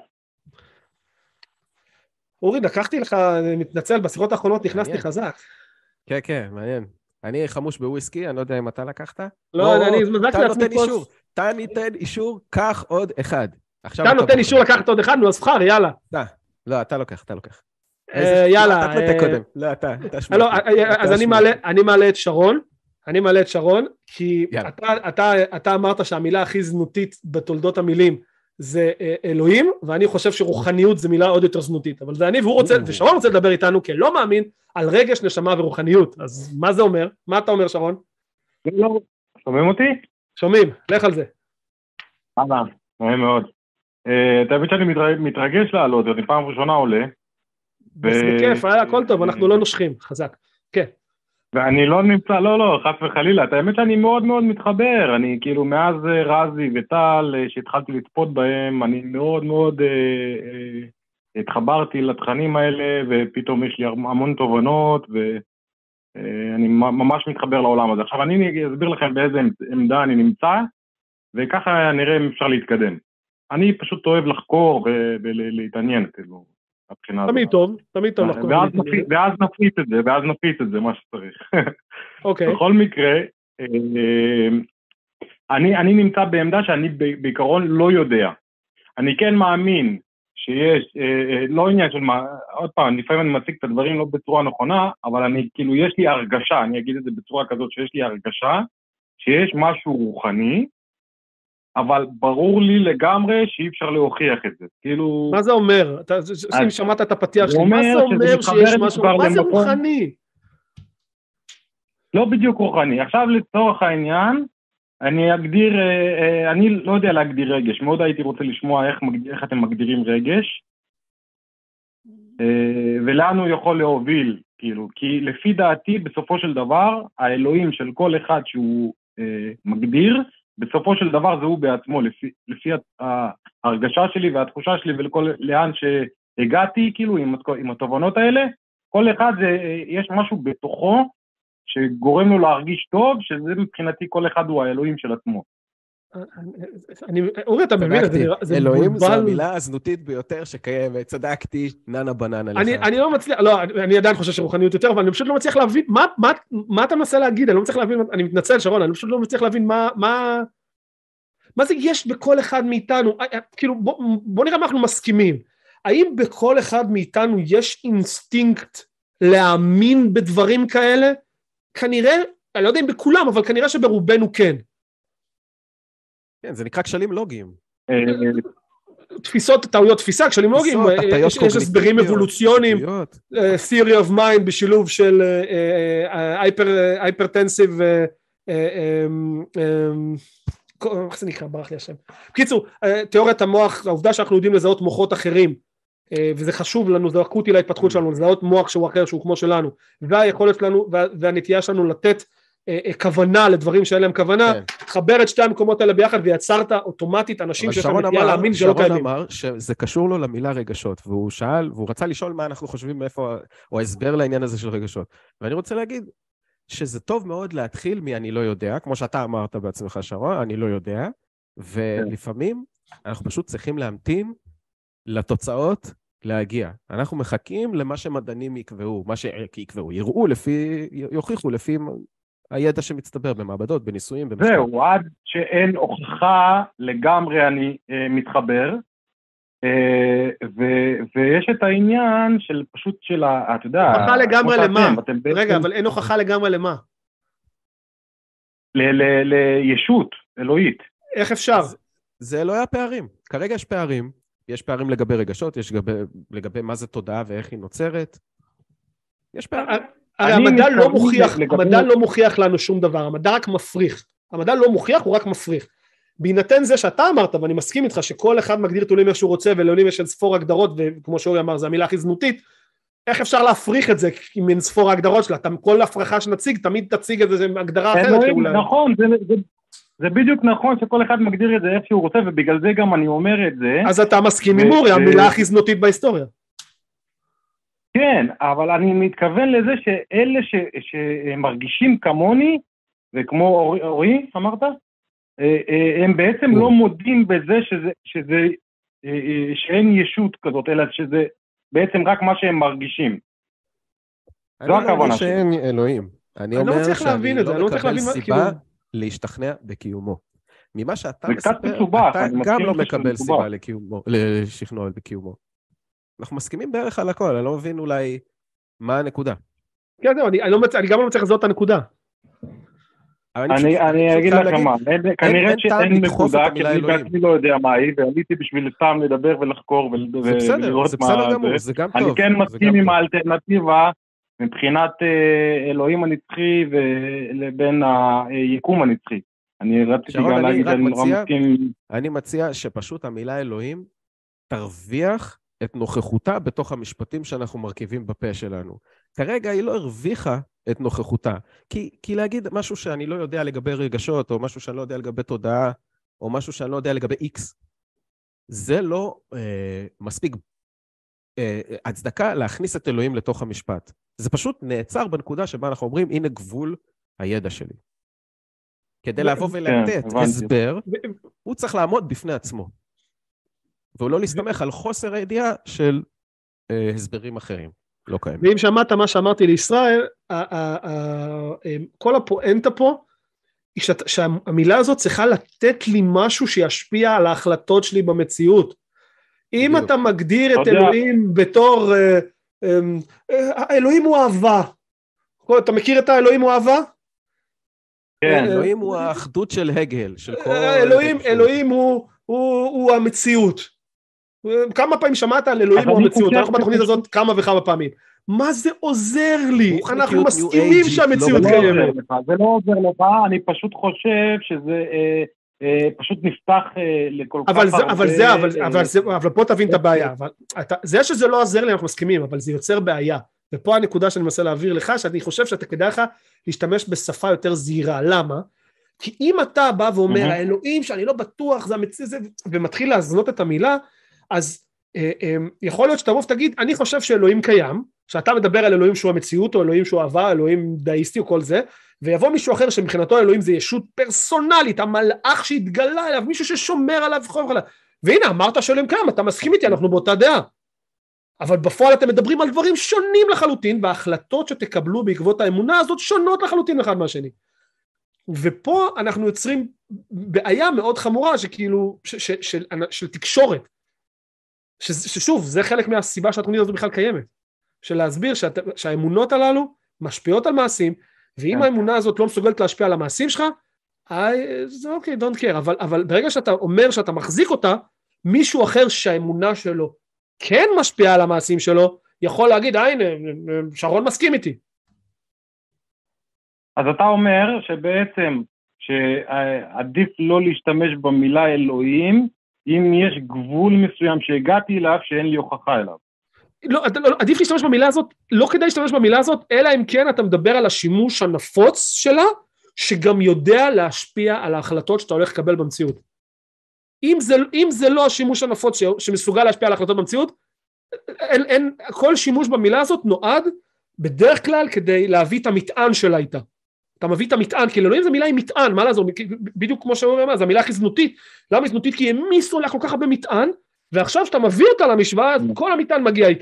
אורי, לקחתי לך, מתנצל, בשיחות האחרונות נכנסתי חזק. כן, כן, מעניין. אני חמוש בוויסקי, אני לא יודע אם אתה לקחת. לא, אני מזמזק לעצמי פה. אתה ניתן אישור, קח עוד אחד. אתה נותן אישור לקחת עוד אחד, נו, אז בחר, יאללה. לא, אתה לוקח, אתה לוקח. יאללה. אתה תתה קודם. לא, אתה. אז אני מעלה את שרון, אני מעלה את שרון, כי אתה אמרת שהמילה הכי זנותית בתולדות המילים זה אלוהים, ואני חושב שרוחניות זה מילה עוד יותר זנותית, אבל זה אני, והוא רוצה, ושרון רוצה לדבר איתנו כלא מאמין על רגש, נשמה ורוחניות. אז מה זה אומר? מה אתה אומר, שרון? לא, שומעים אותי? שומעים, לך על זה. אהלן, נעים מאוד. אתה מבין שאני מתרגש לעלות, אני פעם ראשונה עולה. בכיף, היה הכל טוב, אנחנו לא נושכים, חזק. כן. ואני לא נמצא, לא, לא, חס וחלילה, את האמת שאני מאוד מאוד מתחבר, אני כאילו מאז רזי וטל, שהתחלתי לצפות בהם, אני מאוד מאוד אה, אה, התחברתי לתכנים האלה, ופתאום יש לי המון תובנות, ואני ממש מתחבר לעולם הזה. עכשיו אני אסביר לכם באיזה עמדה אני נמצא, וככה נראה אם אפשר להתקדם. אני פשוט אוהב לחקור ולהתעניין, כאילו. תמיד טוב, תמיד טוב לחקור. ואז נפיץ את זה, ואז נפיץ את זה, מה שצריך. אוקיי. בכל מקרה, אני, אני נמצא בעמדה שאני בעיקרון לא יודע. אני כן מאמין שיש, לא עניין של מה, עוד פעם, לפעמים אני מציג את הדברים לא בצורה נכונה, אבל אני, כאילו, יש לי הרגשה, אני אגיד את זה בצורה כזאת, שיש לי הרגשה, שיש משהו רוחני, אבל ברור לי לגמרי שאי אפשר להוכיח את זה, כאילו... מה זה אומר? אתה שמעת את הפתיח שלי, מה זה אומר שיש משהו? מה זה רוחני? לא בדיוק רוחני. עכשיו לצורך העניין, אני אגדיר, אני לא יודע להגדיר רגש, מאוד הייתי רוצה לשמוע איך, איך אתם מגדירים רגש, ולאן הוא יכול להוביל, כאילו, כי לפי דעתי, בסופו של דבר, האלוהים של כל אחד שהוא מגדיר, בסופו של דבר זה הוא בעצמו, לפי, לפי ההרגשה שלי והתחושה שלי ולכל לאן שהגעתי, כאילו, עם, עם התובנות האלה, כל אחד זה, יש משהו בתוכו שגורם לו להרגיש טוב, שזה מבחינתי כל אחד הוא האלוהים של עצמו. אני, אורי, אתה מבין, זה אלוהים זו המילה הזנותית ביותר שקיימת, צדקתי, ננה בננה לך. אני לא מצליח, לא, אני עדיין חושב שרוחניות יותר, אבל אני פשוט לא מצליח להבין, מה אתה מנסה להגיד? אני לא מצליח להבין, אני מתנצל, שרון, אני פשוט לא מצליח להבין מה זה יש בכל אחד מאיתנו, כאילו, בוא נראה מה אנחנו מסכימים. האם בכל אחד מאיתנו יש אינסטינקט להאמין בדברים כאלה? כנראה, אני לא יודע אם בכולם, אבל כנראה שברובנו כן. כן, זה נקרא כשלים לוגיים. תפיסות, טעויות תפיסה, כשלים לוגיים, יש הסברים אבולוציוניים, theory of mind בשילוב של hypertensive, איך זה נקרא, ברח לי השם. בקיצור, תיאוריית המוח, העובדה שאנחנו יודעים לזהות מוחות אחרים, וזה חשוב לנו, זה אקוטי להתפתחות שלנו, לזהות מוח שהוא אחר, שהוא כמו שלנו, והיכולת שלנו, והנטייה שלנו לתת כוונה לדברים שאין להם כוונה, חבר את שתי המקומות האלה ביחד, ויצרת אוטומטית אנשים שיש להם נטייה להאמין שלא קיימים. שרון אמר שזה קשור לו למילה רגשות, והוא שאל, והוא רצה לשאול מה אנחנו חושבים מאיפה, או הסבר לעניין הזה של רגשות. ואני רוצה להגיד שזה טוב מאוד להתחיל מ"אני לא יודע", כמו שאתה אמרת בעצמך, שרון, אני לא יודע, ולפעמים אנחנו פשוט צריכים להמתין לתוצאות להגיע. אנחנו מחכים למה שמדענים יקבעו, מה שיקבעו, יראו לפי, יוכיחו לפי הידע שמצטבר במעבדות, בניסויים, במחקר. זהו, עד שאין הוכחה לגמרי אני אה, מתחבר, אה, ו- ויש את העניין של פשוט של, ה- אתה יודע... הוכחה לגמרי למה? אתם, אתם רגע, בעצם... אבל אין הוכחה לגמרי למה? ל- ל- לישות אלוהית. איך אפשר? זה, זה לא היה פערים. כרגע יש פערים. יש פערים לגבי רגשות, יש לגבי, לגבי מה זה תודעה ואיך היא נוצרת. יש פערים. הרי המדע לא מוכיח, המדע לא מוכיח לנו שום דבר, המדע רק מפריך. המדע לא מוכיח, הוא רק מפריך. בהינתן זה שאתה אמרת, ואני מסכים איתך, שכל אחד מגדיר את אלוהים איך שהוא רוצה, ולאלוהים יש ספור הגדרות, וכמו שאורי אמר, זו המילה הכי זנותית, איך אפשר להפריך את זה עם אין ספור ההגדרות שלה? כל הפרחה שנציג, תמיד תציג את זה הגדרה אחרת. נכון, זה, זה, זה בדיוק נכון שכל אחד מגדיר את זה איך שהוא רוצה, ובגלל זה גם אני אומר את זה. אז אתה מסכים עם אורי, המילה הכי זנותית בהיסטוריה. כן, אבל אני מתכוון לזה שאלה ש, שמרגישים כמוני, וכמו אורי, אורי אמרת, הם בעצם לא מודים בזה שזה, שזה, שאין ישות כזאת, אלא שזה בעצם רק מה שהם מרגישים. זו הכוונה שלי. אני לא אומר שאין אלוהים. אני אומר שאני לא מקבל סיבה להשתכנע בקיומו. ממה שאתה מספר, אתה גם לא מקבל סיבה לשכנוע בקיומו. אנחנו מסכימים בערך על הכל, אני לא מבין אולי מה הנקודה. כן, אני גם לא מצליח לזאת את הנקודה. אני אגיד לכם מה, כנראה שאין נקודה, כי אני בעצמי לא יודע מה היא, ועליתי בשביל סתם לדבר ולחקור ולראות מה... זה בסדר גמור, זה גם טוב. אני כן מסכים עם האלטרנטיבה, מבחינת אלוהים הנצחי לבין היקום הנצחי. אני רציתי גם להגיד, אני נורא מסכים... אני מציע שפשוט המילה אלוהים תרוויח את נוכחותה בתוך המשפטים שאנחנו מרכיבים בפה שלנו. כרגע היא לא הרוויחה את נוכחותה, כי, כי להגיד משהו שאני לא יודע לגבי רגשות, או משהו שאני לא יודע לגבי תודעה, או משהו שאני לא יודע לגבי איקס, זה לא אה, מספיק אה, הצדקה להכניס את אלוהים לתוך המשפט. זה פשוט נעצר בנקודה שבה אנחנו אומרים, הנה גבול הידע שלי. כדי לבוא ולתת הסבר, הוא צריך לעמוד בפני עצמו. והוא לא להסתמך על חוסר הידיעה של אה, הסברים אחרים. לא קיים. ואם שמעת מה שאמרתי לישראל, כל הפואנטה פה, היא שהמילה הזאת צריכה לתת לי משהו שישפיע על ההחלטות שלי במציאות. אם אתה מגדיר את אלוהים בתור, האלוהים הוא אהבה. אתה מכיר את האלוהים הוא אהבה? כן. אלוהים הוא האחדות של הגל. אלוהים הוא המציאות. כמה פעמים שמעת על אלוהים או המציאות, אנחנו בתוכנית הזאת כמה וכמה פעמים. מה זה עוזר לי? אנחנו מסכימים שהמציאות קיימת. זה לא עוזר לך, אני פשוט חושב שזה פשוט נפתח לכל כך הרבה... אבל זה, אבל פה תבין את הבעיה. זה שזה לא עוזר לי, אנחנו מסכימים, אבל זה יוצר בעיה. ופה הנקודה שאני מנסה להעביר לך, שאני חושב שאתה כדאי לך להשתמש בשפה יותר זהירה. למה? כי אם אתה בא ואומר, האלוהים שאני לא בטוח, זה המציא, ומתחיל להזנות את המילה, אז אה, אה, יכול להיות שתבוא ותגיד, אני חושב שאלוהים קיים, שאתה מדבר על אלוהים שהוא המציאות, או אלוהים שהוא אהבה, אלוהים דאיסטי או כל זה, ויבוא מישהו אחר שמבחינתו אלוהים זה ישות פרסונלית, המלאך שהתגלה אליו, מישהו ששומר עליו וכל וכו'. והנה, אמרת שאלוהים קיים, אתה מסכים איתי, אנחנו באותה דעה. אבל בפועל אתם מדברים על דברים שונים לחלוטין, וההחלטות שתקבלו בעקבות האמונה הזאת שונות לחלוטין אחד מהשני. ופה אנחנו יוצרים בעיה מאוד חמורה, שכאילו, ש, ש, של, של תקשורת. ששוב, זה חלק מהסיבה שהתוכנית הזאת בכלל קיימת, של להסביר שאת, שהאמונות הללו משפיעות על מעשים, ואם האמונה הזאת לא מסוגלת להשפיע על המעשים שלך, זה אוקיי, don't care, אבל, אבל ברגע שאתה אומר שאתה מחזיק אותה, מישהו אחר שהאמונה שלו כן משפיעה על המעשים שלו, יכול להגיד, הנה, שרון מסכים איתי. אז אתה אומר שבעצם, שעדיף לא להשתמש במילה אלוהים, אם יש גבול מסוים שהגעתי אליו שאין לי הוכחה אליו. לא, לא, עדיף להשתמש במילה הזאת, לא כדאי להשתמש במילה הזאת, אלא אם כן אתה מדבר על השימוש הנפוץ שלה, שגם יודע להשפיע על ההחלטות שאתה הולך לקבל במציאות. אם זה, אם זה לא השימוש הנפוץ שמסוגל להשפיע על ההחלטות במציאות, אין, אין, כל שימוש במילה הזאת נועד בדרך כלל כדי להביא את המטען שלה איתה. אתה מביא את המטען, כי לאלוהים זה מילה עם מטען, מה לעזור? בדיוק כמו שאומר, זה המילה הכי זנותית. למה היא זנותית? כי המיסו לה כל כך הרבה מטען, ועכשיו שאתה מביא אותה למשוואה, אז כל המטען מגיע איתה.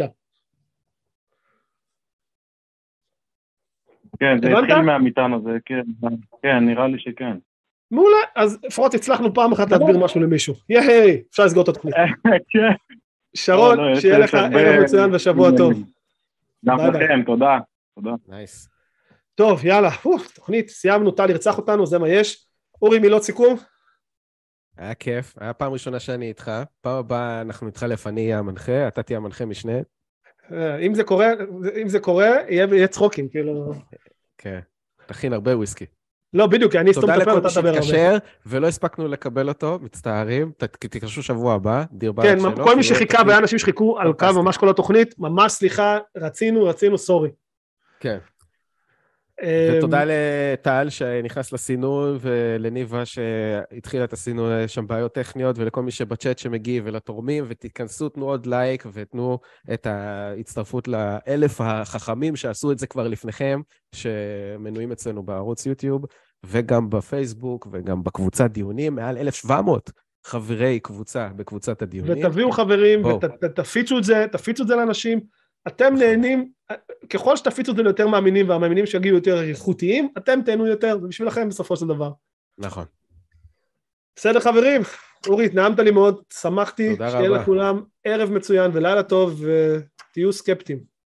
כן, זה התחיל מהמטען הזה, כן, כן, נראה לי שכן. מעולה, אז לפחות הצלחנו פעם אחת להסביר משהו למישהו. יהי, אפשר לסגור את התוכנית. שרון, שיהיה לך ערב מצוין ושבוע טוב. גם לכם, תודה. תודה. נייס. טוב, יאללה, תוכנית, סיימנו, טל ירצח אותנו, זה מה יש. אורי, מילות סיכום? היה כיף, היה פעם ראשונה שאני איתך, פעם הבאה אנחנו נתחלף, אני אהיה המנחה, אתה תהיה המנחה משנה. אם זה קורה, אם זה קורה, יהיה צחוקים, כאילו... כן, תכין הרבה וויסקי. לא, בדיוק, אני אסתום את הפה, תודה לכל מי שהתקשר, ולא הספקנו לקבל אותו, מצטערים, תתקשרו שבוע הבא, דיר בעל כן, כל מי שחיכה, והיה אנשים שחיכו על קו ממש כל התוכנית, ממש סליחה, רצינו, רצינו, סורי. כן. ותודה לטל שנכנס לסינון, ולניבה שהתחילה את הסינון, יש שם בעיות טכניות, ולכל מי שבצ'אט שמגיב, ולתורמים, ותיכנסו, תנו עוד לייק, ותנו את ההצטרפות לאלף החכמים שעשו את זה כבר לפניכם, שמנויים אצלנו בערוץ יוטיוב, וגם בפייסבוק, וגם בקבוצת דיונים, מעל אלף שבע מאות חברי קבוצה בקבוצת הדיונים. ותביאו חברים, ותפיצו את זה, תפיצו את זה לאנשים, אתם נהנים, ככל שתפיצו את זה ליותר מאמינים, והמאמינים שיגיעו יותר איכותיים, אתם תהנו יותר, זה בשבילכם בסופו של דבר. נכון. בסדר חברים, אורי, התנעמת לי מאוד, שמחתי, שיהיה לכולם ערב מצוין ולילה טוב, ותהיו סקפטיים.